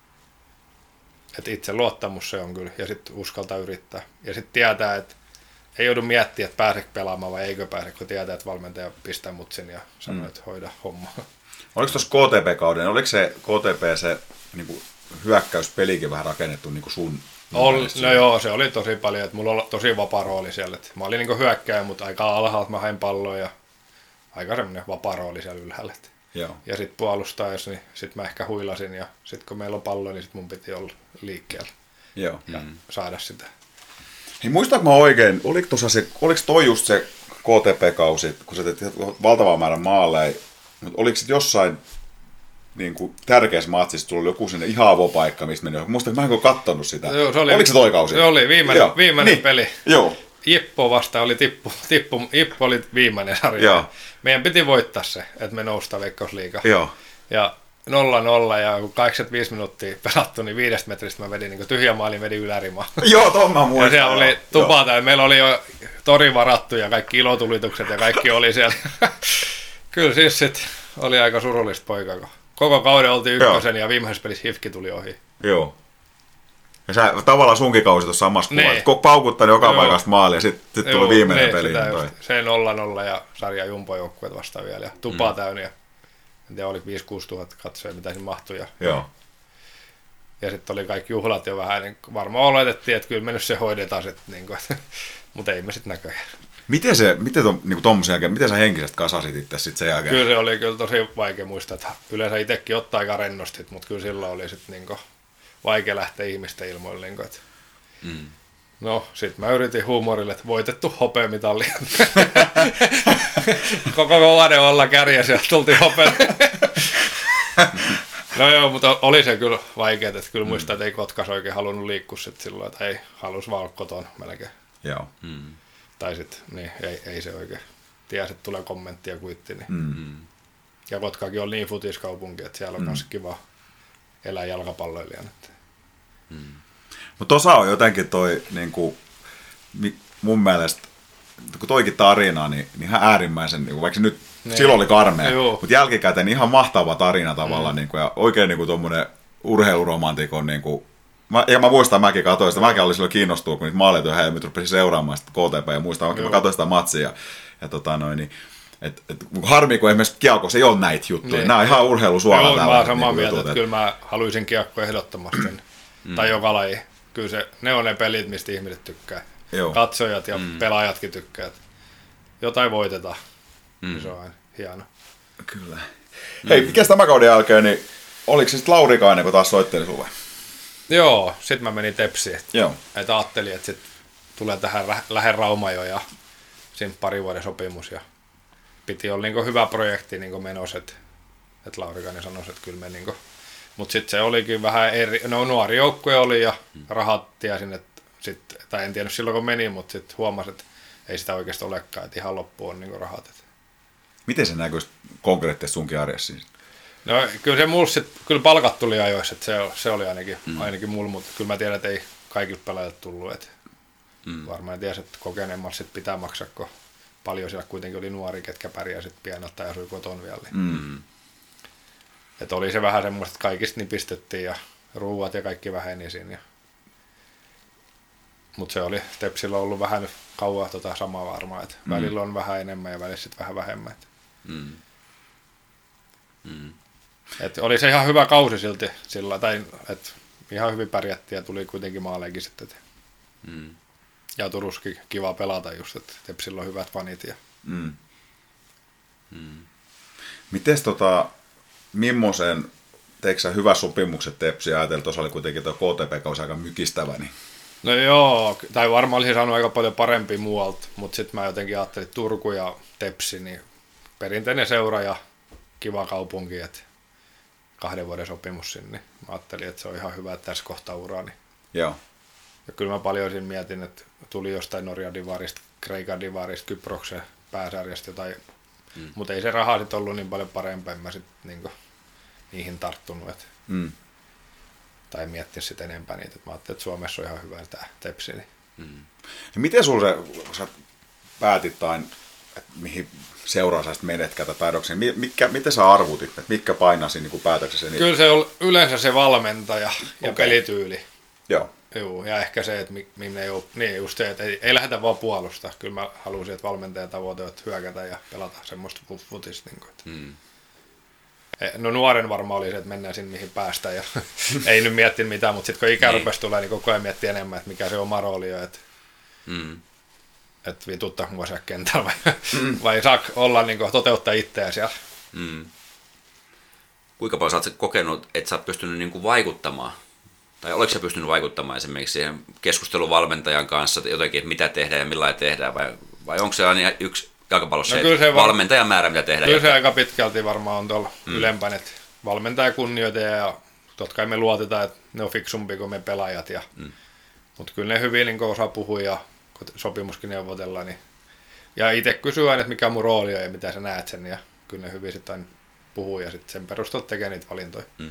että itseluottamus se on kyllä. Ja sitten uskaltaa yrittää. Ja sitten tietää, että ei joudu miettimään, että pääsekö pelaamaan vai eikö pääse, kun tietää, että valmentaja pistää mut sen ja sanoo, mm. että hoida homma. Oliko tuossa K T P-kauden, oliko se K T P se niin kuin hyökkäyspelikin vähän rakennettu niin kuin sun? Ol, no joo, se oli tosi paljon, että mulla oli tosi vapaa rooli siellä. Että mä olin niin kuin hyökkäjä, mutta aika alhaalta mä hain palloa ja aika semmoinen vapaa rooli siellä ylhäällä. Joo. Ja sitten puolustaessa, niin sitten mä ehkä huilasin ja sitten kun meillä on pallo, niin sitten mun piti olla liikkeellä joo. ja mm. saada sitä. Hei, muistatko mä oikein, oliko, se, oliko toi just se K T P-kausi, kun sä teet valtavan määrän maaleja, mutta oliko sitten jossain niin kuin tärkeässä matsissa tullut joku sinne ihan avopaikka, mistä meni? Muistatko, mä en ole kattonut sitä. Joo, se oli, oliko se toi kausi? Se oli viimeinen, joo. viimeinen niin. peli. Joo. Jippo vastaan oli tippu, tippu, Jippo oli viimeinen sarja. Joo. Meidän piti voittaa se, että me noustaan Veikkausliigaan. Joo. Ja nolla nolla ja kun kahdeksankymmentäviisi minuuttia pelattu, niin viidestä metristä mä vedin niin tyhjä maalin, vedin ylärimaan. Joo, tuon mä muistan. Ja siellä oli tupa täynnä. Meillä oli jo tori varattu ja kaikki ilotulitukset ja kaikki oli siellä. Kyllä siis sit oli aika surullista poikaa, kun koko kauden oltiin ykkösen ja viimeisessä pelissä Hifki tuli ohi. Joo. Ja sä tavallaan sunkin kausi tuossa samassa kuvassa, että paukuttanut joka paikasta maali ja sitten sit tuli viimeinen peli. Se nolla nolla ja sarja Jumpo joukkueet vastaan vielä ja tupaa mm. täynnä. En tiedä, oli viisi kuusi tuhatta katsoja, mitä siinä mahtui. Ja, Joo. ja sitten oli kaikki juhlat jo vähän, niin varmaan oletettiin, että kyllä me nyt se hoidetaan sitten, niin mutta ei me sitten näköjään. Miten se, miten to, niin tommosen jälkeen, miten sä henkisesti kasasit itse sitten sen jälkeen? Kyllä se oli kyllä tosi vaikea muistaa, että yleensä itsekin ottaa aika rennosti, mutta kyllä silloin oli sitten niin vaikea lähteä ihmisten ilmoille. Niin että mm. No, sit mä yritin huumorille, että voitettu hopeamitalli. Koko vuoden olla kärjessä ja tultiin hopealle. No joo, mutta oli se kyllä vaikeaa, että kyllä muistaa, että ei Kotkas oikein halunnut liikkua sit silloin, että ei halus vaan koton melkein. Joo. Mm. Tai sitten, niin ei, ei se oikein. Tiesi, että tulee kommentti ja kuitti. Niin. Mm. Ja Kotkakin on niin futiskaupunki, että siellä on myös mm. kiva elää jalkapalloilijan. Mm. Mutta tuossa on jotenkin toi, niin kuin, mun mielestä, kun toikin tarina, niin, niin ihan äärimmäisen, niin kuin, vaikka se nyt niin. Silloin oli karmea, Joo. mutta jälkikäteen ihan mahtava tarina tavallaan, mm. niin kuin, ja oikein niin kuin tuommoinen urheiluromantikon, niin kuin, mä, ja mä muistan, mäkin katsoin sitä, mäkin olin silloin kiinnostunut, kun niitä maaleja tuli häijä, rupesin seuraamaan sitä K T P, ja muistan, mä katsoin sitä matsia, ja, ja tota noin, niin, et, et, harmi, kun esimerkiksi Kiekossa ei ole näitä juttuja, niin. Nämä on ihan urheilusuola. Joo, mä oon samaa niin mieltä, jutut, että et... kyllä mä haluaisin Kiekko ehdottomasti, mm. tai joka laji. Kyllä se, ne on ne pelit, mistä ihmiset tykkää. Joo. Katsojat ja mm. pelaajatkin tykkää. Jotain voitetaan. Mm. Se on aina hieno. Kyllä. Mm. Hei, mikäs tämän kauden jälkeen, niin oliko se sitten Laurikainen, kun taas soitteli sulle? Joo, sit mä menin Tepsiin. Joo. Että ajattelin, että sit tulee tähän lähe Raumajoon ja siinä pari vuoden sopimus. Ja piti olla niin hyvä projekti niin menossa, että, että Laurikainen sanoi, että kyllä me niin kuin... Mutta sitten se olikin vähän eri, no nuori joukkue oli ja rahat tiesin, että sit, tai en tiennyt silloin kun meni, mutta sitten huomasin, että ei sitä oikeasti olekaan, että ihan loppu on niin rahat. Et. Miten se näkyy konkreettisesti sunkin arjessa? No kyllä se mulla sit, kyllä palkat tuli ajoissa, että se, se oli ainakin, mm. ainakin mulla, mutta kyllä mä tiedän, että ei kaikille pelaajille tullut. Et mm. Varmaan tiedän, että kokeneemmat sit pitää maksaa, kun paljon siellä kuitenkin oli nuori, ketkä pärjäsit pieneltä ja asui koton vielä. Mm. Että oli se vähän semmoista, että kaikista nipistettiin ja ruuat ja kaikki väheni siinä. Mutta se oli, Tepsillä on ollut vähän kauan tota samaa varmaa, että mm. välillä on vähän enemmän ja välillä sitten vähän vähemmän. Mm. Mm. Et oli se ihan hyvä kausi silti, sillä, tai että ihan hyvin pärjättiin ja tuli kuitenkin maaleekin sitten. Mm. Ja Turuskin kiva pelata just, että Tepsillä on hyvät fanit. Ja... Mm. Mm. Mites tota... Mimmoisen, teikö sä hyvä sopimukset Tepsiä ajatella, tuossa oli kuitenkin tuo K T P-kausi aika mykistävä, niin... No joo, tai varmaan olisin saanut aika paljon parempi muualta, mutta sitten mä jotenkin ajattelin, että Turku ja Tepsi, niin perinteinen seura ja kiva kaupunki, että kahden vuoden sopimus sinne. Mä ajattelin, että se on ihan hyvä, että tässä kohtaa uraani. Joo. Ja kyllä mä paljon siinä mietin, että tuli jostain Norjan divarista, Kreikan divarista, Kyproksen pääsarjasta jotain. Mm. Mutta ei se raha sitten ollut niin paljon parempaa, en mä sitten niinku niihin tarttunut. Et. Mm. Tai miettiä sitten enempää niitä. Et mä ajattelin, että Suomessa on ihan hyvä tämä Tepsi. Niin. Mm. Ja miten sulla se, kun sä päätit tain, että mihin seuraan sä sitten menetkään tai taidokseen, mitkä, miten sä arvutit, että mitkä painasi niin päätöksessä? Niin... Kyllä se on yleensä se valmentaja ja okay. pelityyli. Joo. Joo, ja ehkä se, että minne ei ole, niin just se, että ei, ei lähdetä vaan puolustaa. Kyllä mä haluaisin, että valmentajan tavoite on, että hyökätä ja pelata semmoista futista. Niin kuin, että. Mm. No nuoren varmaan oli se, että mennään sinne mihin päästään ja ei nyt miettinyt mitään, mutta sitten kun ikä rupesi tulee, niin koko ajan miettii enemmän, että mikä se oma rooli on, että, mm. että vituttaa mua siellä kentällä vai, mm. vai saako olla niin kuin, toteuttaa itseään siellä. Mm. Kuinka paljon sä oot kokenut, että sä oot pystynyt niin kuin vaikuttamaan? Tai oletko sä pystynyt vaikuttamaan esimerkiksi siihen keskustelun valmentajan kanssa jotenkin, että mitä tehdään ja millä tehdään, vai, vai onko se aina yksi jalkapallossa no, se, se valmentajan määrä, mitä tehdään? Kyllä se aika pitkälti varmaan on tuolla mm. ylempänä, että valmentaja kunnioitetaan ja totta kai me luotetaan, että ne on fiksumpia kuin me pelaajat. Ja, mm. mutta kyllä ne hyvin niin osaa puhua ja kun sopimuskin neuvotellaan. Niin, ja itse kysyy aina, että mikä mun rooli on ja mitä sä näet sen. Ja kyllä ne hyvin sitten aina puhuu ja sitten sen perusteella tekee niitä valintoja. Mm.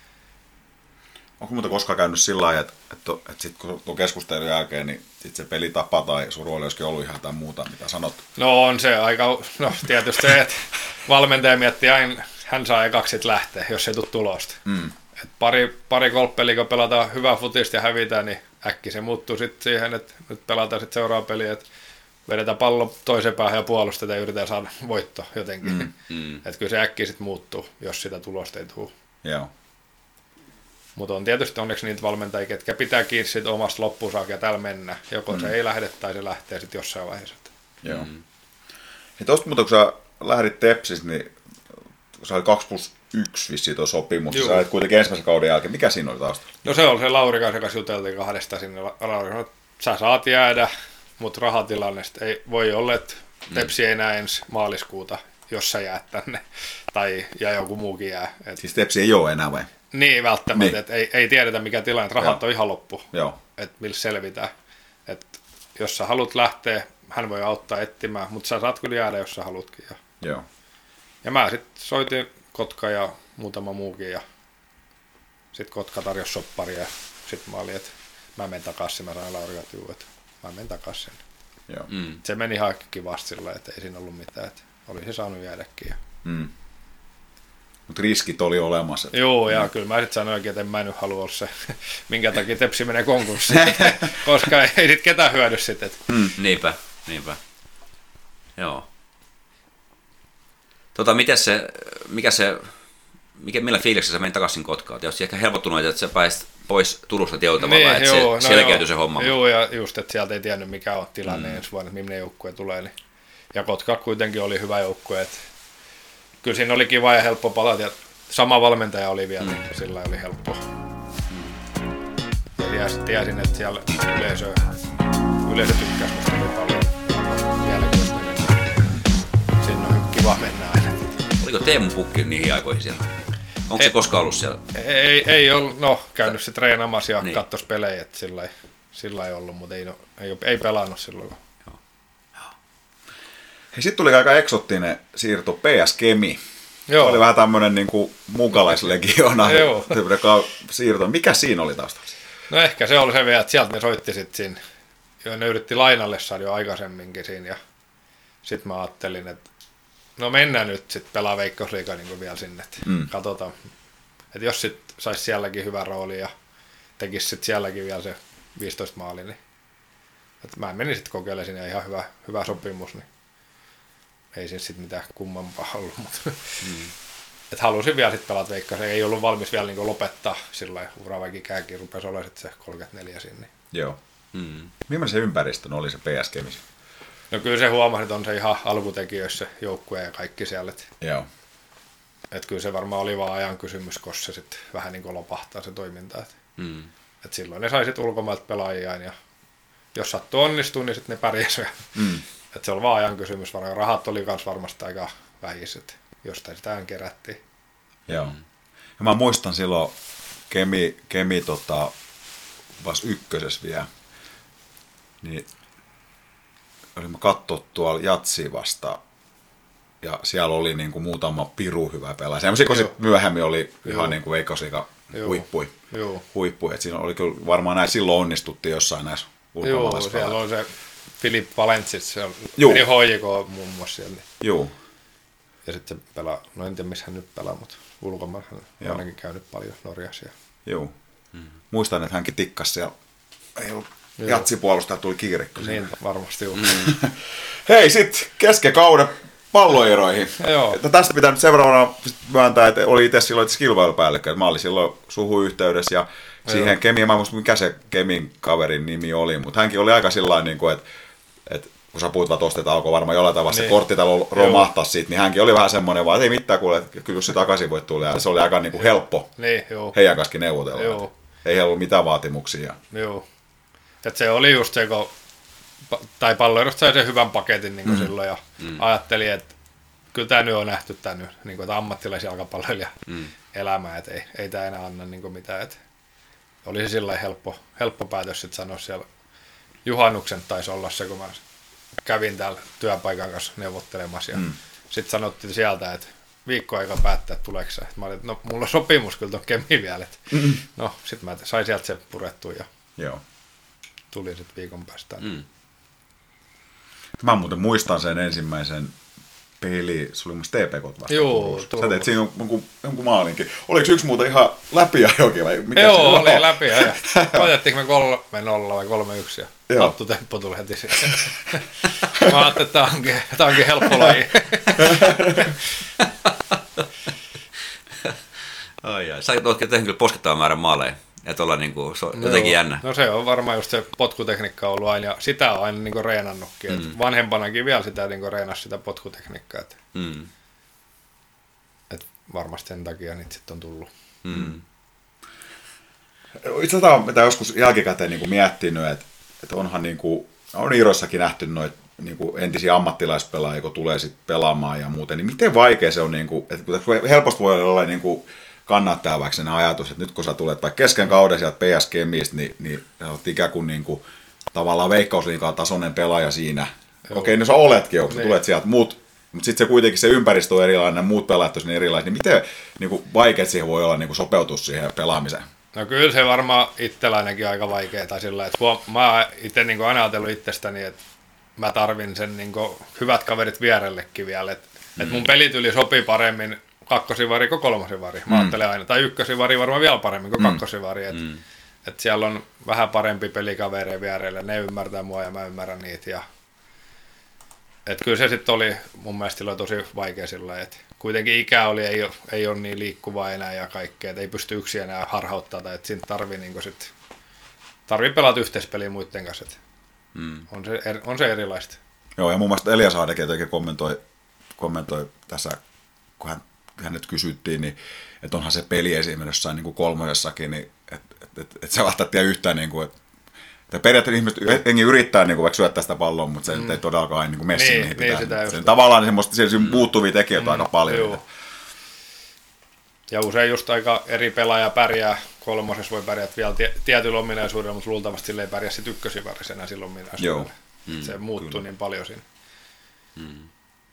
Onko muuta koskaan käynyt sillä lailla, että, että, että sitten kun tuon keskustelun jälkeen, niin sit se pelitapa tai sun rooli olisikin ollut ihan jotain muuta, mitä sanot? No on se aika, no tietysti se, että valmentaja miettii aina, hän saa ekaksi sitten lähteä, jos ei tule tulosta. Mm. Et pari, pari golppeliä, kun pelataan hyvää futista ja hävitään, niin äkki se muuttuu sitten siihen, että nyt pelataan sitten seuraava peli, että vedetään pallo toiseen päähän ja puolustetaan ja yritetään saada voitto jotenkin. Mm. Mm. Että kyllä se äkki sitten muuttuu, jos sitä tulosta ei tule. Joo. Mutta on tietysti onneksi niitä valmentajia, ketkä pitää kiinni siitä omasta loppuun saakka ja täällä mennä. Joko mm. se ei lähde tai se lähtee sitten jossain vaiheessa. Joo. Mm. Ja tuosta muuta, kun sä lähdit Tepsistä, niin sä oli kaksi plus yksi vissiin tuo sopimus. Sä olit kuitenkin ensimmäisen kauden jälkeen. Mikä siinä oli taustalla? No se oli se Lauri kanssa, joka juteltiin kahdesta sinne. Lauri sanoi, että sä saat jäädä, mutta rahatilanne ei voi olla, että Tepsi ei näe ensi maaliskuuta, jos sä jäät tänne. Tai ja joku muukin jää. Et... Siis Tepsi ei ole enää vai? Niin, välttämättä. Niin. Että ei, ei tiedetä mikä tilanne, että rahat Joo. on ihan loppu. Joo. Että millä selvitään. Että jos sä haluat lähteä, hän voi auttaa etsimään, mutta sä saat kyllä jäädä, jos sä haluatkin. Ja, Joo. ja mä sitten soitin Kotka ja muutama muukin ja sitten Kotka tarjosi sopparia ja sitten mä olin, että mä menen takaisin. Mä sanoin Laurille, että mä menen takaisin. Joo. Mm. Se meni ihan kivasti sillä, että ei siinä ollut mitään. Että... olisi saanut jäädäkin. Ja... Mm. Mutta riskit oli olemassa. Joo, ja mm. kyllä mä sitten sanoinkin, että en mä nyt halua olla se, minkä takia Tepsi menee konkurssiin, koska ei sit ketään hyödy sitten. Mm. Niinpä, niinpä. Joo. Tota, miten se, mikä se, mikä, millä fiiliksellä sä menit takaisin Kotkaan? Tietysti ehkä helpottunut, että sä pääsit pois Turusta tietyllä tavalla, niin, että joo, se no selkeytyi se homma. Joo, ja just, että sieltä ei tiennyt mikä on tilanne mm. ensi vuonna, että millainen joukkue tulee. Niin. Ja Kotka kuitenkin oli hyvä joukkue, että kyllä siinä oli kiva ja helppo palata, ja sama valmentaja oli vielä, mm. niin sillä oli helppo. Ja tiesin, tiesin että siellä yleisö, yleisö tykkäsi musta oli paljon vieläkin, niin sinne on kiva mennä aina. Oliko Teemu Pukki niihin aikoihin siellä? Onko ei, se koskaan ollut siellä? Ei, ei ollut, no käynyt se treenaamassa ja niin. Katsoisi pelejä, että sillä ei, sillä ei ollut, mutta ei, no, ei, ei pelannut silloin. Sitten tuli aika eksottinen siirto P S Kemi. Joo. Oli vähän tämmöinen niin kuin muukalaislegiona siirto. Mikä siinä oli taustalla? No ehkä se oli se vielä, että sieltä ne soitti sitten siinä. Jo ne yritti lainalle saada jo aikaisemminkin siinä. Ja sitten mä ajattelin, että no mennään nyt sitten pelaa Veikkausliigaa niin vielä sinne. Mm. Katsotaan, että jos sitten saisi sielläkin hyvä rooli ja tekisi sitten sielläkin vielä se viisitoista maali, niin että mä menin sitten kokeilemaan sinne ihan hyvä, hyvä sopimus, niin ei siinä sitten mitään kummampaa ollut, mutta mm. että halusin vielä sitten pelata Veikkaus. Ei ollut valmis vielä niin lopettaa sillä uraväkikääkin, rupesi olemaan sitten se kolmekymmentäneljä sinne. Joo. Mm. Millainen se ympäristö oli se P S Kemi? No kyllä se huomasi, että on se ihan alkutekijöissä joukkue ja kaikki siellä. Että Joo. Et kyllä se varmaan oli vaan ajan kysymys, koska se sitten vähän niin kuin lopahtaa se toiminta. Että mm. et silloin ne sai sitten ulkomailta pelaajia ja jos sattuu onnistuu, niin sitten ne pärjäsivät. Mm. Että se oli vaan ajan kysymys. Rahat oli myös varmasti aika vähiset, jostain sitä kerättiin. Joo. Ja mä muistan silloin Kemi, Kemi tota, vas ykkösessä vielä, niin olimme katsoa tuolla Jatsia vastaan. Ja siellä oli niinku muutama piru hyvä pelaaja. Sellaisia, kun sitten myöhemmin oli Joo. ihan niinku Veikkausliigan huippui. huippui. Et siinä oli kyllä varmaan näin silloin onnistuttiin jossain näissä ulkomaalaisissa. Joo, siellä on se Filip Valentsit, se meni H J K muun muassa siellä. Joo. Ja sitten se pelaa, no en tiedä missä hän nyt pelaa, mutta ulkomailla hän on ainakin käynyt paljon Norjassa. Joo. Mm. Muistan, että hänkin tikkasi siellä. Ei ollut jatsipuolustaja, tuli kiirikko. Niin, varmasti on. Mm. Hei, sitten kesken kauden palloeroihin. Että tästä pitää nyt seuraavana myöntää, että oli itse silloin kilpailupäällikkö, että mä olin silloin suhuyhteydessä ja siihen Kemiin, mä en muista mikä se Kemin kaverin nimi oli, mutta hänkin oli aika sillain, niin kuin, että, että kun sä puhuit vaan tosta, että alkoi varmaan jollain tavalla niin. se korttitalo romahtaa siitä, niin hänkin oli vähän semmoinen vaan, että ei mitään kuule, että kyllä se takaisin voi tulla ja se oli aika niin kuin helppo niin, heidän kanssa neuvotella. Ei ollut mitään vaatimuksia. Joo. Että se oli just se, kun tai palloilusta sai sen hyvän paketin niin kuin mm. silloin ja mm. ajattelin, että kyllä tämä nyt on nähty tämä nyt, niin kuin, että ammattilaisjalkapalloilija mm. elämää, että ei, ei tämä enää anna niin kuin mitään. Että oli se sillä helppo, helppo päätös sitten sanoa siellä juhannuksen taisi olla se, kun mä kävin täällä työpaikan kanssa neuvottelemassa ja mm. sitten sanottiin sieltä, että viikko aika päättää, että tuleeko se. Mä olin, että no mulla on sopimus kyllä tuon Kemiin vielä. Että mm. No sitten mä sain sieltä se purettua ja Joo. tuli sitten viikon päästä. Mm. Mä muuten muistan sen ensimmäisen peli, se oli mun T P K vastaan. Joo. Sä teet siinä jonkun, jonkun maalinkin. Oliko yksi muuta ihan läpiajokin vai mikä Joo, oli no. läpiajo. Voitettiinko me kolme nolla vai kolme yksi ja hattu temppu tuli heti sitten. Mä ajattelin, että tää onkin, tää onkin helppo laji. Ai ai. Sä oot tehnyt kyllä poskettavan määrän maaleja. Että olla niinku, se on jotenkin jännä. No se on varmaan just se potkutekniikka ollut aina, ja sitä on aina niinku reenannutkin. Mm. Vanhempanakin vielä sitä niinku reenasi sitä potkutekniikkaa. Et, mm. et varmasti sen takia niitä sitten on tullut. Mm. Itse asiassa mitä joskus jälkikäteen niinku miettinyt, että et onhan niinku, on Iirossakin nähty noita niinku entisiä ammattilaispelaajia, kun tulee sitten pelaamaan ja muuten, niin miten vaikea se on, niinku, että helposti voi olla niinku, kannattaa vaikka sen ajatus, että nyt kun sä tulet vaikka kesken kauden sieltä P S Kemistä, niin, niin sä olet ikään kuin, niin kuin tavallaan Veikkausliigan tasoinen pelaaja siinä. Joo. Okei, no sä oletkin, kun sä tulet sieltä, mutta mut sitten se kuitenkin se ympäristö on erilainen, muut pelaajat on erilaiset, niin miten niin kuin vaikeat siihen voi olla niin kuin sopeutus siihen pelaamiseen? No kyllä se varmaan itselläinenkin aika vaikeaa, tai sillä, että huom- mä oon itse niin aina ajatellut itsestäni, että mä tarvin sen niin kuin hyvät kaverit vierellekin vielä, että Mm. Et mun pelityli sopii paremmin kakkosivari kuin kolmosivari. Mä mm. ajattelen aina, tai ykkösivari varmaan vielä paremmin kuin mm. kakkosivari. Et, mm. et siellä on vähän parempi pelikavereja vierellä, ne ymmärtää mua ja mä ymmärrän niitä. Ja et kyllä se sitten oli mun mielestä oli tosi vaikea sillä, että kuitenkin ikä oli, ei ole, ei ole niin liikkuvaa enää ja kaikkea, että ei pysty yksin enää harhauttaa, tai että siinä tarvii niin sit, tarvii pelata yhteispeliä muiden kanssa. Mm. On, se, on se erilaista. Joo, ja muun muassa Elias Haadeke kommentoi, kommentoi tässä, kun hän, hänet kysyttiin, niin, että onhan se peli esimerkiksi jossain niin kuin kolmosessakin, niin että et, et, et se välttämättä tiedä yhtään, niin kuin, että periaatteessa ihmiset engi yrittää niin kuin, syöttää sitä palloa, mutta se mm. ei todellakaan niin messi, niin, mihin pitää. Niin, sitä sen, tavallaan semmoista mm. muuttuvia tekijöitä mm. aika paljon. Joo. Ja usein just aika eri pelaaja pärjää, kolmosessa voi pärjätä vielä tietyllä ominaisuudella, mutta luultavasti sille ei pärjää sitten ykkösivärisenä sillä ominaisuudella. Mm. Se muuttuu Kyllä. niin paljon siinä. Mm.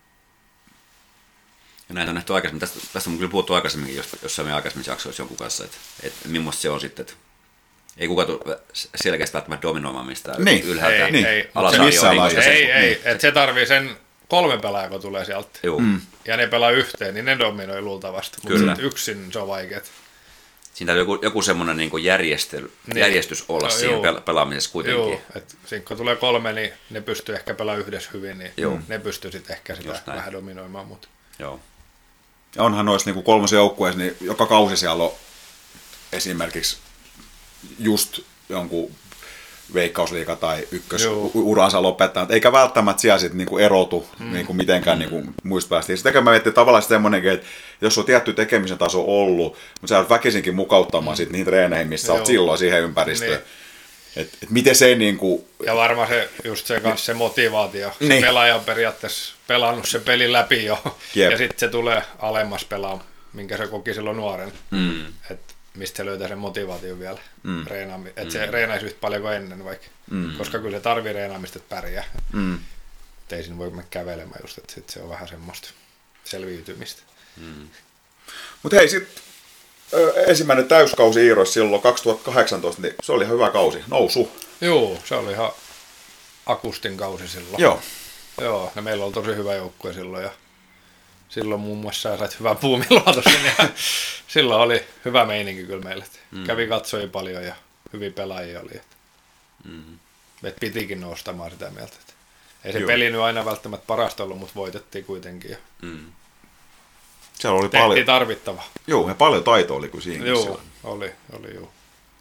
Ja näitä on nähty aikaisemmin, tästä, tästä on kyllä puhuttu aikaisemminkin, jos, jossain meidän aikaisemmissa jaksoissa jonkun kanssa, että, että millaista se on sitten, että ei kukaan tule selkeästi välttämättä dominoimaan mistään niin. ylhäältä ei, ei, alasarjoon. Ei, ei, ei. Niin. Että se tarvii sen kolme pelaajaa, kun tulee sieltä. Mm. Ja ne pelaa yhteen, niin ne dominoi luultavasti. Mutta yksin se on vaikeaa. Siinä täytyy joku, joku semmoinen niin järjestely, niin. järjestys olla no, siinä juu. pelaamisessa kuitenkin. Joo, että kun tulee kolme, niin ne pystyy ehkä pelaamaan yhdessä hyvin, niin joo. ne pystyy sitten ehkä sitä vähän dominoimaan. Mutta. Joo. Ja onhan noissa niin kolmosen joukkueessa, niin joka kausi siellä on esimerkiksi just jonkun veikkausliiga tai ykkösuransa lopettaa, eikä välttämättä siellä sitten niinku erotu mm. niinku mitenkään mm. niinku muista päästä. Sitten mä miettii tavallaan semmoinenkin, että jos on tietty tekemisen taso ollut, mutta sä olet väkisinkin mukauttamaan mm. sit niihin treeneihin, missä olet silloin siihen ympäristöön. Niin. Et, et miten se niinku. Ja varmaan se, just se kanssa se motivaatio. Se niin. pelaaja on periaatteessa pelannut se peli läpi jo, Jep. ja sitten se tulee alemmas pelaa, minkä se koki silloin nuoren. Mm. Et mistä se löytää sen motivaation vielä mm. reenaami. Että mm. se reenaisi yhtä paljon kuin ennen vaikka. Mm. Koska kyllä se tarvii reenaamista, että pärjää. Mm. Että ei siinä voi mennä kävelemään just, että sit se on vähän semmoista selviytymistä. Mm. Mutta hei, sitten ensimmäinen täyskausi Iiroissa silloin kaksituhattakahdeksantoista, niin se oli ihan hyvä kausi, nousu. Joo, se oli ihan akustin kausi silloin. Joo. Joo, ja meillä oli tosi hyvä joukkue silloin ja silloin muun muassa sait hyvää puumiluotosin ja silloin oli hyvä meininki kyllä meille. Mm. Kävi katsojia paljon ja hyviä pelaajia oli. Että mm. et pitikin nostamaan sitä mieltä. Että ei se Joo. peli nyt aina välttämättä parasta ollut, mutta voitettiin kuitenkin. Ja mm. Siellä oli tehtiin paljon tarvittava. Joo, ja paljon taitoa oli kuin siinä. Joo, oli, oli joo.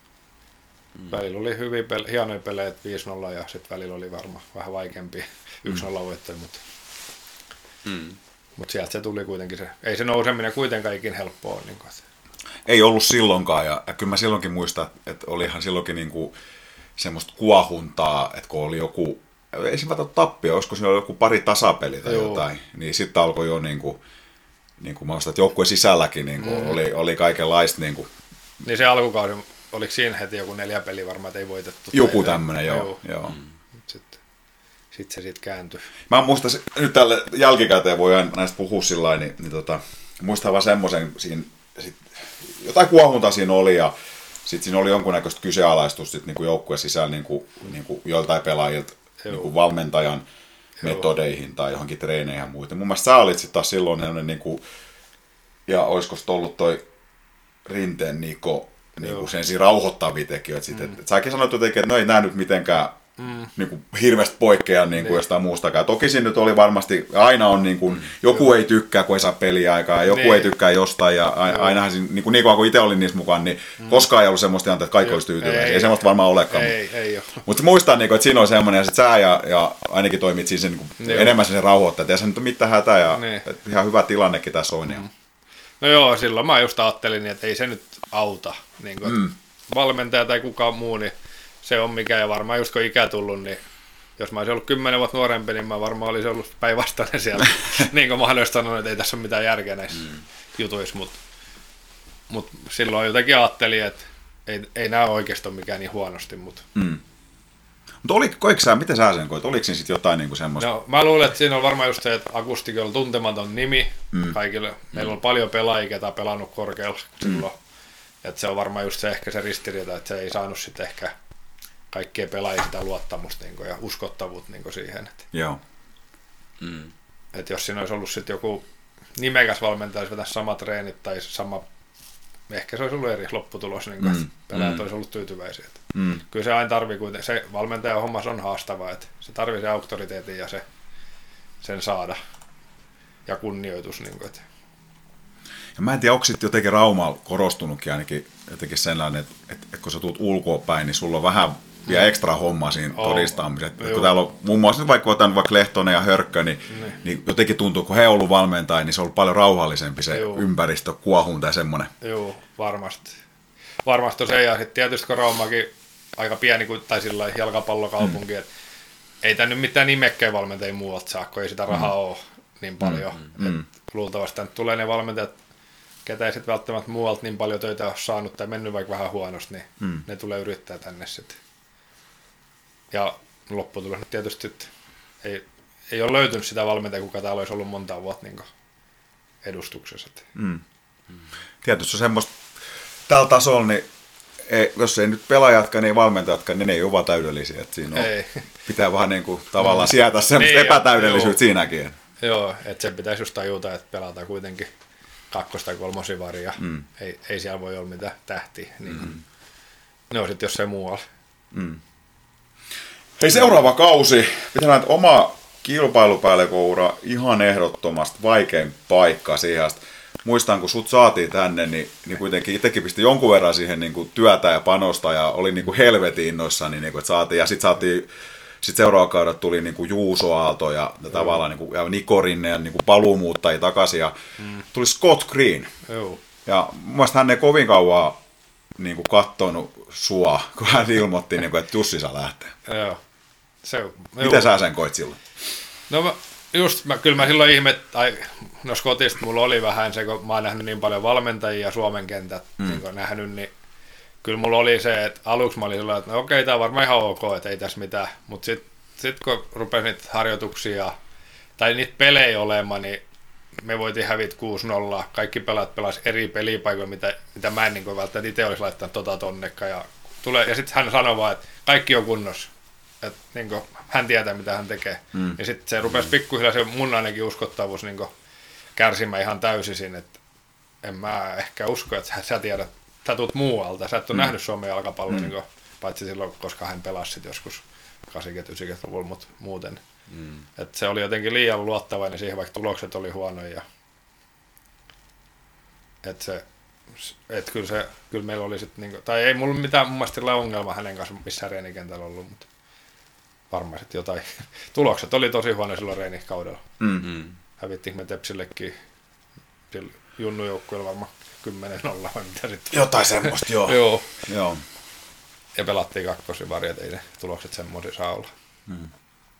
Mm. Välillä oli hyviä pele- hienoja pelejä, viisi nolla ja sitten välillä oli varmaan vähän vaikeampi yksi nolla voittoja, mutta mm. Mutta sieltä se tuli kuitenkin se. Ei se nouseminen kuitenkaan ikin helppoa ole. Niin ei ollut silloinkaan, ja, ja kyllä mä silloinkin muistan, että olihan silloinkin niinku semmoista kuohuntaa, että kun oli joku, ei se välttämättä tappia, olisiko siinä joku pari tasapeli tai Joo. jotain, niin sitten alkoi jo niinku, niinku mä muistan, että joukkueen sisälläkin niinku mm. oli, oli kaikenlaista. Niinku. Niin se alkukausi, oliko siinä heti joku neljä peliä varmaan, että ei voitettu? Joku tämmöinen, joo. joo. joo. Mm. Sitten sit se sitten kääntyi. Mä muistan, nyt tälle jälkikäteen voi näistä puhua sillä lailla, niin, niin tota, muistan vaan semmoisen, siinä, sit, jotain kuohuntaa siinä oli, ja sitten siinä oli jonkunnäköistä kyseenalaistusta niin joukkueen sisällä niin kuin, niin kuin joiltain pelaajilta niin kuin valmentajan Joo. metodeihin tai johonkin treeneihin ja muuta. Mun mielestä sä olit sitten taas silloin sellainen, niin kuin, ja olisiko ollut toi Rinteen Niko, niin kuin sen siinä rauhoittavia tekijöitä. Mm. Että säkin sanoit jotenkin, että no ei nää nyt mitenkään mm. niin kuin hirveästi poikkea niin kuin jostain muustakaan. Toki siinä nyt oli varmasti, aina on niin kuin, mm. joku Joo. ei tykkää, kun ei saa peliaikaa, ja joku niin. ei tykkää jostain, ja ainahan siinä, niin kuin niin kuin itse olin niissä mukaan, niin mm. koskaan ei ollut semmoista tilanteita, että kaikki olisi tyytyväisiä. Ei, ei semmoista varmaan olekaan. Ei, ei ole. Mutta muistan, että siinä oli semmoinen, ja sit sä ja, ja ainakin toimit siinä sen, niin enemmän sen rauhoittajat, ja se nyt on mitään hätää, ja niin. ihan hyvä tilannekin tässä on. Mm. No joo, silloin mä just ajattelin, että ei se nyt auta. Niin kuin, mm. valmentaja tai kukaan muu, niin se on mikä. Ja varmaan just kun ikä tullut, niin jos mä olisin ollut kymmenen vuotta nuorempi, niin mä varmaan olisin ollut päinvastainen siellä. niin kuin mä olisin sanonut, että ei tässä ole mitään järkeä näissä mm. jutuissa. Mutta mut silloin jotenkin ajattelin, että ei, ei nämä oikeasti ole mikään niin huonosti. Mutta mm. Mutta oliko sä, miten sä sen koit? Oliko siinä sitten jotain niinku semmoista? No, mä luulen, että siinä on varmaan just se, että Akustiki on tuntematon nimi mm. kaikille. Meillä on paljon pelaajia, ketä on pelannut korkealla silloin. Mm. Että se on varmaan just se ehkä se ristiriita, että se ei saanut sitten ehkä kaikkien pelaajia sitä luottamusta niin kuin, ja uskottavuutta niin kuin siihen. Että. Joo. Mm. että jos siinä olisi ollut sitten joku nimekäs valmentaja, olisi vetänyt samat treenit tai sama, ehkä se olisi ollut eri lopputulos, niin mm. pelaajat mm. olisi ollut tyytyväisiä. Mm. Kyllä se aina tarvii, kuitenkin, se valmentajan hommas on haastava, että se tarvii se auktoriteetin ja se, sen saada ja kunnioitus. Niin kuin, että. Ja mä en tiedä, onko sitten jotenkin Raumalla korostunutkin ainakin jotenkin sellainen, että, että kun sä tulet ulkoa päin, niin sulla on vähän vielä ekstra homma siinä oh, todistamisessa. Kun täällä on muun muassa vaikka otan vaikka Lehtonen ja Hörkkö, niin, niin. niin jotenkin tuntuu, kun he on ollut valmentajia, niin se on ollut paljon rauhallisempi se Joo. ympäristö, kuohun tai semmoinen. Joo, varmasti. Varmasti on se, ja sitten tietysti kun Raumakin aika pieni, tai sillä jalkapallokaupunki, mm. että ei tämä nyt mitään nimekkejä valmentajia muualta saa, kun ei sitä rahaa mm. ole niin paljon. Mm. Mm. Luultavasti tänne tulee ne valmentajat, ketä ei sitten välttämättä muualta niin paljon töitä ole saanut tai mennyt vaikka vähän huonosti, niin mm. ne tulee yrittää tänne sitten. Ja lopputulos nyt tietysti ei, ei ole löytynyt sitä valmentajaa, kuka täällä olisi ollut monta vuotta niin edustuksessa. Mm. Mm. Tietysti se on semmoista, tällä tasolla, niin ei, jos ei nyt pelaajatkaan, niin valmentajatkaan, niin ne ei ole vaan täydellisiä. Että siinä on, ei. Pitää vaan niin kuin, tavallaan sietää semmoista niin, epätäydellisyyttä siinäkin. Joo, että sen pitäisi just tajuta, että pelataan kuitenkin kakkos- tai kolmosivaria. Mm. Ei, ei siellä voi olla mitään tähtiä. Niin mm. Ne on sitten jossain muualla. Mm. Hei, seuraava kausi. Pitää nähdä oma kilpailupäällikköura ihan ehdottomasti vaikein paikka siihen. Muistan, kun sut saatiin tänne, niin, niin kuitenkin itsekin pisti jonkun verran siihen niin kuin työtä ja panosta ja oli niin kuin helvetin innoissaan, niin, niin kuin, että saatiin, ja sitten saatiin sitten seuraava kaudet tuli niin kuin Juuso Aalto ja, ja tavallaan niin kuin, ja Niko Rinne ja niin kuin paluumuuttajia takaisin ja mm. tuli Scott Green. Joo. Ja mun mielestä hän ei kovin kauan niin kuin katsonut sua, kun hän ilmoitti, niin kuin, että Jussi saa lähteä. Joo. Se, Miten sä sen koit silloin? No mä, just, mä, kyllä mä silloin ihmet, tai no Scottista mulla oli vähän se, kun mä oon nähnyt niin paljon valmentajia Suomen kentät mm. niin nähnyt, niin kyllä mulla oli se, että aluksi mä olin sellainen, että no okei, tää on varmaan ihan ok, että ei tässä mitään, mutta sitten sit kun rupesi niitä harjoituksia tai niitä pelejä olemaan, niin me voitiin hävitä kuusi nolla, kaikki pelaat pelas eri pelipaikoilla, mitä, mitä mä en niin välttämättä itse olisi laittanut tota tonnekka, ja, ja sitten hän sanoi vaan, että kaikki on kunnossa. Että niin kuin, hän tietää, mitä hän tekee. Mm. Ja sitten se rupesi pikkuhiljaa se mun ainakin uskottavuus niin kuin, kärsimään ihan täysin, että en mä ehkä usko, että sä, sä tiedät, sä tulet muualta. Sä et ole mm. nähnyt Suomen jalkapallon, mm. niin kuin, paitsi silloin, koska hän pelasi sit joskus kahdeksankymmentä-yhdeksänkymmentäluvulla, mutta muuten. Mm. Että se oli jotenkin liian luottavainen siihen, vaikka tulokset oli huonoja. Että se, et kyllä, se, kyllä meillä oli sitten, niin kuin, tai ei mulla mitään mun mielestä ongelma hänen kanssa missään reenikentällä ollut, mutta varmaan sitten jotain. Tulokset oli tosi huono silloin reenikaudella. Mm-hmm. Hävittiin me Tepsillekin junnujoukkueella varmaan kymmenen nolla vai mitä sitten. Jotain semmoista, joo. joo. joo. Ja pelattiin kakkosivaria, että ei ne tulokset semmoisia saa olla. Mm.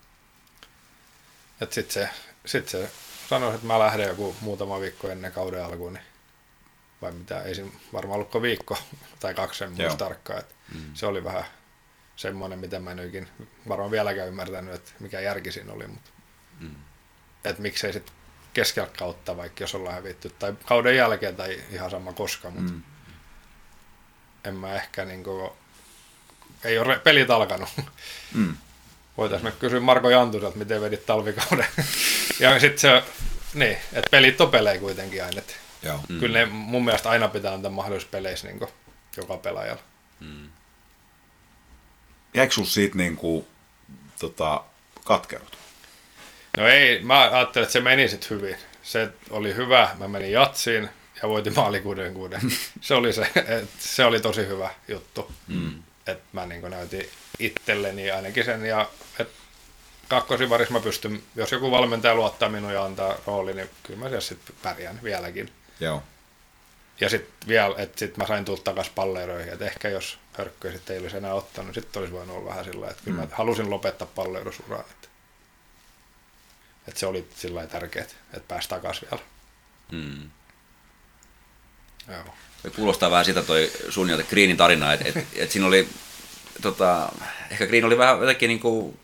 Että sitten se, sit se sanoi, että mä lähden joku muutama viikko ennen kauden alkuun, niin vai mitä, ei siinä varmaan ollutko viikko tai kaksi, en muista tarkkaan. Mm. Se oli vähän semmoinen, mitä mä en oikein varmaan vieläkään ymmärtänyt, että mikä järki siinä oli, mutta mm. että miksei sitten keskellä kautta, vaikka jos ollaan hävitty, tai kauden jälkeen tai ihan sama koska, mutta mm. en mä ehkä niinku, ei ole pelit alkanut. Mm. Voitaisiin me kysyä Marko Jantuselta, miten vedit talvikauden. Ja sitten se, niin, että pelit on pelejä kuitenkin aina. Joo. Mm. Kyllä ne mun mielestä aina pitää antaa mahdollisuus peleissä niin joka pelaajalla. Mm. Jäikö sinulla siitä niin kuin, tota, katkerut? No ei, mä ajattelin, että se meni sitten hyvin. Se oli hyvä, mä menin jatsiin ja voitin maali kuuden kuuden. Se oli, se, se oli tosi hyvä juttu. Mm. Että mä niin näytin itselleni ainakin sen. Ja kakkosivarissa mä pystyn, jos joku valmentaja luottaa minun ja antaa rooli, niin kyllä mä siellä sitten pärjään vieläkin. Joo. Ja sitten vielä, että sitten mä sain tulla takaisin palleroihin, että ehkä jos Hörkkö sitten ei olisi enää ottanut, niin sitten olisi voinut olla vähän sillä että kyllä mm. mä halusin lopettaa pallerosuraan. Että, että se oli sillä lailla tärkeää, että pääsi takaisin vielä. Mm. Joo. Kuulostaa vähän sitä toi sun ja Greenin tarina, että et, et siinä oli, tota, ehkä Green oli vähän jotenkin niinku,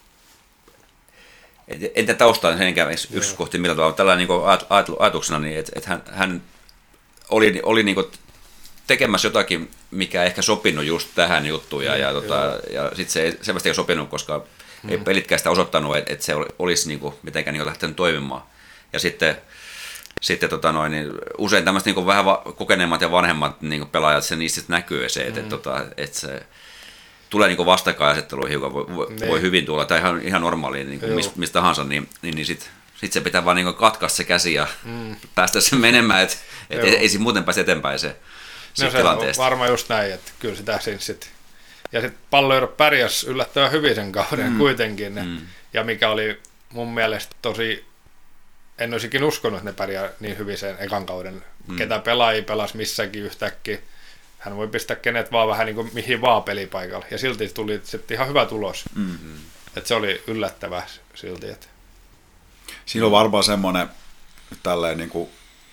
en tiedä taustaa sen enkään yksityiskohti millä tavalla, tällainen niinku ajatuksena, niin että et hän, hän oli, oli niinku tekemässä jotakin, mikä ei ehkä sopinut just tähän juttuun, ja, ja, tota, ja sitten se ei selvästi ei sopinut, koska ei pelitkään sitä osoittanut, että, että se olisi niin kuin, mitenkään niin kuin lähtenyt toimimaan. Ja sitten, sitten tota noin, niin usein tämmöiset niin kuin vähän va- kokeneemmat ja vanhemmat niin kuin pelaajat, se niistä näkyy se, että, mm. että, että, että se tulee niin vastakkainasettelua hiukan, voi, voi, voi hyvin tulla, tai ihan, ihan normaaliin niin kuin mistä, mistä tahansa, niin, niin, niin sitten sit se pitää vaan niin katkaista se käsi ja mm. päästä sen menemään, että et ei, ei siinä muuten pääse eteenpäin se, no, se on varmaan just näin, että kyllä sitä siinä sitten. Ja sitten Palloeuro pärjäs yllättävän hyvin sen kauden mm. kuitenkin, mm. ja mikä oli mun mielestä tosi, en olisikin uskonut, että ne pärjää niin hyvin sen ekan kauden, mm. ketä pelaajia pelasi missäkin yhtäkkiä. Hän voi pistää kenet vaan vähän niin kuin mihin vaan pelipaikalle. Ja silti tuli sitten ihan hyvä tulos. Mm-hmm. Että se oli yllättävää silti. Että. Siinä on varmaan semmoinen, tälleen niin kuin,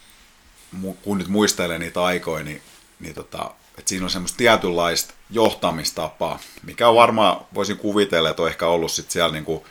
kun nyt muistelee niitä aikoja, niin, niin tota, että siinä on semmoista tietynlaista johtamistapaa, mikä on varmaan, voisin kuvitella, että on ehkä ollut sit siellä niin kuin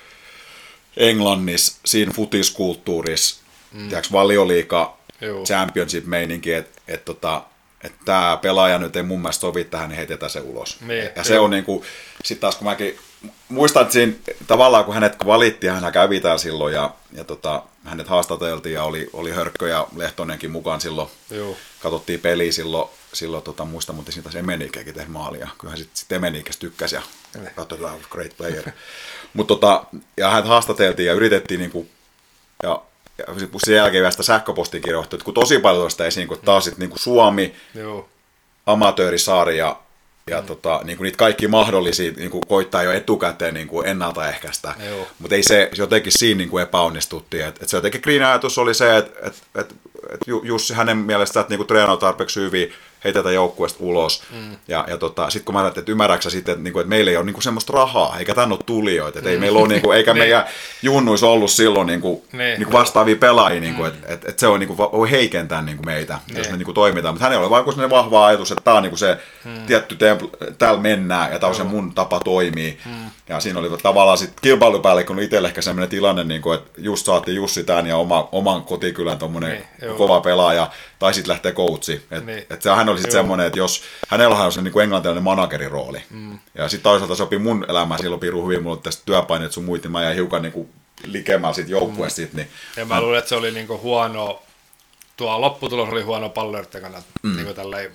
Englannissa, siinä futiskulttuurissa, mm. tiedätkö, Valioliiga, championship-meininki, että et, tota, että tämä pelaaja nyt ei mun mielestä sovi tähän, niin heitetään se ulos. Me, ja se on niin kuin, sitten taas kun mäkin muistan, että siinä tavallaan kun hänet valittiin, hän kävi täällä silloin ja, ja tota, hänet haastateltiin ja oli, oli Hörkkö ja Lehtonenkin mukaan silloin. Joo. Katsottiin peliä silloin, silloin tota, muistan, mutta siinä taas Emenikeäkin tehdä maalia. Kyllähän sitten sit Emenikestä tykkäsi ja katsoi, että great player. Mut, tota, ja hänet haastateltiin ja yritettiin niinku, ja Ja sen jälkeen vielä sitä sähköpostia kirjoitettu, että kun tosi paljon sitä esiin, kun taas sitten niin Suomi, Joo. amatöörisarja ja mm. tota, niin niitä kaikki mahdollisia niin koittaa jo etukäteen niin ennaltaehkäistä, mutta ei se jotenkin siinä niin epäonnistuttiin. Et, et se jotenkin green ajatus oli se, että et, et, et Jussi hänen mielestään, että niin treenaa tarpeeksi hyvin, heitetään joukkueesta ulos. Mm. Ja, ja tota, sitten kun mä ajattelin, että ymmärrätkö sitten, että, että, että meillä ei ole niin semmoista rahaa, eikä tänne ole tulijoita, että ei meillä ole, niin kuin, eikä meidän junnuissa ollut silloin niin kuin, niin kuin vastaavia pelaajia, niin kuin, että, että, että se on, niin kuin, voi heikentää niin kuin meitä, ne. jos me niin kuin toimitaan. Mutta hänellä oli vain sellainen vahva ajatus, että tämä on niin kuin se mm. tietty, täällä mennään ja tämä on se mun tapa toimii. Mm. Ja siinä oli tavallaan sitten kilpailupäällikkö itselle ehkä sellainen tilanne, niin kuin, että just saatiin Jussi tämän ja oma, oman kotikylän tommoinen niin, kova pelaaja, tai sitten lähtee coachi. Et, niin. et se, hän oli sitten semmoinen, että jos hänellä on se niin kuin englantilainen managerin rooli. Mm. Ja sitten toisaalta sopii mun elämään silloin piru hyvin, mulla tästä työpaineet sun muut, niin mä jäin hiukan niin kuin likemään siitä joukkueesta. Mm. Niin, ja mä luulen, että se oli niin kuin huono, tuo lopputulos oli huono Palloeurten kannalta. Mm. Niin tälleen,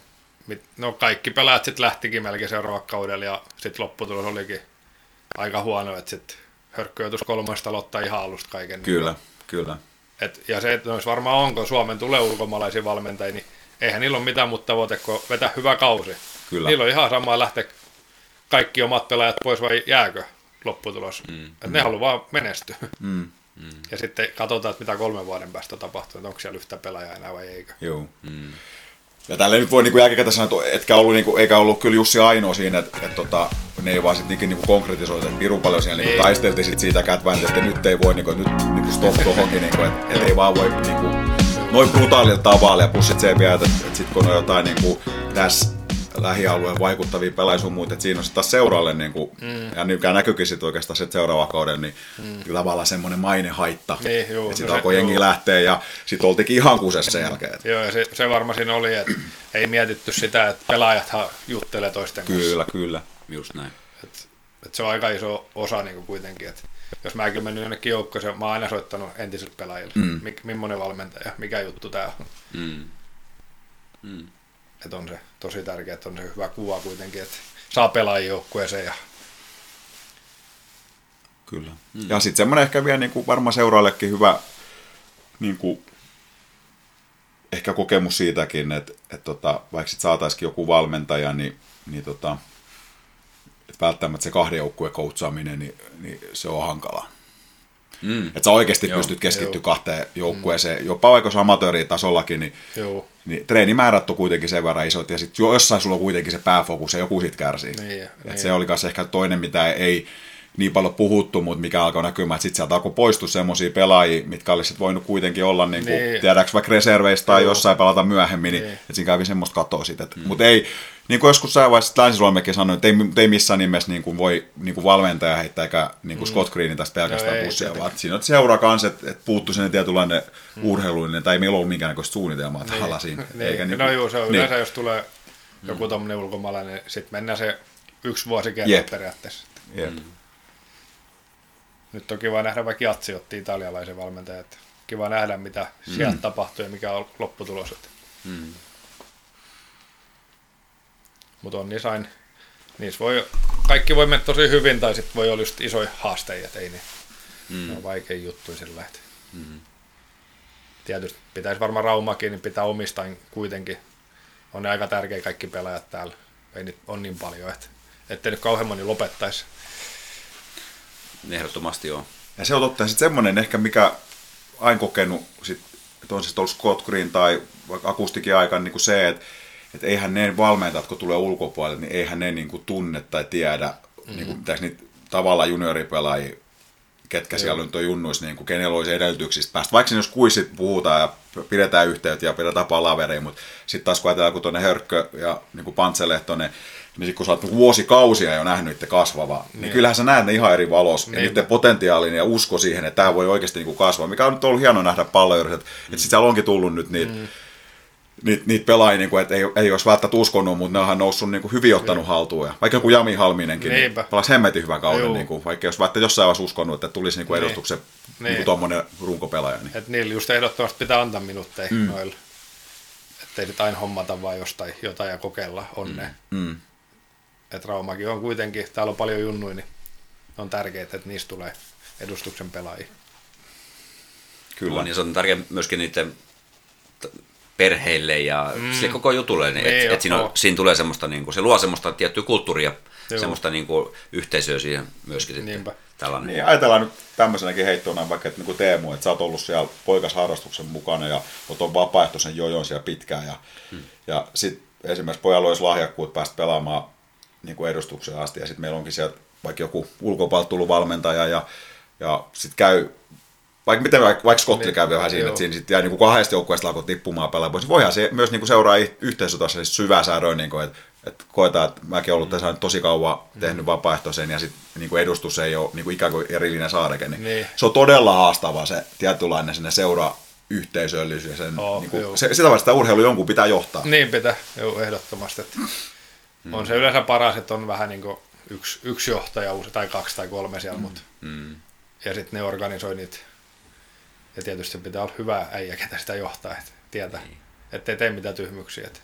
no kaikki pelaajat sitten lähtikin melkein seuraavalla kaudella ja sitten lopputulos olikin aika huono, että sitten Hörkkö joutuisi kolmesta aloittaa ihan alusta kaiken. Kyllä, niin kyllä. Et, ja se, että varmaan onko Suomen tulee ulkomaalaisia valmentajia, niin eihän niillä ole mitään muuta tavoite kuin vetää hyvä kausi. Kyllä. Niillä on ihan sama lähteä kaikki omat pelaajat pois vai jääkö lopputulos. Mm. Että mm. ne haluaa vaan menestyä. Mm. Mm. Ja sitten katsotaan, että mitä kolmen vuoden päästä tapahtuu, että onko siellä yhtä pelaajaa enää vai eikö. Joo. Mm. Ja tälleen nyt voi niin jälkikäteen sanoa, että etkä ollut, niin kuin, eikä ollut kyllä Jussi ainoa siinä, että, että, että ne ei vaan sitten niin, niin konkretisoitu, että pirun paljon siellä niin taisteltiin sit siitä kätvääntä, että nyt ei voi niin kuin, nyt niin stop tohonkin, niin kuin, että, että ei vaan voi niin kuin, noin brutaalilla tavalla. Ja plus sit se vielä, että, että sitten kun on jotain niin kuin, tässä lähialueen vaikuttavia pelaajia sun muut, että siinä on sitten taas seuraalle, niin kuin, mm. ja nytkään näkyykin sitten oikeastaan sit seuraava kauden, niin mm. tavallaan semmoinen mainehaitta, niin, että sitten no alkoi jengi lähteä ja sitten oltikin ihan kusessa sen jälkeen. Että. Joo, ja se, se varmaan siinä oli, että ei mietitty sitä, että pelaajathan juttelee toisten kyllä, kanssa. Kyllä, kyllä. Just näin. Et, et se on aika iso osa niin kuin kuitenkin, että jos mäkin mennyt jonnekin joukkoon, mä oon aina soittanut entisille pelaajille, mm. Mik, millainen valmentaja, mikä juttu tää on. Mm. Mm. Että on se tosi tärkeää, että on se hyvä kuva kuitenkin, että saa pelaajia joukkueeseen. Ja kyllä. Mm. Ja sitten semmoinen ehkä vielä niin kuin varmaan seuraallekin hyvä niin kuin, ehkä kokemus siitäkin, että, että tota, vaikka sitten saataisiin joku valmentaja, niin, niin tota, että välttämättä se kahden joukkueen coachaaminen, niin, niin se on hankalaa. Mm. Että sä oikeasti Joo. pystyt keskittyä kahteen joukkueeseen, mm. jopa vaikka amatööritasollakin, niin, niin treenimäärät on kuitenkin sen verran isot, ja sitten jossain sulla on kuitenkin se pääfokus, ja joku siitä kärsii. Niin, et niin. Se oli myös ehkä toinen, mitä ei niin paljon puhuttu, mutta mikä alkoi näkymään, että sitten sieltä alkoi poistua semmoisia pelaajia, mitkä olisi voinut kuitenkin olla, niin kuin, niin. tiedäks vaikka reserveistä tai Joo. jossain pelata myöhemmin, niin, niin. että siinä kävi semmoista katoa siitä. Mm. Mutta ei, niin kuin joskus sä vaiheessa Länsi-Suomekin sanoi, että ei, ei missään nimessä niin kuin voi niin kuin valmentaja heittää, eikä niin kuin mm. Scott Greenin tästä pelkästään no, bussia, vaan siinä on seuraa kanssa, että, että puuttuu sen tietynlainen mm. urheilullinen, tai ei meillä ollut minkäännäköistä suunnitelmaa niin. tahalla siinä. Niin. Eikä, niin, no joo, se on niin. yleensä, jos tulee joku tommoinen ulkomaalainen, niin sitten mennään se yksi vuosi kerran periaatteessa. Jep. nyt on kiva nähdä, vaikka Jatsi otti italialaisen valmentajan. Että kiva nähdä, mitä mm. sieltä tapahtuu ja mikä on lopputulos. Mm. Mutta on niissä aina, niissä voi, kaikki voi mennä tosi hyvin tai sitten voi olla just isoja haasteja, että ei ne, mm. ne on vaikea juttu sillä. Mm. Tietysti pitäisi varmaan Raumakin, niin pitää omistain kuitenkin. On ne aika tärkeä kaikki pelaajat täällä. Ei nyt ole niin paljon, että ettei nyt kauhean moni lopettaisi. Ehdottomasti joo. Ja se on totta. Sitten semmoinen ehkä, mikä aina kokenut, sit, että on se ollut Scott Green tai vaikka akustikin aikana, niin kuin se, että, että eihän ne valmentajat, kun tulee ulkopuolelle, niin eihän ne niin kuin tunne tai tiedä, mm-hmm. niin kuin, pitäisi niitä tavallaan junioripelaajia, ketkä Joo. siellä nyt on junnuissa, niin kuin, kenellä olisi edellytyksistä päästä. Vaikka jos kuissit puhutaan ja pidetään yhteyttä ja pidetään palaveria, mutta sitten taas kun ajatellaan, kun tuonne Hörkkö ja niin Pantselehtonen, niin sitten kun sä oot vuosikausia jo nähnyt niiden kasvavaa, niin, niin kyllähän sä näet ne ihan eri valossa. Niin. Ja niiden potentiaalinen ja usko siihen, että tämä voi oikeasti niin kuin kasvaa, mikä on nyt ollut hieno nähdä pallojuurissa, että, mm. että sitten siellä onkin tullut nyt niitä, mm. niitä, niitä pelaajia, niin kuin, että ei, ei olisi välttämättä uskonut, mutta ne onhan noussut niin kuin hyvin ottanut haltuun. Ja vaikka joku Jami Halminenkin, niin pelasi hemmetin hyvän kauden, niin kuin, vaikka jos välttämättä jossain olisi uskonut, että tulisi niin kuin edustuksen niin. niin tuommoinen runkopelaaja. Niin. Että niillä just ehdottomasti pitää antaa minuutteja mm. noille. Että ei sitten aina hommata vaan jostain jotain ja kokeilla onnea. Mm. Että Raumakin on kuitenkin, täällä on paljon junnuja, niin on tärkeää, että niistä tulee edustuksen pelaajia. Kyllä. On, ja se on tärkeää myöskin niiden perheille ja mm. sille koko jutulle, että et, et siinä, siinä tulee semmoista, niin kuin, se luo semmoista tiettyä kulttuuria, Joo. semmoista niin kuin, yhteisöä siihen myöskin sitten. Niinpä. Tällainen. Niin, ajatellaan nyt tämmöisenäkin heittona vaikka että, niin kuin Teemu, että sä oot ollut siellä poikasharrastuksen mukana ja oot on vapaaehtoisen jojon siellä pitkään ja, hmm. ja sitten esimerkiksi pojalla olisi lahjakkuut päästä pelaamaan niin kuin edustukseen asti ja sitten meillä onkin sieltä vaikka joku ulkopuolelta tullut valmentaja ja, ja sitten käy Vaikka, miten, vaikka, vaikka Skotti niin, käy vähän siinä, että siinä sitten jää niin kuin kahdesta joukkueesta alkoi tippumaan pelaa pois. Voihan se myös niin kuin seuraa yhteisötasolla siis syvää säädöä, niin kuin, että, että koetaan, että mäkin olen ollut tässä tosi kauan tehnyt vapaaehtoisen ja sitten niin kuin edustus ei ole niin kuin ikään kuin erillinen saareke. Niin niin. Se on todella haastava se tietynlainen sinne seuraa yhteisöllisyys. Ja sen, oh, niin kuin, se, sitä vasta urheilu jonkun pitää johtaa. Niin pitää, joo, ehdottomasti. Että mm. On se yleensä paras, että on vähän niin kuin yksi, yksi johtaja tai kaksi tai kolme siellä, mm. mutta mm. ja sitten ne organisoi niitä. Ja tietysti pitää olla hyvä äijä, ketä sitä johtaa, että tietää, niin. ettei tee mitään tyhmyksiä. Että.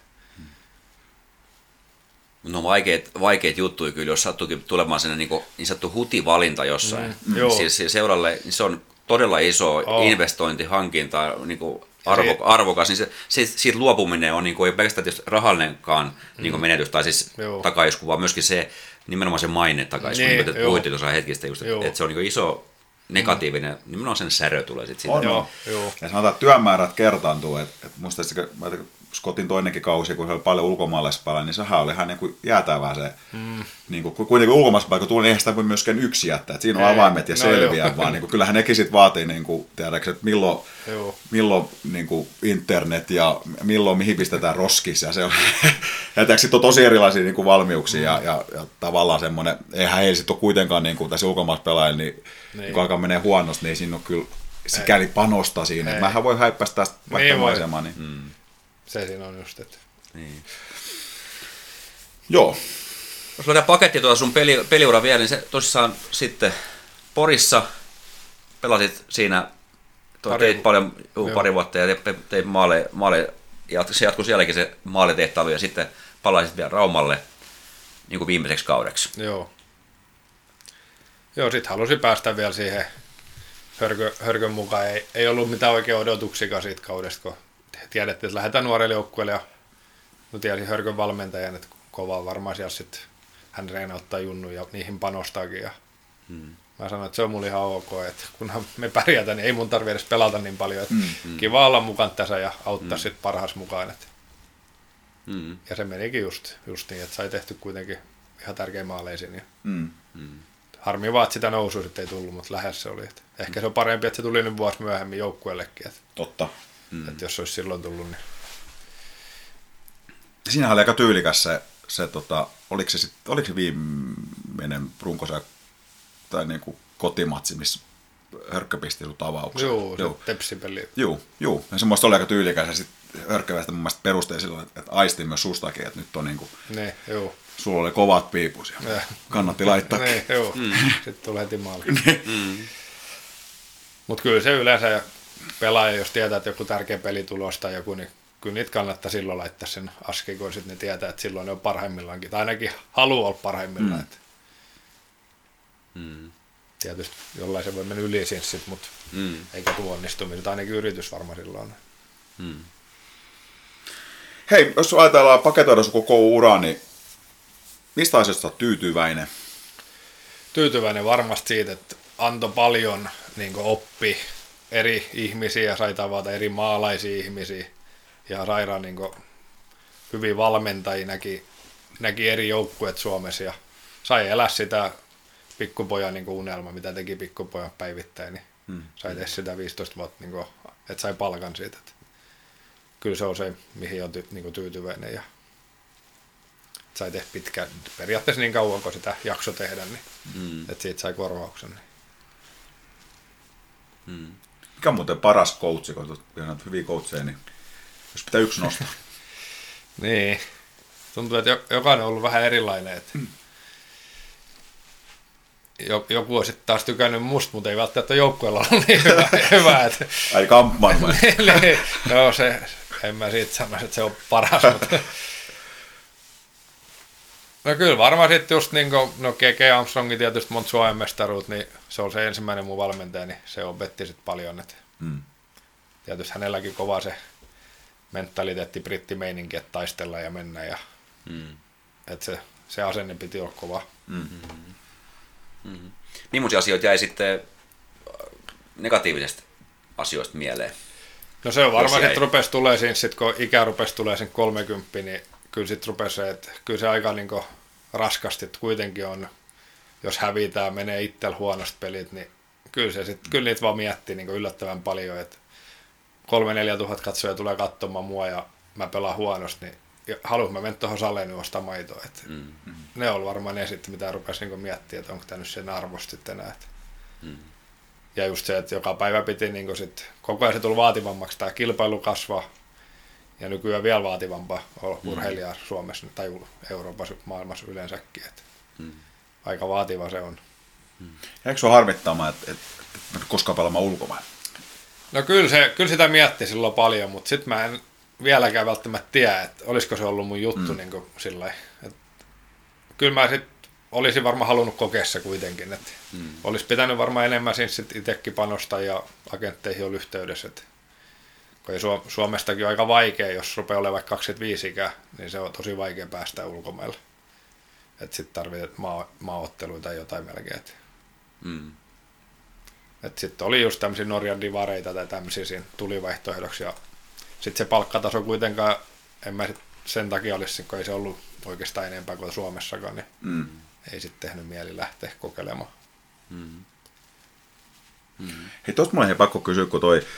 No vaikeat, vaikeat juttuja kyllä, jos sattuukin tulemaan sellainen niin, niin sanottu hutivalinta jossain. Mm, mm. Siis, siis seuralle niin se on todella iso oh. investointi, hankinta, niin kuin arvo, arvokas, niin se, se, siitä luopuminen on niin kuin, ei pelkästään rahallinenkaan mm. niin kuin menetys, tai siis takaisku, vaan myöskin se nimenomaan se maine takaisku, niin, niin kuin puhuttiin tuossa hetkistä, just, että, että se on niin kuin iso negatiivinen, mm. nimenomaan sen särö tulee sitten siitä. Joo, joo. Ja sanotaan, että työmäärät kertaantuu. Et, et musta Scottin toinenkin kausi, kun se oli paljon ulkomaalaispelaa, niin sehän oli ihan niin kuin jäätävää se. Mm. Niin kuin, kuitenkin ulkomaalaispelaa, kun tuli, niin eihän sitä voi myöskään yksi jättää. Et siinä on Ei, avaimet ja no selviää, joo. vaan niin kuin, kyllähän nekin sitten vaatii, niin kuin, tiedätkö, että milloin, milloin niin kuin internet ja milloin mihin pistetään roskis. Ja se on, ja sitten on tosi erilaisia niin kuin valmiuksia mm. ja, ja, ja tavallaan semmoinen, eihän heillä sitten ole kuitenkaan niin kuin, tässä ulkomaalaispelaajilla, niin, niin. kun alkaa menee huonosti, niin ei siinä ole kyllä sikäli panosta siinä. Mähän voi häippästä tästä vaikka maisemaan. Niin. Mm. Se siinä on just, että. Niin. Joo. Jos löydään paketti tuota sun peli, peliura vielä, niin se tosissaan sitten Porissa pelasit siinä, pari, teit paljon juu, pari vuotta ja teit, teit maale, maale, ja se jatkui sielläkin se maalitehtaily ja sitten palasit vielä Raumalle niin kuin viimeiseksi kaudeksi. Joo. Joo, sit halusin päästä vielä siihen hörkö, hörkön mukaan. Ei, ei ollut mitään oikein odotuksia siitä kaudesta, kun tiedettiin, että lähdetään nuorelle joukkueelle ja no tiesin hörkön valmentajan, että kovaa varmaan siellä sitten hän reenauttaa junnu ja niihin panostaakin. Ja hmm. Mä sanoin, että se on mulle ihan ok, että kunhan me pärjätään, niin ei mun tarvitse edes pelata niin paljon. Että hmm. Kiva olla mukaan tässä ja auttaa hmm. sitten parhaas mukaan. Että. Hmm. Ja se menikin just, just niin, että sai tehty kuitenkin ihan tärkeä maaleisiin. Ja hmm. Hmm. Harmi vaan, että sitä nousua sitten ei tullut, mutta lähes se oli. Että ehkä se on parempi, että se tuli nyt vuosi myöhemmin joukkueellekin. Että. Totta. Mm. Että jos olisi silloin tullut, niin. Siinähän oli aika tyylikäs se, se tota, oliko se, sit, oliko se viimeinen runkosa tai niinku kotimatsi, missä Hörkkö pisti sut avaukseen. Joo, se tepsipeli. Joo, joo. Ja semmoista oli aika tyylikäs ja sitten Hörkkö väistä mun mielestä perusteli silloin, että, että aistin myös sustakin, että nyt on niinku, ne, joo. Sulla oli kovat piipus ja kannatti laittaa. Ne, joo, mm. sitten tulee heti maali. mm. Mutta kyllä se yleensä pelaaja, jos tietää, että joku tärkeä peli tulos tai joku, niin kyllä niitä kannattaa silloin laittaa sen askiin, kun sitten ne tietää, että silloin ne on parhaimmillaankin. Tai ainakin haluaa olla parhaimmillaan. Mm. Mm. Tietysti jollain se voi mennä yli sitten, mutta mm. eikä tuo onnistumista. Ainakin yritys varmaan silloin. Mm. Hei, jos ajatellaan paketoida sun koko ura, niin mistä asiasta olet tyytyväinen? Tyytyväinen varmasti siitä, että antoi paljon niin oppi eri ihmisiä, sai tavata eri maalaisia ihmisiä ja sairaan niin hyvin valmentajia, näki, näki eri joukkueet Suomessa ja sai elää sitä pikkupojan niin unelma, mitä teki pikkupojan päivittäin, niin hmm. sai tehdä sitä viisitoista vuotta, niin kuin, että sai palkan siitä. Että kyllä se on se, mihin on ty, niin tyytyväinen ja sai tehdä pitkään, periaatteessa niin kauan, kun sitä jakso tehdä, niin hmm. että siitä sai korvauksen. Niin. Hmm. Mikä on muuten paras coachi, kun olet hyviä coacheja, niin jos pitää yksi nostaa? Niin, tuntuu, että jokainen on ollut vähän erilainen. Että hmm. Joku on sitten taas tykännyt musta, mutta ei välttämättä joukkueella ole niin hyvä. hyvä että ai kamppain vai? No se, en mä siitä sanoisi, että se on paras. Mutta no kyllä varmaan sitten just niin kuin, no G G Armstrongin tietysti monta Suomen mestaruut, niin se on se ensimmäinen mun valmentaja, niin se opetti sitten paljon. Että mm. Tietysti hänelläkin kova se mentaliteetti, brittimeininki, että taistella ja mennä. Ja, mm. että se, se asenne piti olla kova. Mm-hmm. Mm-hmm. Millaisia asioita jäi sitten negatiivisesta asioista mieleen? No se on varmaan, että rupesi tulee siinä, sit kun ikä rupesi tulee sen kolmekymmentä, niin kyllä sitten rupesi se, että kyllä se aika niin raskasti, että kuitenkin on, jos hävitään, menee itsellä huonosti pelit, niin kyllä, se sit, kyllä niitä vaan miettii niin yllättävän paljon, että kolme neljä tuhat katsoja tulee katsomaan mua ja mä pelaan huonosti, niin haluan mä mennä tuohon saleen ostaa maitoa. Että mm, mm. Ne on varmaan ne sitten, mitä rupesi niin miettiä, että onko tämä nyt sen arvosta sitten enää. Mm. Ja just se, että joka päivä piti niin sit, koko ajan se tuli vaativammaksi, tämä kilpailu kasvaa ja nykyään vielä vaativampaa olla mm. urheilijaa Suomessa tai Euroopassa, maailmassa yleensäkin. Että mm. aika vaativa se on. Mm. Eikö se ole harmittamaan, että, että, että koskaan pelaamaan ulkomaan? No kyllä, se, kyllä sitä mietti silloin paljon, mutta sitten mä en vieläkään välttämättä tiedä, että olisiko se ollut mun juttu mm. niin kuin sillä että kyllä mä sitten olisin varmaan halunnut kokea se kuitenkin, että mm. olisi pitänyt varmaan enemmän siinä sitten itsekin panostaa ja agentteihin olla yhteydessä, että kun ei Suom- Suomestakin on aika vaikea, jos rupeaa olemaan vaikka kaksikymmentäviisi ikää, niin se on tosi vaikea päästä ulkomailla, että sitten tarvitsee maa- maaotteluita tai jotain melkein, että mm. että sitten oli just tämmöisiä Norjan divareita tai tämmöisiä siinä tuli vaihtoehdoksi ja sitten se palkkataso kuitenkaan, en mä sit sen takia olisi, kun ei se ollut oikeastaan enempää kuin Suomessakaan, niin mm. ei sitten tehnyt mieli lähteä kokeilemaan. Mm. Mm. Hei, tuosta mulla on pakko kysyä, kun toi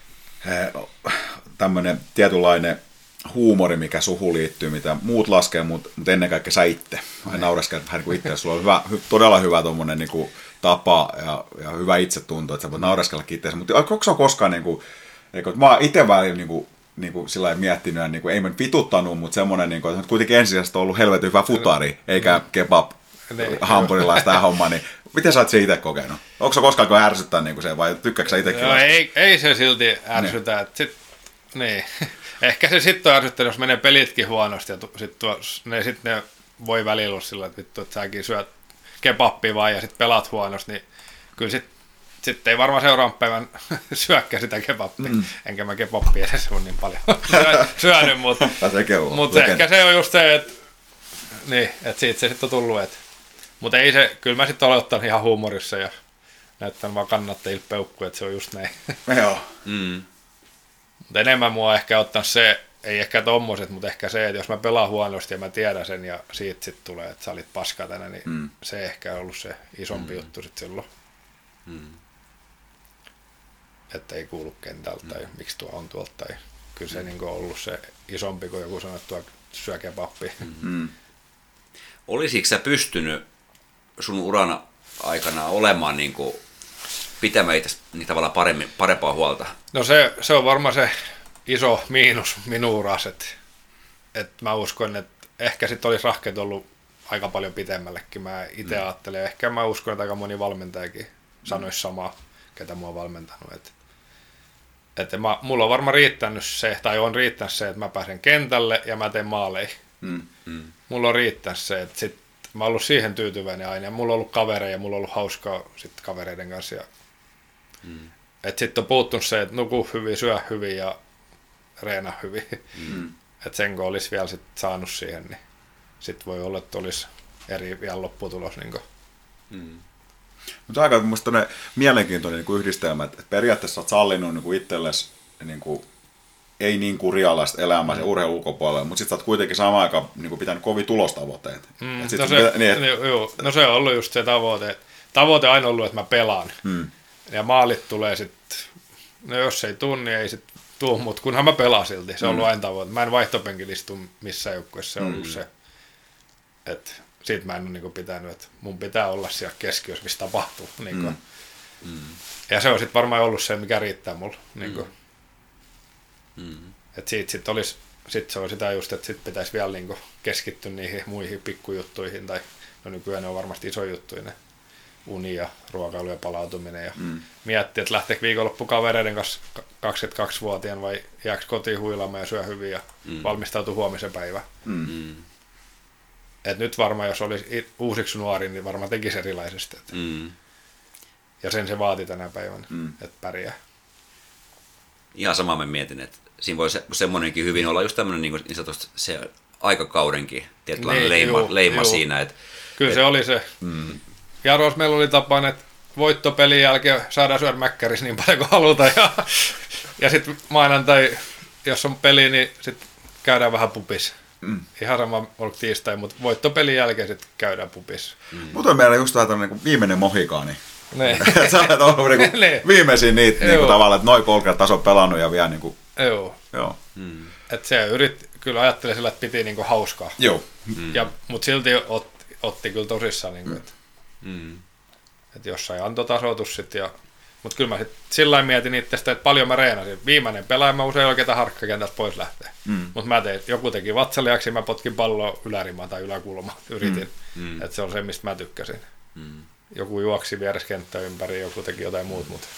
tämmöinen tietynlainen huumori, mikä suhu liittyy, mitä muut laskee, mutta mut ennen kaikkea sä itse. Mä nauraskelin vähän niin kuin itse, sulla on hyvä, hy, todella hyvä tommonen niin kuin tapa ja, ja hyvä itsetunto, että sä voit nauraskellakin itseäsi, mutta onko se koskaan niin kuin, eikö, mä oon itse välillä niin kuin, niin kuin sillä lailla miettinyt, ja niin kuin, ei mä vituttanut, mutta semmoinen, niin kuin, että kuitenkin ensisijaisesti on ollut helvetin hyvä futari, eikä kebab, hampurilaista tämä homma, niin miten sä oot se itse kokenut? Onko se koskaan ärsyttää niin kuin se, vai tykkääkö sä itsekin? No, ei, ei se silti ärsytä, niin. Että sit, niin. Ehkä se sitten on ärsyttänyt, jos menee pelitkin huonosti, ja sitten ne, sit ne voi välillä olla sillä, että vittu, että säkin syöt kebappia vaan, ja sitten pelaat huonosti, niin kyllä sitten Sitten ei varmaan seuraavan päivän syökkä sitä kebappia, mm. enkä mä kebappia edes on niin paljon syönyt, mutta mut ehkä se on just se, että niin, et siitä se sitten on tullut. Mutta ei se, kyllä mä sitten olen ottanut ihan huumorissa ja näyttänyt vaan kannattajille peukkuja, että se on just näin. Joo. Mm. Mutta enemmän mua ehkä ottanut se, ei ehkä tommoset, mutta ehkä se, että jos mä pelaan huonosti ja mä tiedän sen ja siitä sitten tulee, että sä olit paska tänä, niin mm. se ehkä on ollut se isompi mm. juttu sitten silloin. Mm. Että ei kuulu kentältä tai mm. miksi tuo on tuolta. Tai kyllä se mm. niin on ollut se isompi kuin joku sanoo, että tuo syö kebappia. Mm. Olisitko sä pystynyt sun urana aikana olemaan niin kuin pitämään itse niin tavallaan paremmin, parempaa huolta? No se, se on varmaan se iso miinus minun uras, että, että mä uskon, että ehkä sitten olisi rahkeet ollut aika paljon pitemmällekin. Mä itse mm. ajattelen, ehkä mä uskon, että aika moni valmentajakin sanoisi samaa. ketä mua on valmentanut. Et, et mä, mulla on varmaan riittänyt se, tai on riittänyt se, että mä pääsen kentälle ja mä teen maaleihin. Mm. Mm. Mulla on riittänyt se, että sit mä oon ollut siihen tyytyväinen aina. Ja mulla on ollut kavereja ja mulla on ollut hauskaa sit kavereiden kanssa. Ja, mm. että sitten on puuttunut se, että nuku hyvin, syö hyvin ja reena hyvin. Mm. Että sen kun olisi vielä sit saanut siihen, niin sitten voi olla, että olisi eri vielä lopputulos. Niin mm. Mutta aika mielenkiintoinen niin yhdistelmä, että periaatteessa olet sallinut niin itsellesi niin kuin, ei niin kurialaista elämää sen urheilun ulkopuolella, mutta sitten sä oot kuitenkin samaan aikaan niin kuin pitänyt kovin tulostavoitteet. Mm, no, se, pitä, niin, et... joo, no se on ollut just se tavoite. Tavoite on aina ollut, että mä pelaan. Mm. Ja maalit tulee sitten, no jos ei tuu, niin ei sitten tuu, mutta kunhan mä pelaan silti. Se on ollut mm. aina tavoite. Mä en vaihtopenkillä istu missään joukkueessa, se on mm. ollut se. Että siitä mä en ole niin pitänyt, että mun pitää olla siellä keskiössä, missä tapahtuu. Niin mm. Mm. Ja se on sitten varmaan ollut se, mikä riittää mulle. Niin mm. Mm. Että siitä sit olisi, sit se on sitä just, että sit pitäisi vielä niin keskittyä niihin muihin pikkujuttuihin, tai no nykyään ne on varmasti iso juttuja, ne uni ja ruokailu ja palautuminen, ja mm. miettiä, että lähteekö viikonloppu kavereiden kanssa kaksikymmentäkaksivuotiaan vai jääkö kotiin huilaamaan ja syö hyvin ja mm. valmistautuu huomisen päivään. Mm. Et nyt varmaan, jos olisi uusiksi nuori, niin varmaan tekisi erilaisesti. Mm. Ja sen se vaati tänä päivänä, mm. että pärjää. Ihan sama mä mietin, että siinä voi se, semmoinenkin hyvin olla just tämmöinen niin, niin sanotusti se aikakaudenkin tietynlainen niin, leima, juu, leima juu. Siinä. Että, kyllä et, se oli se. Mm. Jaros meillä oli tapana, että voittopelin jälkeen saadaan syödä mäkkärissä niin paljon kuin halutaan. Ja, ja sitten maanantai, jos on peli, niin sitten käydään vähän pupissa. Mm. Ihan sama ollut tiistai, mutta voittopelin jälkeen sitten käydään pupissa. Mm. Mutta on meillä just tämä niin viimeinen mohikaani. Sä olet ollut niinku viimeisin niitä niinku tavallaan, että noin kolkea taso pelannut ja vielä niinku... Joo. Joo. Mm. Että se yritti, kyllä ajatteli sillä, että piti niinku hauskaa. Joo. Mm. Ja, mutta silti otti, otti kyllä tosissaan, niinku, mm. että mm. et jossain antoi tasoitus sitten. Ja, mutta kyllä mä sitten sillä lailla mietin itsestä, että paljon mä reenasin. Viimeinen pelaaja, mä usein oikein harkkakentältä pois lähtee. Mm. Mutta mä tein, joku teki vatsaliaksi, mä potkin palloa ylärimaan tai yläkulmaan. Yritin. Mm. Että se on se, mistä mä tykkäsin. Mm. Joku juoksi vieressä kenttää ympäri, joku teki jotain muuta, mutta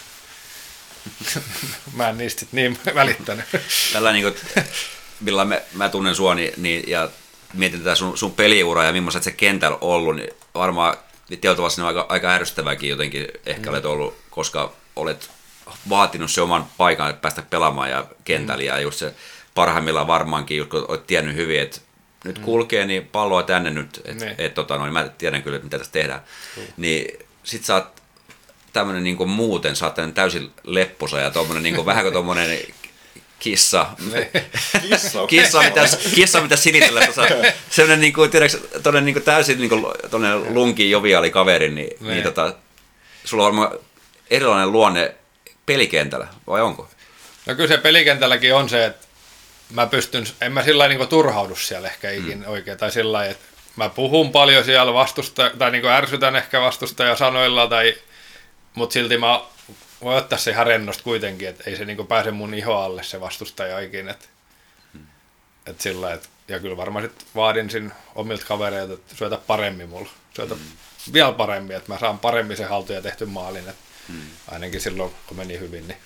mä en niistä niin välittänyt. Tällä niin kuin, millä mä, mä tunnen sua niin, niin, ja mietin tätä sun, sun peliuraa ja millaista se kentällä ollut, niin varmaan tietysti on aika, aika ärsyttävääkin jotenkin ehkä mm. olet ollut, koska olet vaatinut se oman paikan, että päästä pelaamaan ja kentällä, mm. ja just se parhaimmillaan varmaankin, kun olet tiennyt hyvin, että nyt kulkee, niin palloa tänne nyt, että niin. et, tota, no, mä tiedän kyllä, mitä tässä tehdään. Mm. Niin sit sä oot tämmönen niinku muuten, sä oot täysin lepposa ja tommonen niinku vähän kuin tommonen kissa. Kissa, kissa, mitä, kissa, mitä sinitellä tuossa. Semmonen niinku, tiedätkö, tonnen niinku täysin niinku tonnen lunkin joviaali kaveri, niin, niin tota, sulla on varmaan erilainen luonne pelikentällä, vai onko? No kyllä se pelikentälläkin on se, että mä pystyn, en mä sillä lailla niin turhaudu siellä ehkä ikinä mm. oikein, tai sillä lailla, että mä puhun paljon siellä vastusta, tai niin ärsytän ehkä vastustajan sanoilla, tai, mutta silti mä voin ottaa se ihan rennosti kuitenkin, että ei se niin pääse mun iho alle se vastustaja ikinä, että mm. et sillä et, ja kyllä varmaan sit vaadin sin omilta kavereilta, että syötä paremmin mulla, syötä mm. vielä paremmin, että mä saan paremmin sen haltuun ja tehty maalin, että mm. ainakin silloin, kun meni hyvin, niin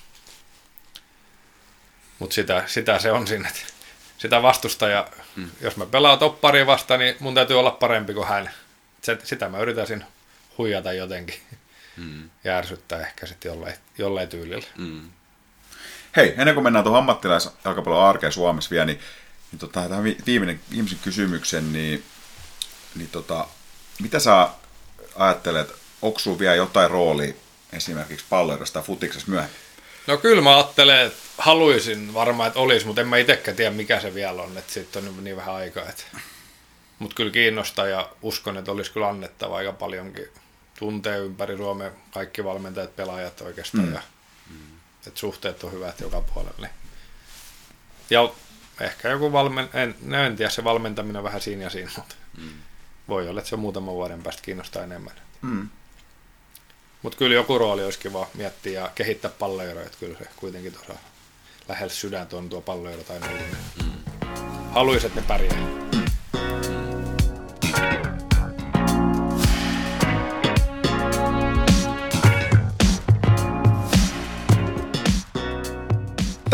mutta sitä, sitä se on siinä, että sitä vastustaja, mm. jos mä pelaan topparia vastaan, niin mun täytyy olla parempi kuin hän. Se, sitä mä yritäisin huijata jotenkin mm. ja ärsyttää ehkä sitten jollain, jollain tyylillä. Mm. Hei, ennen kuin mennään tuohon ammattilaisjalkapallon arkeen Suomessa vielä, niin, niin tota, tähän viimeinen, viimeisen kysymyksen, niin, niin tota, mitä sä ajattelet, onko sulla vielä jotain roolia esimerkiksi palloidossa tai futiksessa myöhemmin? No kyllä mä ajattelen, että haluaisin varmaan, että olisi, mutta en mä itsekään tiedä, mikä se vielä on, että siitä on niin vähän aikaa. Mutta kyllä kiinnostaa ja uskon, että olisi kyllä annettava aika paljonkin. Tuntee ympäri Suomen kaikki valmentajat, pelaajat oikeastaan, mm. ja että suhteet on hyvät joka puolelle. Ja ehkä joku valmen, en, en tiedä, se valmentaminen on vähän siinä ja siinä, mutta mm. voi olla, että se muutaman vuoden päästä kiinnostaa enemmän. Mm. Mutta kyllä joku rooli olisi kiva miettiä ja kehittää palloeroja, että kyllä se kuitenkin tuossa lähellä sydäntä on tuo palloero tai muuta. Mm. Haluaisin, että ne pärjää.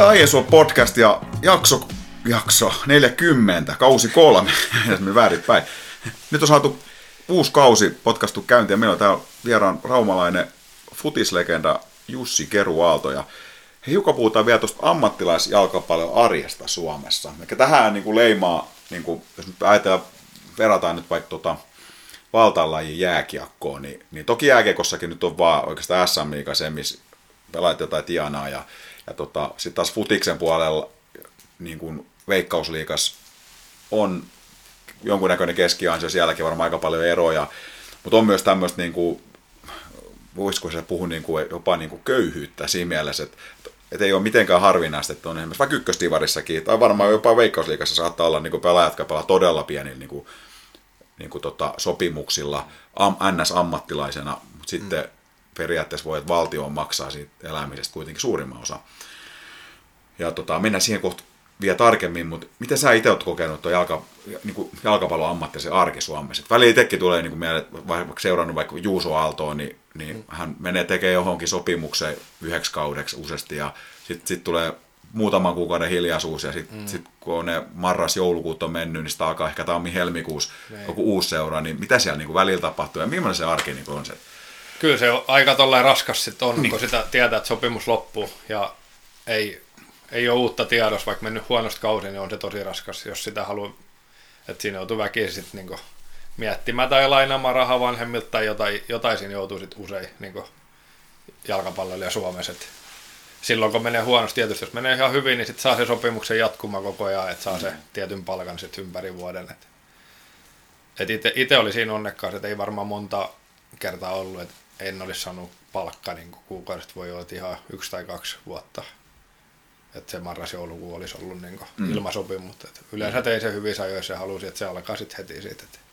Tämä on Aiesua podcast ja jakso, jakso neljäkymmentä, kausi kolme, me väärinpäin. Nyt on saatu uusi kausi podcastu käyntiin ja meillä on täällä vieraan raumalainen futislegenda Jussi Keruaalto. Ja hiukan puhutaan vielä tuosta ammattilaisjalkapallon arjesta Suomessa. Eli tähän niin kuin leimaa, niin kuin, jos nyt ajatellaan, verrataan nyt vaikka tota, valtalajin jääkiekkoon, niin, niin toki jääkiekossakin nyt on vaan oikeastaan S M-liiga se, missä pelaat jotain tienaa. Ja, ja tota, sitten taas futiksen puolella niin kuin Veikkausliigas on jonkunnäköinen keskiansio, sielläkin varmaan aika paljon eroja, mutta on myös tämmöistä, niin kuin, voisiko se puhua niin kuin, jopa niin kuin köyhyyttä siinä mielessä, että, että ei ole mitenkään harvinaista, että on esimerkiksi vaikka ykköstivarissakin, tai varmaan jopa Veikkausliigassa saattaa olla niin kuin pelaajat, jotka pelaa todella pienillä niin kuin, niin kuin tota, sopimuksilla am, N S-ammattilaisena, mutta sitten mm. periaatteessa voi, että valtio maksaa siitä elämisestä kuitenkin suurimman osa. Ja tota, mennään siihen kohta vielä tarkemmin, mutta miten sä itse olet kokenut tuon jalka, niin kuin jalkapallon ammattilaisen arki Suomessa? Väliin itsekin tulee niin mieleen, vaikka seurannut vaikka Juuso Aaltoa, niin, niin mm. hän menee tekemään johonkin sopimukseen yhdeksi kaudeksi useasti, ja sitten sit tulee muutaman kuukauden hiljaisuus, ja sitten mm. sit, kun on ne marras-joulukuut on mennyt, niin sitä alkaa ehkä tammi-helmikuussa joku uusi seura, niin mitä siellä niin kuin välillä tapahtuu, ja millainen se arki niin kuin on se? Kyllä se on aika tollain raskas sitten on, niin. kun sitä tietää, että sopimus loppuu, ja ei... ei ole uutta tiedossa, vaikka mennyt huonosti kausi, niin on se tosi raskas, jos sitä haluaa, että siinä joutuu väkisin sitten niinku miettimään tai lainaamaan rahaa vanhemmilta tai jotain, jotain siinä joutuu sitten usein niinku jalkapalloilija Suomessa. Et silloin kun menee huonosti, tietysti jos menee ihan hyvin, niin sitten saa se sopimuksen jatkuma koko ajan, että saa se tietyn palkan sitten ympäri vuoden. Et, et itse oli siinä onnekkaas, että ei varmaan monta kertaa ollut, että en olisi saanut palkka, niin kuukaudesta voi olla ihan yksi tai kaksi vuotta. Että se marras-joulukuu olisi ollut niin mm. ilmasopimus, mutta yleensä tein se hyvissä ajoissa ja halusin, että se alkaa sitten heti siitä. Että...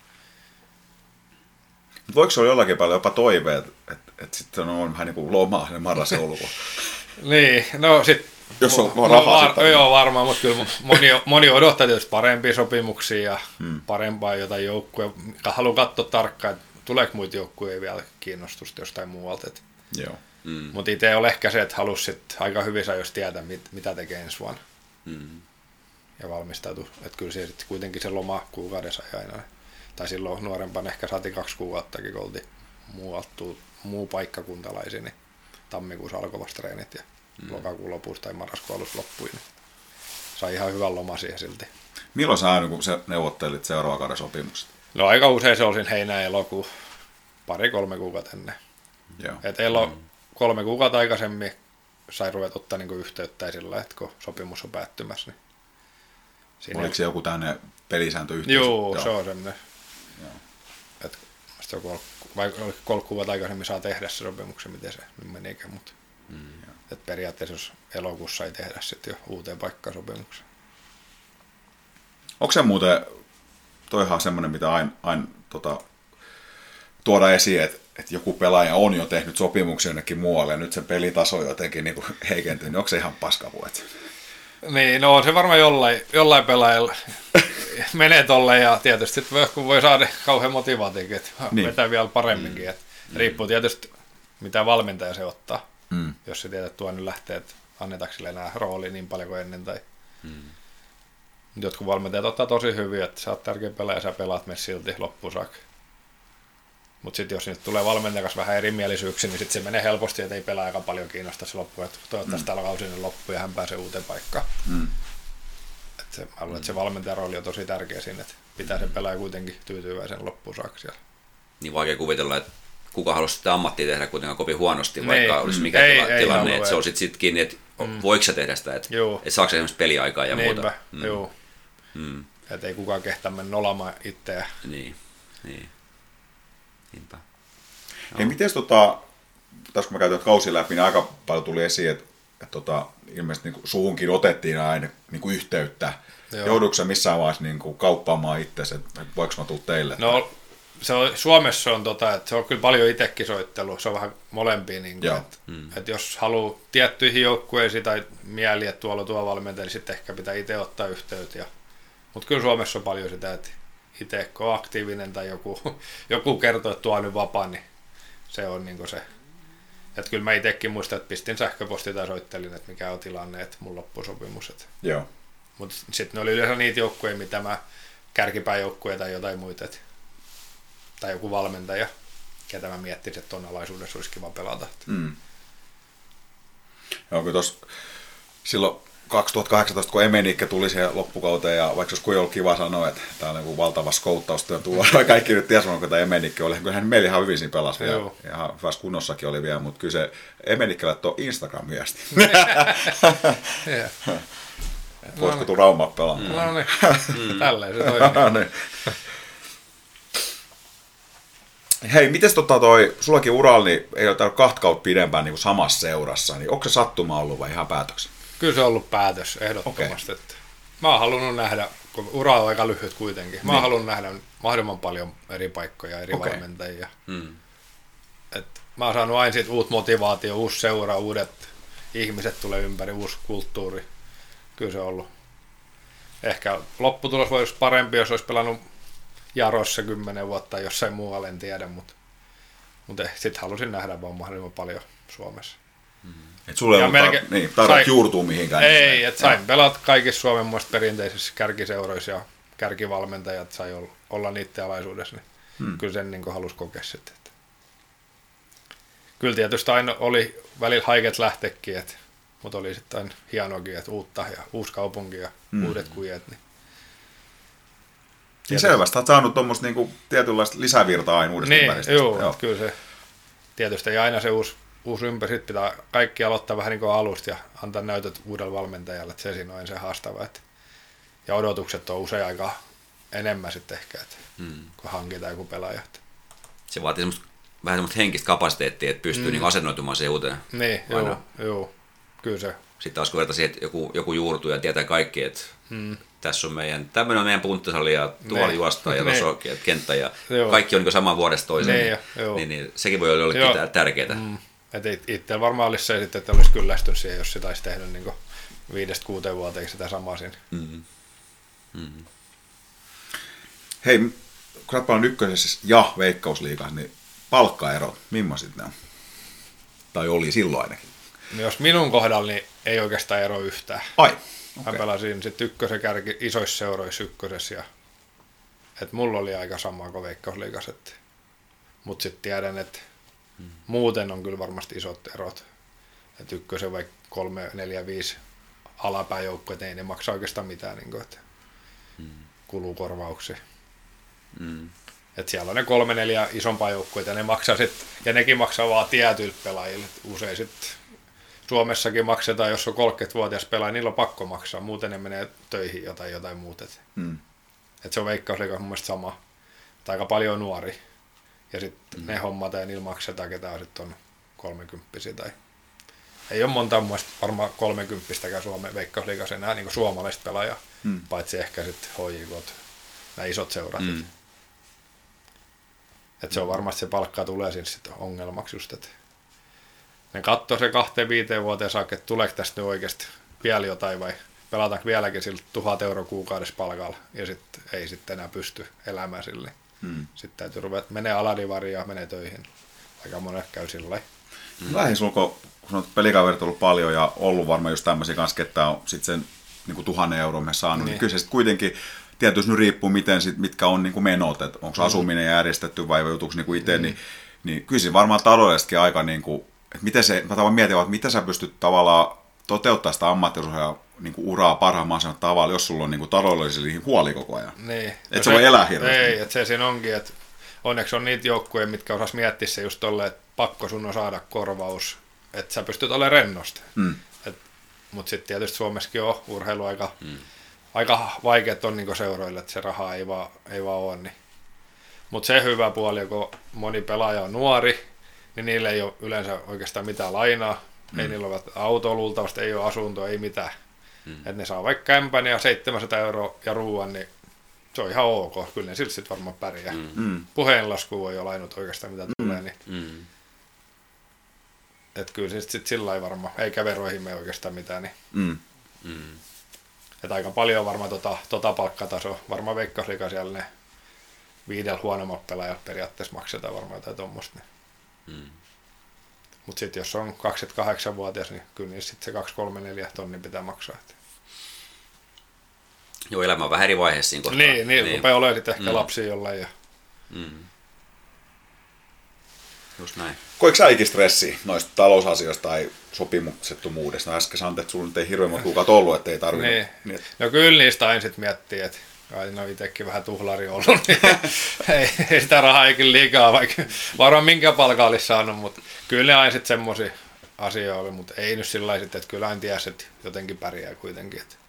Voiko se olla jollakin paljon jopa toiveet, että, että sitten on vähän niin kuin lomaa se marras-joulukuu? Niin, no sitten... Jos on, on rahaa no, sitten. Joo, varmaan, mutta kyllä moni, moni odottaa tietysti parempia sopimuksia ja hmm. parempaa jotain joukkuja. Haluan katsoa tarkkaan, että tuleeko muita joukkuja vielä kiinnostusta jostain muualta. Että... Joo. Mm. Mutta itse oli ehkä se, että halusi sit aika hyvissä ajoissa tietää, mit, mitä tekee ensi vuonna. Mm. Ja valmistautua. Että kyllä se sitten kuitenkin se loma kuukaudessa aina. Tai silloin nuorempana ehkä saatiin kaksi kuukauttakin, kun oltiin muualta, muu paikkakuntalaisia, niin tammikuussa alkoi vasta treenit ja mm. lokakuun lopussa tai marraskuun alussa loppui. Niin sai ihan hyvän loma siihen silti. Milloin sä aina, kun sä neuvottelit seuraavan kauden sopimukset? No aika usein se oli heinä ja elokuun, pari-kolme kuukautta ennen. Joo. Et elo, mm. kolme kuukautta aikaisemmin sai ruveta ottaa niinku yhteyttä sillä, että kun sopimus on päättymässä. Niin oliko se joku tämmöinen pelisääntöyhteys? Joo, Joo, se on semmoinen. Että joku, vaikka kolme kuukautta aikaisemmin saa tehdä se sopimuksen, miten se nyt menikään. Mutta mm. et periaatteessa jos elokuussa ei tehdä sitten jo uuteen paikkaan sopimuksen. Onko se muuten, toihan semmoinen, mitä aina, aina tota, tuoda esiin, että että joku pelaaja on jo tehnyt sopimuksen jonnekin muualle ja nyt sen pelitaso on jotenkin niin heikentynyt, niin onko se ihan paskavuet? Niin, no on se varmaan jollain, jollain pelaajalla menee tolle ja tietysti kun voi saada kauhean motivaatiokin, että niin. vetää vielä paremminkin. Mm. Että riippuu tietysti mitä valmentaja se ottaa, mm. jos se tietää, että tuo nyt lähtee, että annetaanko sille enää rooli niin paljon kuin ennen. Tai... Mm. Jotkut valmentajat ottaa tosi hyvin, että sä oot tärkeä pelaaja ja sä pelaat me silti loppuun saakka. Mutta sitten jos nyt tulee valmentajan kanssa vähän erimielisyyksiä, niin sitten se menee helposti, että ei pelaa aika paljon kiinnostaa se loppu. Että toivottavasti mm. tällä kausinen loppu ja hän pääsee uuteen paikkaan. Mm. Et se, mä luulen, että se valmentajan rooli on tosi tärkeä siinä, että pitää sen pelaaja kuitenkin tyytyväisen loppuun saakka siellä. Niin vaikea kuvitella, että kuka haluaisi sitä ammattia tehdä kuitenkaan kovin huonosti, vaikka ei, olisi mikä ei, tila, ei tilanne. Että se on sitten sit kiinni, että mm. voiko sä tehdä sitä, että et saako esimerkiksi peliaikaa ja Niinpä, muuta. Mm. Joo. Mm. Että ei kukaan kehtaa mennä nolamaan itseä. Niin, niin. Niinpä. Hei, miten tota, tässä kun mä käytän kausi läpi, niin aika paljon tuli esiin, että, että tota, ilmeisesti niin suhunkin otettiin aina niin kuin yhteyttä. Joudutko sä missään vaiheessa niin kuin kauppaamaan itsesi, että voiko mä tulla teille? No, se on, Suomessa on, tota, että se on kyllä paljon itsekin soittelu, se on vähän molempia. Niin kuin, että, mm. että jos haluaa tiettyihin joukkueisiin tai mieli, että tuolla tuo valmentaja, niin sitten ehkä pitää itse ottaa yhteyttä. Ja, mutta kyllä Suomessa on paljon sitä, että itse kun on aktiivinen tai joku, joku kertoo, että tuo on nyt vapaa, niin se on niin kuin se. Että kyllä mä itsekin muistan, että pistin sähköpostia tai soittelin, että mikä on tilanne, että mun loppusopimus. Että. Joo. Mutta sitten ne oli yleensä niitä joukkueita, mitä mä kärkipääjoukkueja tai jotain muita. Et, tai joku valmentaja, ketä mä miettisin, että ton alaisuudessa olisi kiva pelata. Mm. Joo, kyllä tuossa silloin kaksituhattakahdeksantoista, kun Emenikke tuli siihen loppukauteen, ja vaikka olisi kuin ollut kiva sanoa, että tämä on niin valtava skouttaustyön tulossa, kaikki nyt tiesi, kun tämä Emenikke oli, kyllä hän meillä ihan hyvin siinä pelasi, ja ihan hyvässä kunnossakin oli vielä, mutta kyllä se Emenikke laittoi Instagram-viesti. Että voisiko tulla Raumaa pelaamaan. No niin, tälleen se toimii. Hei, mites tota toi, sullakin uralla niin ei ole täällä kahta kautta pidempään niin kuin samassa seurassa, niin onko se sattuma ollut vai ihan päätöksen? Kyllä se on ollut päätös ehdottomasti. Okay. Että mä oon halunnut nähdä, kun ura on aika lyhyt kuitenkin, mä oon niin. halunnut nähdä mahdollisimman paljon eri paikkoja, eri okay. valmentajia. Hmm. Et mä oon saanut aina siitä uut motivaatio, uusi seura, uudet ihmiset tulee ympäri, uusi kulttuuri. Kyllä se on ollut. Ehkä lopputulos voisi parempi, jos olisi pelannut Jarossa kymmenen vuotta jossain muualla, en tiedä, mutta, mutta sitten halusin nähdä vaan mahdollisimman paljon Suomessa. Mm-hmm. Et sulla ei ollut tar- niin, tarvitse juurtua mihinkään. Ei, että sain pelata kaikissa Suomen muista perinteisissä kärkiseuroissa ja kärkivalmentajat sai olla, olla niiden alaisuudessa, niin hmm. kyllä sen niin halusi kokea sitten. Että. Kyllä tietysti aina oli välillä haiket lähtekin, että, mutta oli sitten aina hienoakin, että uutta ja uusi kaupunki ja hmm. uudet kujet. Niin. Niin selvästi, olet saanut tuommoista niinku tietynlaista lisävirtaa aina uudesta niin, ympäristöstä. Joo, joo. Kyllä se tietysti ja aina se uusi, uusi ympäristö pitää kaikki aloittaa vähän niin kuin alusta ja antaa näytöt uudelle valmentajalle, että se siinä on se haastava. Että, ja odotukset on usein aika enemmän sitten ehkä, että, hmm. kun hankitaan joku pelaaja. Se vaatii semmoista, vähän semmoista henkistä kapasiteettia, että pystyy hmm. niin asennoitumaan siihen uuteen. Niin, joo, joo, kyllä se. Sitten taas kun vertaa siihen, että joku, joku juurtuu ja tietää kaikki, että hmm. tässä on meidän, tämmöinen on meidän punttisali ja tuolla ne. juostaa ja tuossa on kenttä ja joo. kaikki on niin saman vuodesta toiseen, niin, niin, niin sekin voi olla jollekin tärkeää. Mm. Itse varmaan olisi se sitten, että olisi kyllästynyt siihen, jos sitä olisi tehnyt niin viidestä kuuteen vuoteen sitä samaa siinä. Mm-hmm. Mm-hmm. Hei, kun sä oot paljon ykkösessä ja Veikkausliigassa, niin palkkaerot, millaiset ne on? Tai oli silloin ainakin. No jos minun kohdalla, niin ei oikeastaan ero yhtään. Ai. Okay. Mä pelasin sitten ykkösen kärki isoissa seuroissa ykkösessä ja että mulla oli aika sama kuin Veikkausliigassa. Mutta sitten tiedän, että hmm. muuten on kyllä varmasti isot erot. Että ykkösen vaikka kolme, neljä, viisi alapääjoukkoja, ei ne maksa oikeastaan mitään, niin kuin, että hmm. kuluu korvauksia. Hmm. Että siellä on ne kolme, neljä isompaa joukkoja ja ne maksaa sit, ja nekin maksaa vaan tietyille pelaajille. Usein sitten Suomessakin maksetaan, jos on kolmekymmentävuotias pelaaja, niillä on pakko maksaa, muuten ne menee töihin jotain, jotain muuta. Hmm. Et se on Veikkausliigassa mun mielestä sama. Et aika paljon nuori. Ja sitten hmm. ne hommataan ja niillä maksetaan, ketä on sitten on kolmekymppisiä. Tai ei ole monta mun mielestä varmaan kolmekymppistäkään Suomen Veikkausliigassa enää niin suomalaista pelaajaa, hmm. paitsi ehkä sitten H J K, nämä isot seurat. Hmm. Et se on varmasti se palkka tulee siinä sitten ongelmaksi just, että ne katsoo se kahteen viiteen vuoteen saakka, että tuleeko tästä nyt oikeasti vielä jotain vai pelataanko vieläkin sillä tuhat euroa kuukaudessa palkalla ja sitten ei sitten enää pysty elämään sille. Hmm. Sitten täytyy ruveta, menee aladivariin ja menee töihin. Aika monet käy sillä lailla. Hmm. Lähin sulko, kun sanot, pelikaverit on ollut paljon ja ollut varmaan just tämmöisiä kanssa, että on sitten sen niin kuin tuhannen euroa me saanut, niin. niin kyllä se sitten kuitenkin tietysti nyt riippuu, miten sit, mitkä on niin kuin menot, että onko mm. asuminen järjestetty vai joutuuko niin itse, mm. niin, niin kyllä siinä varmaan taloudellisestikin aika, niin kuin, että miten se, mä tavan mietin, että miten sä pystyt tavallaan toteuttaa sitä ammattiurheilua niin kuin uraa parhaimmalla tavalla, jos sulla on niin kuin taloudellisesti huoli koko ajan. Niin. Että no se voi elää hirveästi. Ei, että se siinä onkin, että onneksi on niitä joukkueja, mitkä osas miettiä se just tolleen, että pakko sun on saada korvaus, että sä pystyt olemaan rennosti. Mm. Mutta sitten tietysti Suomessakin on urheilu aika, mm. aika vaikeat on niin seuroille, että se raha ei vaan, ei vaan ole. Niin. Mutta se hyvä puoli, kun moni pelaaja on nuori, niin niillä ei ole yleensä oikeastaan mitään lainaa. Mm. Ei niillä ole autoa luultavasti, ei ole asuntoa, ei mitään. Mm. Että ne saa vaikka kämpän ja seitsemänsataa euroa ja ruuan, niin se on ihan ok. Kyllä ne silti sitten varmaan pärjää. Mm. Puheenlasku voi olla ainut oikeastaan mitä mm. tulee. Niin. Mm. Että kyllä sitten sit sillä lailla varmaan, eikä veroihin me oikeastaan mitään. Niin. Mm. Mm. Että aika paljon varmaan tota, tota palkkatasoa. Varmaan Veikkausliiga siellä ne viidellä huonommat pelaajat periaatteessa maksetaan varmaan jotain tuommoista. Niin. Mm. Mutta sitten jos on kaksikymmentäkahdeksanvuotias, niin kyllä niissä sitten se kaksi, kolme, neljä tonni pitää maksaa. Joo, elämä on vähän eri vaiheessa siinä kohtaa. Niin, niin, niin. rupeaa olemaan sitten ehkä mm. lapsia jollain. Ja... Mm. Just näin. Koiko sä ikinä stressiä noista talousasioista tai sopimuksettomuudesta? No äsken sanoit, että sulla nyt ei hirveän monta kuukautta ollut, että ei tarvinnut. Niin. Niin. No kyllä niistä aina sitten miettii, että aina on itsekin vähän tuhlari ollut, niin ei, ei sitä rahaa eikin liikaa, vaikka varmaan minkä palkaa olisi saanut, mutta kyllä ne aina sitten semmoisia asioita oli, mutta ei nyt sillä lailla, että kyllä aina tiesi, että jotenkin pärjää kuitenkin. Että,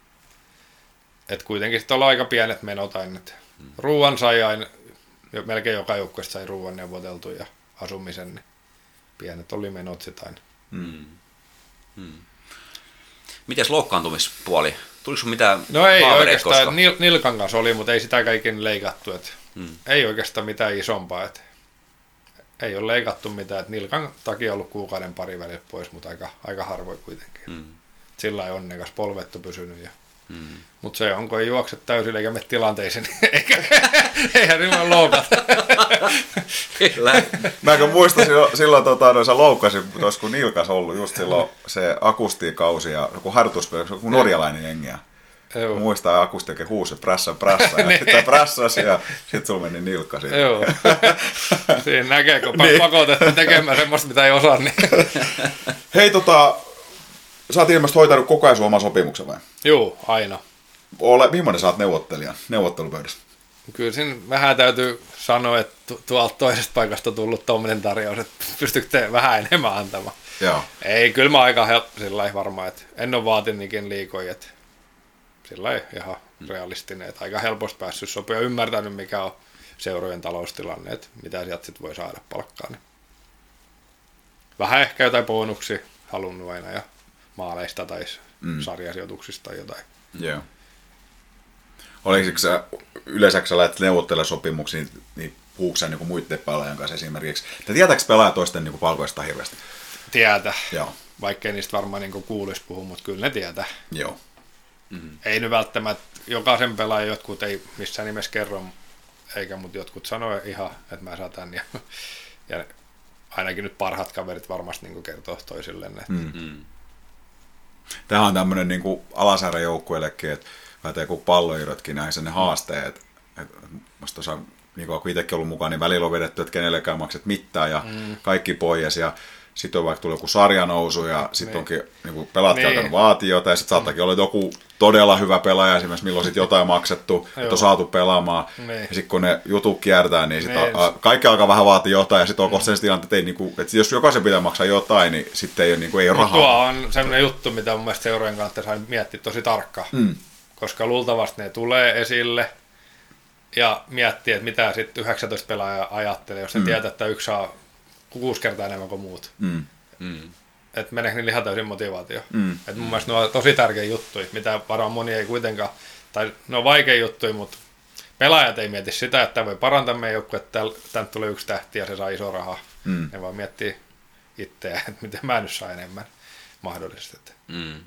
että kuitenkin sitten ollaan aika pienet menot aina, että ruuan sai aina, melkein joka joukkueesta sai ruuan neuvoteltu ja asumisen, niin pienet oli menot sitten aina. Hmm. Hmm. Mites loukkaantumispuoli? Tuliko sun mitään No ei haavereita oikeastaan, koska... nil, nilkan kanssa oli, mutta ei sitä kaiken leikattu. Että Hmm. ei oikeastaan mitään isompaa. Että ei ole leikattu mitään. Että nilkan takia ollut kuukauden pari välillä pois, mutta aika, aika harvoin kuitenkin. Hmm. Sillä ei onnekas polvet on pysynyt. Ja... Hmm. Mutta se on, kun ei juokse täysillä eikä mene tilanteisiin, niin eikä, eihän ilman loukata. Kyllä. Mä kun muistan silloin, silloin tota, no, sä loukkasin, olis kun Nilkas ollut just silloin se akustikausi ja joku harjoituspeli, joku norjalainen jengi. Joo. Muistaa akusti oikein huusi, prässä, prässä, ja sitten prässäsi ja sitten sulla meni nilkka siitä. Joo. Siinä näkee, kun niin. pakotettu tekemään semmoista, mitä ei osaa. Niin. Hei, tota, sä oot ilmeisesti hoitanut koko ajan sun oman sopimuksen vai? Joo, aina. Ole, millainen sä oot neuvottelija, neuvottelupöydässä? Kyllä siinä vähän täytyy sanoa, että tu- tuolta toisesta paikasta on tullut tuommoinen tarjous, että pystytkö te vähän enemmän antamaan. Joo. Ei, kyllä mä aika hel- sillä lailla varmaan, että en ole vaatinutkin liikoja, että sillä lailla ihan realistinen, että aika helposti päässyt sopia ja ymmärtänyt, mikä on seurojen taloustilanne, että mitä sieltä sitten voi saada palkkaa. Niin. Vähän ehkä jotain bonuksia halunnut aina ja maaleista tai mm. sarjasijoituksista tai jotain. Joo. Oliko sä, yleensä kun sä lähdet neuvottelemaan sopimuksia, niin, niin puhuuko sä niin muiden pelaajan kanssa esimerkiksi? Te tietääkö pelaaja toisten niin palkoista hirveästi? Tietä. Joo. Vaikkei niistä varmaan niin kuulisi puhua, mutta kyllä ne tietää. Joo. Mm-hmm. Ei nyt välttämättä, jokaisen pelaajan jotkut ei missään nimessä kerro, eikä mutta jotkut sanoo ihan, että mä saan tän. Ja, ja ainakin nyt parhaat kaverit varmasti niin kertoo toisilleen. Että... Mm-hmm. Tämähän on tämmöinen niin alasarjan joukkueellekin, että kai joku palloirotkin näissä ne haasteet. Musta tuossa, niin kun itsekin ollut mukaan, niin välillä on vedetty, että kenellekään makset mitään ja mm. kaikki pois. Ja sitten on vaikka tullut joku sarjanousu ja sitten niin. onkin niin pelaat niin. alkanut vaatia jotain. Ja sitten saattakin mm. olla joku todella hyvä pelaaja esimerkiksi, milloin sitten jotain maksettu, että on saatu pelaamaan. Niin. Ja sitten kun ne jutut kiertää, niin, sit niin. a, kaikki alkaa vähän vaatia jotain. Ja sitten on kohta mm. se tilanne, että, ei, niin kuin, että jos jokaisen pitää maksaa jotain, niin sitten ei ole, niin kuin, ei ole rahaa. Tuo on sellainen juttu, mitä mun mielestä seurojen kannattaisi miettiä tosi tarkkaan. Mm. Koska luultavasti ne tulee esille ja miettii, että mitä sitten yhdeksäntoista pelaajaa ajattelee, jos ne mm. tietää, että yksi saa kuusi kertaa enemmän kuin muut. Mm. Mm. Että meneekö niillä ihan täysin motivaatio. Mm. Että mun mielestä ne on tosi tärkeitä juttuja, mitä varmaan moni ei kuitenkaan, tai ne on vaikeita juttuja, mutta pelaajat ei mieti sitä, että tämä voi parantaa meidän joukkueen, että tänne tulee yksi tähti ja se saa iso rahaa. Mm. Ne vaan miettii itseään, että miten mä nyt saa enemmän mahdollisesti. Mm.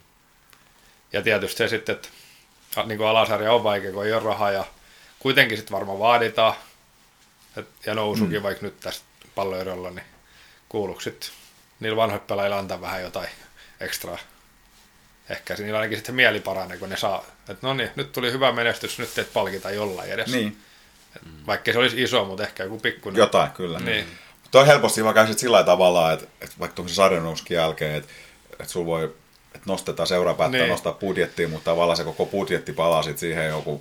Ja tietysti se sitten, että niin kuin alasarja on vaikea, kun ei ole rahaa ja kuitenkin sitten varmaan vaaditaan. Et, ja nousukin mm. vaikka nyt tästä palloerolla, niin kuuluuko sitten niillä vanhoilla pelaajilla antaa vähän jotain ekstraa. Ehkä se niillä ainakin sitten mieli paranee, kun ne saa, että no niin, nyt tuli hyvä menestys, nyt teet palkita jollain edes. Niin. Et, vaikka se olisi iso, mutta ehkä joku pikkuinen. Jotain, kyllä. Niin. Tuo on helposti vaan käy sillä tavalla, että, että vaikka tuollaisen sarjanouskin jälkeen, että, että sulla voi että nostetaan seuraa päättää niin. nostaa budjettia, mutta tavallaan se koko budjetti palaa sitten siihen joku,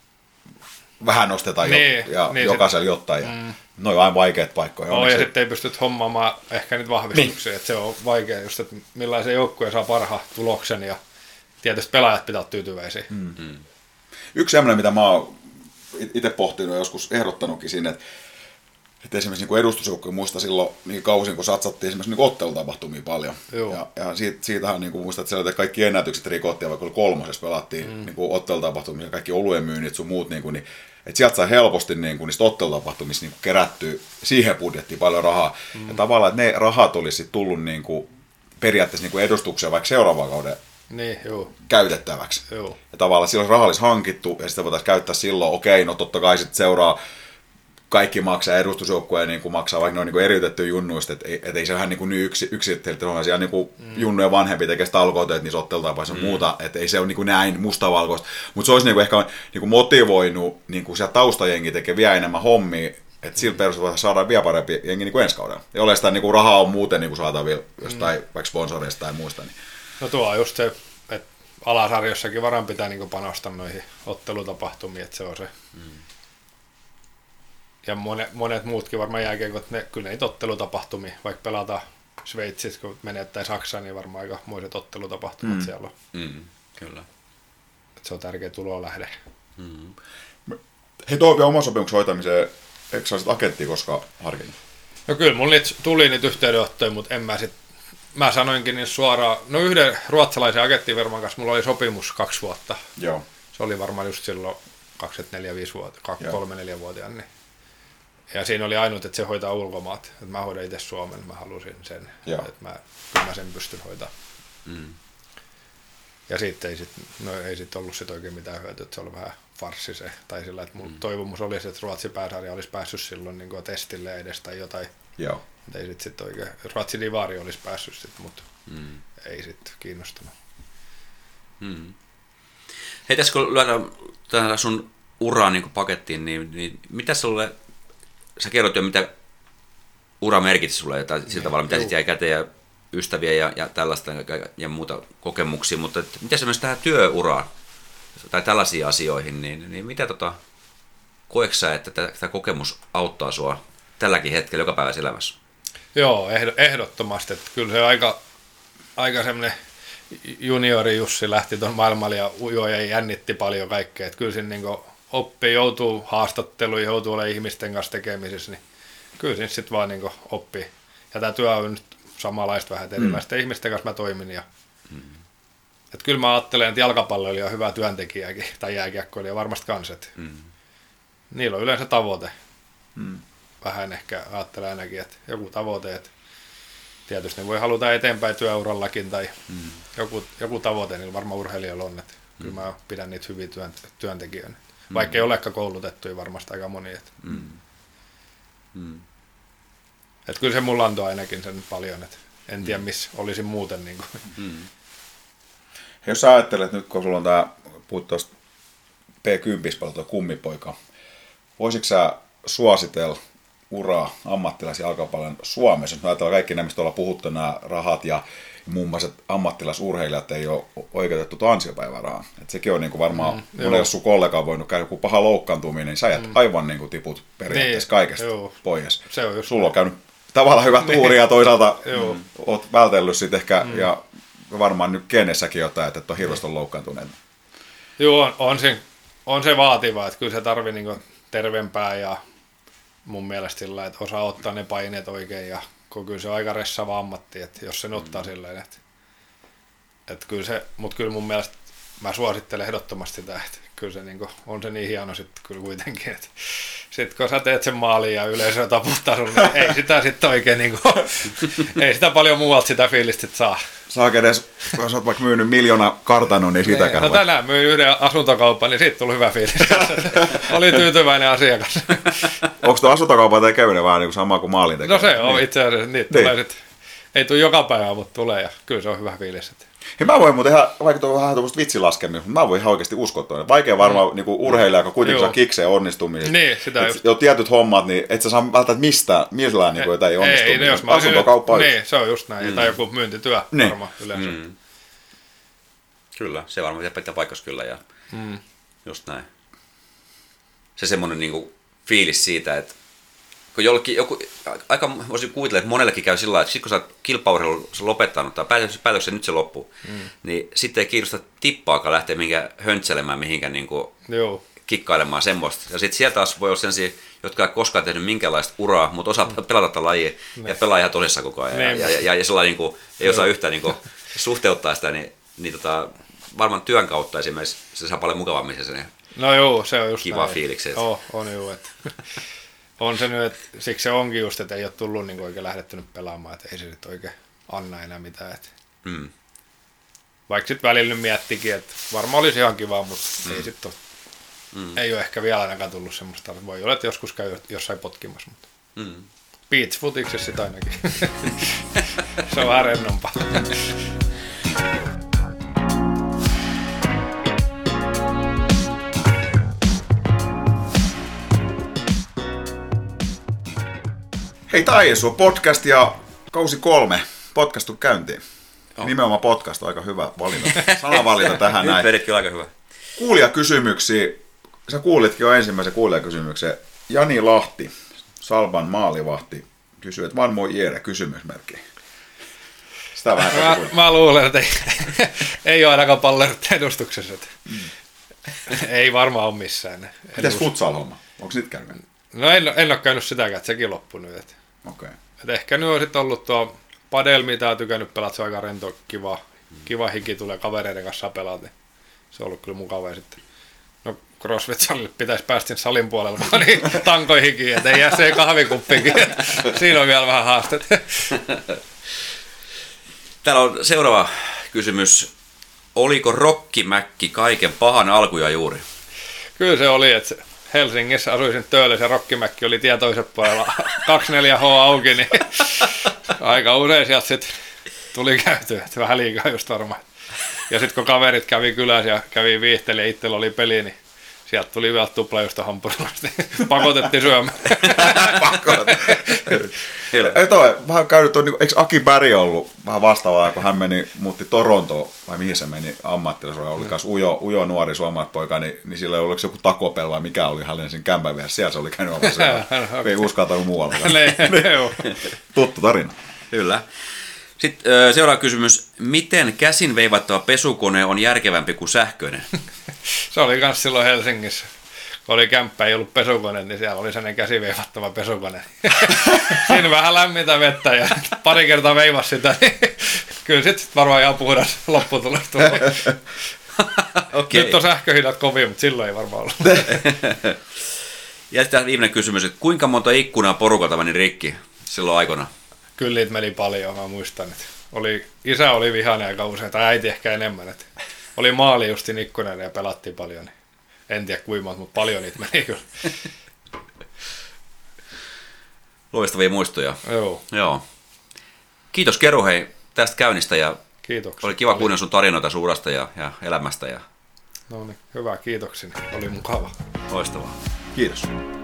vähän nostetaan niin, jo, ja niin jokaisella sit, jotain. Ja mm. ne on aina vaikeat paikkoja. No, ja sitten ei pysty hommaamaan ehkä niitä vahvistuksia, niin. että se on vaikea just, että millaisen joukkueen saa parhaan tuloksen ja tietysti pelaajat pitää olla tyytyväisiä. Mm. Mm. Yksi sellainen, mitä mä oon itse pohtinut ja joskus ehdottanutkin sinne, että Että esimerkiksi niin edustusjoukkoja muista silloin niin kausin, kun satsattiin esimerkiksi niin ottelutapahtumia paljon. Joo. Ja, ja siitä, siitähän niin muistat, että, siellä, että kaikki ennätykset rikottiin, vaikka oli kolmosessa pelattiin mm. niin ottelutapahtumia, kaikki oluen myynnit sun muut. Niin kuin, niin, että sieltä sai helposti niin kuin, niistä ottelutapahtumista niin kerättyä siihen budjettiin paljon rahaa. Mm. Ja tavallaan, että ne rahat olisi tullut niin kuin, periaatteessa niin kuin edustukseen vaikka seuraavan kauden niin, joo. käytettäväksi. Joo. Ja tavallaan silloin raha olisi hankittu ja sitä voitaisiin käyttää silloin, okei, no totta kai sitten seuraa kaikki maksaa edustusjoukkueen niin maksaa, vaikka ne on niin eriytetty junnuista, että et, et ei se vähän niin, niin yksi, yksittäisesti ole siellä niin mm. junnuja vanhempi tekee talkoita, että niissä ottelutapaissa mm. muuta, että ei se ole niin näin mustavalkoista, mutta se olisi niin ehkä niin motivoinut niin siellä taustajengi tekee vielä enemmän hommia, että sillä perusteella saadaan vielä parempi jengi niin ensi kaudella. Ja ole sitä niin rahaa on muuten niin saatavilla jostain mm. vaikka sponsoreista tai muista. Niin. No tuo on just se, että alasarjossakin varmaan pitää niin panostaa noihin ottelutapahtumiin, että se on se. Mm. Ja monet, monet muutkin varmaan jääkiekot, ne, kyllä niitä ottelutapahtumia, vaikka pelataan Sveitsissä, kun menee tai Saksaan, niin varmaan aika muiset ottelutapahtumat mm. siellä on. Mm, kyllä. Että se on tärkeä tulolähde. Mm. Hei, tuo vielä oman sopimuksen hoitamiseen, eikö sä sit agenttia koskaan harkinnut? No kyllä, mulla niitä, tuli niitä yhteydenottoja, mutta en mä sit, mä sanoinkin niin suoraan, no yhden ruotsalaisen agenttifirman kanssa mulla oli sopimus kaksi vuotta. Joo. Se oli varmaan just silloin kaksikymmentäneljä viisi vuotta, kolme neljä vuotiaan. Niin. Ja siinä oli ainut, että se hoitaa ulkomaat. Että mä hoidan itse Suomen, mä halusin sen. Joo. Että mä, kyllä mä sen pystyn hoitaa. Mm. Ja sitten ei sit, no ei sit ollut sit oikein mitään hyötyä, että se oli vähän farssi se. Tai sillä, että mun mm. toivomus olisi, että Ruotsin pääsarja olisi päässyt silloin niin testille edes tai jotain. Joo. Mutta ei sit, sit oikein, Ruotsin divari olisi päässyt sit, mutta mm. ei sit kiinnostunut. Mm. Hei, tässä kun lyödään tähän sun uraan niin pakettiin, niin, niin mitä sulle, sä kerrot jo mitä ura merkitsi sulle, tai sillä tavalla mitä sitten jäi käteen ja ystäviä ja, ja tällaista ja, ja muuta kokemuksia, mutta et, mitä se myös tähän työuraan tai tällaisiin asioihin, niin, niin mitä tota, koetko sä, että tämä kokemus auttaa sua tälläkin hetkellä joka päivässä elämässä? Joo, ehdottomasti, että kyllä se aika, aika semmoinen juniori Jussi lähti tuon maailmalle ja ujoi ja jännitti paljon kaikkea. Että kyllä siinä niin oppii, joutuu haastatteluun, joutuu olemaan ihmisten kanssa tekemisissä, niin kyllä siinä sitten vaan niin oppii. Ja tämä työ on nyt samanlaista vähän, että erilaisten mm. ihmisten kanssa mä toimin. Ja, mm. että kyllä mä ajattelen, että jalkapalloilija on hyvä työntekijäkin, tai jääkiekkoilija varmasti kans, että mm. niillä on yleensä tavoite. Mm. Vähän ehkä ajattelen ainakin, että joku tavoite, että tietysti ne voi haluta eteenpäin työurallakin tai mm. joku, joku tavoite, niin varmaan urheilijoilla on, että mm. kyllä mä pidän niitä hyviä työn, työntekijöitä. Mm. Vaikka ei olekaan koulutettuja varmasti aika moni. Että mm. Mm. Että kyllä se mulla antoi ainakin sen paljon, että en tiedä missä olisi muuten. Niin kuin. Mm. Jos sä ajattelet nyt, kun sulla on tää, puhut tuosta P kymmenen-palvelta kummipoika, voisitko sä suositella uraa ammattilaisia jalkapallon Suomessa? Jos ajatellaan kaikki nämä, mistä ollaan puhuttu, nämä rahat ja muun muassa ammattilaisurheilijat ei ole oikeutettu ansiopäivärahaan. Et sekin on niinku varmaan, mm, monella jos sun kollega on voinut käydä joku paha loukkaantuminen, niin sä jäät mm. aivan niinku tiput periaatteessa niin, kaikesta joo. pois. Se on just sulla on käynyt tavallaan hyvä tuuri ja toisaalta mm. oot vältellyt sit ehkä, mm. ja varmaan nyt kenessäkin jotain, että et on hirveästi loukkaantuneet. Joo, on, on, se, on se vaativa, että kyllä se tarvii niinku terveempää ja mun mielestä sillä, että osaa ottaa ne paineet oikein ja kyllä se on aika ressava ammatti, että jos sen ottaa mm. silleen, että, että kyllä se, mutta kyllä mun mielestä mä suosittelen ehdottomasti sitä, että kyllä se niin kuin, on se niin hieno sitten kyllä kuitenkin, että sitten kun sä teet sen maalin ja yleisö taputtaa sun, niin ei sitä sitten oikein niin kuin, ei sitä paljon muualta sitä fiilistä sit saa. Saako edes, jos olet vaikka myynyt miljoona kartanon, niin sitäkään no tänään myin yhden asuntokaupan, niin siitä tuli hyvä fiilis. Oli tyytyväinen asiakas. Onko tuo asuntokaupan tekeminen vähän niin kuin sama kuin maalin tekeminen? No se on niin. Itse asiassa, niitä niin. Tulee sitten, ei tule joka päivä, mutta tulee ja kyllä se on hyvä fiilis. Hei, mä voin muuten ihan, vaikka tuo on vähän tuollaista vitsilaskemista, mutta mä voin ihan oikeasti uskoa tuonne. Vaikea varmaan mm. niin urheilija, joka kuitenkin saa kikseen onnistumisesta. Niin, sitä just. Jo tietyt hommat, niin et sä saa välttämättä mistään, millään niin jotain ei onnistu. Ei, jos mä asuntokauppa niin, se on just näin. Mm. Tai joku myyntityö niin. Varmaan yleensä. Mm. Kyllä, se varmaan pitää paikassa kyllä ja mm. just näin. Se semmoinen niinku fiilis siitä, että kun jollekin, joku, aika voisin kuvitella, että monellekin käy sillä lailla, että sit kun sä oot kilpaurheilun lopettanut tai päätöksen nyt se loppuu, mm. niin sitten ei kiinnosta tippaakaan lähteä mihinkään höntselemään, mihinkään niinku kikkailemaan semmoista. Ja sitten sieltä taas voi olla sellaisia, jotka ei koskaan tehnyt minkäänlaista uraa, mutta osaa mm. pelata tätä lajia ne. Ja pelaa ihan tosissaan koko ajan. Ne. Ja, ja, ja, ja sellainen niinku, ei osaa yhtään niinku, suhteuttaa sitä, niin, niin tota, varmaan työn kautta esimerkiksi se saa paljon mukavammin se no joo, se on just kiva näin. Fiiliksi. Oh, on joo, että on se nyt, että siksi se onkin just, että ei ole tullut niin oikein lähdetty nyt pelaamaan, että ei se nyt oikein anna enää mitään. Että mm. vaikka sitten välillä nyt miettikin, että varmaan olisi ihan kiva, mutta mm. ei sitten ole Mm. Ei ole ehkä vielä ainakaan tullut semmoista. Voi olla, että joskus käy jossain potkimassa. Mutta mm. beach futiksessa sitä ainakin. Se on vähän rennompaa. Hei Taisu, podcast ja kausi kolme. Podcast on käyntiin. Oh. Nimenomaan podcast, aika hyvä valinta. Sanavalinta tähän näin. Nyt vedit kyllä aika hyvä. Kuulijakysymyksiä. Sä kuulitkin jo ensimmäisen kuulijakysymyksen. Jani Lahti, Salban maalivahti, kysyy, että Vanmo Jere, kysymysmerkki. Sitä vähän mä, mä luulen, että ei, ei ole ainakaan pallerut edustuksessa. Mm. Ei varmaan ole missään. Mitäs futsal-homma? Onko sit käynyt? No en, en ole käynyt sitäkään, että sekin loppui nyt. Et. Okay. Et ehkä nyt on sitten ollut tuo padel, mitä on tykännyt pelata, se on aika rento, kiva, kiva hiki tulee kavereiden kanssa pelata. Se on ollut kyllä mukava. Ja sitten, no CrossFit-salille pitäisi päästä sen salin puolella, vaan niin tankoihinkin, että ei jää se kahvikuppikin. Siinä on vielä vähän haasteet. Täällä on seuraava kysymys. Oliko Rokkimäkki kaiken pahan alkuja juuri? Kyllä se oli, että Helsingissä asuisin Töölössä ja Rokkimäkki oli tie toisella puolella kaksikymmentäneljä H auki, niin aika usein sieltä sitten tuli käytyä, että vähän liikaa just varmaan. Ja sitten kun kaverit kävi kylässä ja kävi viihteli ja itsellä oli peli, niin sieltä tuli vielä tuplajuusta hampurilaista. Pakotettiin syömään. Ei toi, vähän käynyt tuon, eikö Aki Berg ollut vähän vastaavaa, kun hän meni, muutti Torontoon, vai mihin se meni ammattilaisuudella, oli myös ujo, ujo nuori suomalaispoika, niin, niin sillä ei ollut joku takopel vai mikä oli hänen sen kämpän vieressä, siellä se oli käynyt omassa, ei uskaltanut muualla. Tuttu tarina. Kyllä. Sitten seuraava kysymys. Miten käsin veivattava pesukone on järkevämpi kuin sähköinen? Se oli myös silloin Helsingissä. Kun oli kämppä, ei ollut pesukone, niin siellä oli sellainen käsiveivattava pesukone. Siinä vähän lämmintä vettä ja pari kertaa veivasi sitä. Niin kyllä sitten varmaan ihan puhdas lopputulos tuli. Okay. Nyt on sähköhinnat kovia, mutta silloin ei varmaan ollut. Ja sitten viimeinen kysymys, että kuinka monta ikkunaa porukalta meni rikki silloin aikana? Kyllä niitä meni paljon, mä muistan. Että oli, isä oli vihainen aika usein, tai äiti ehkä enemmän. Että oli maali justin ikkunen ja pelattiin paljon. Niin en tiedä kuinka monta, mutta paljon niitä meni kyllä. Loistavia muistoja. Joo. Joo. Kiitos Keru hei tästä käynnistä. Ja kiitoksia. oli kiva kuunnella sun tarinoita sun urasta ja, ja elämästä. Ja... No niin, hyvä, kiitoksia. Oli mukava. Loistavaa. Kiitos.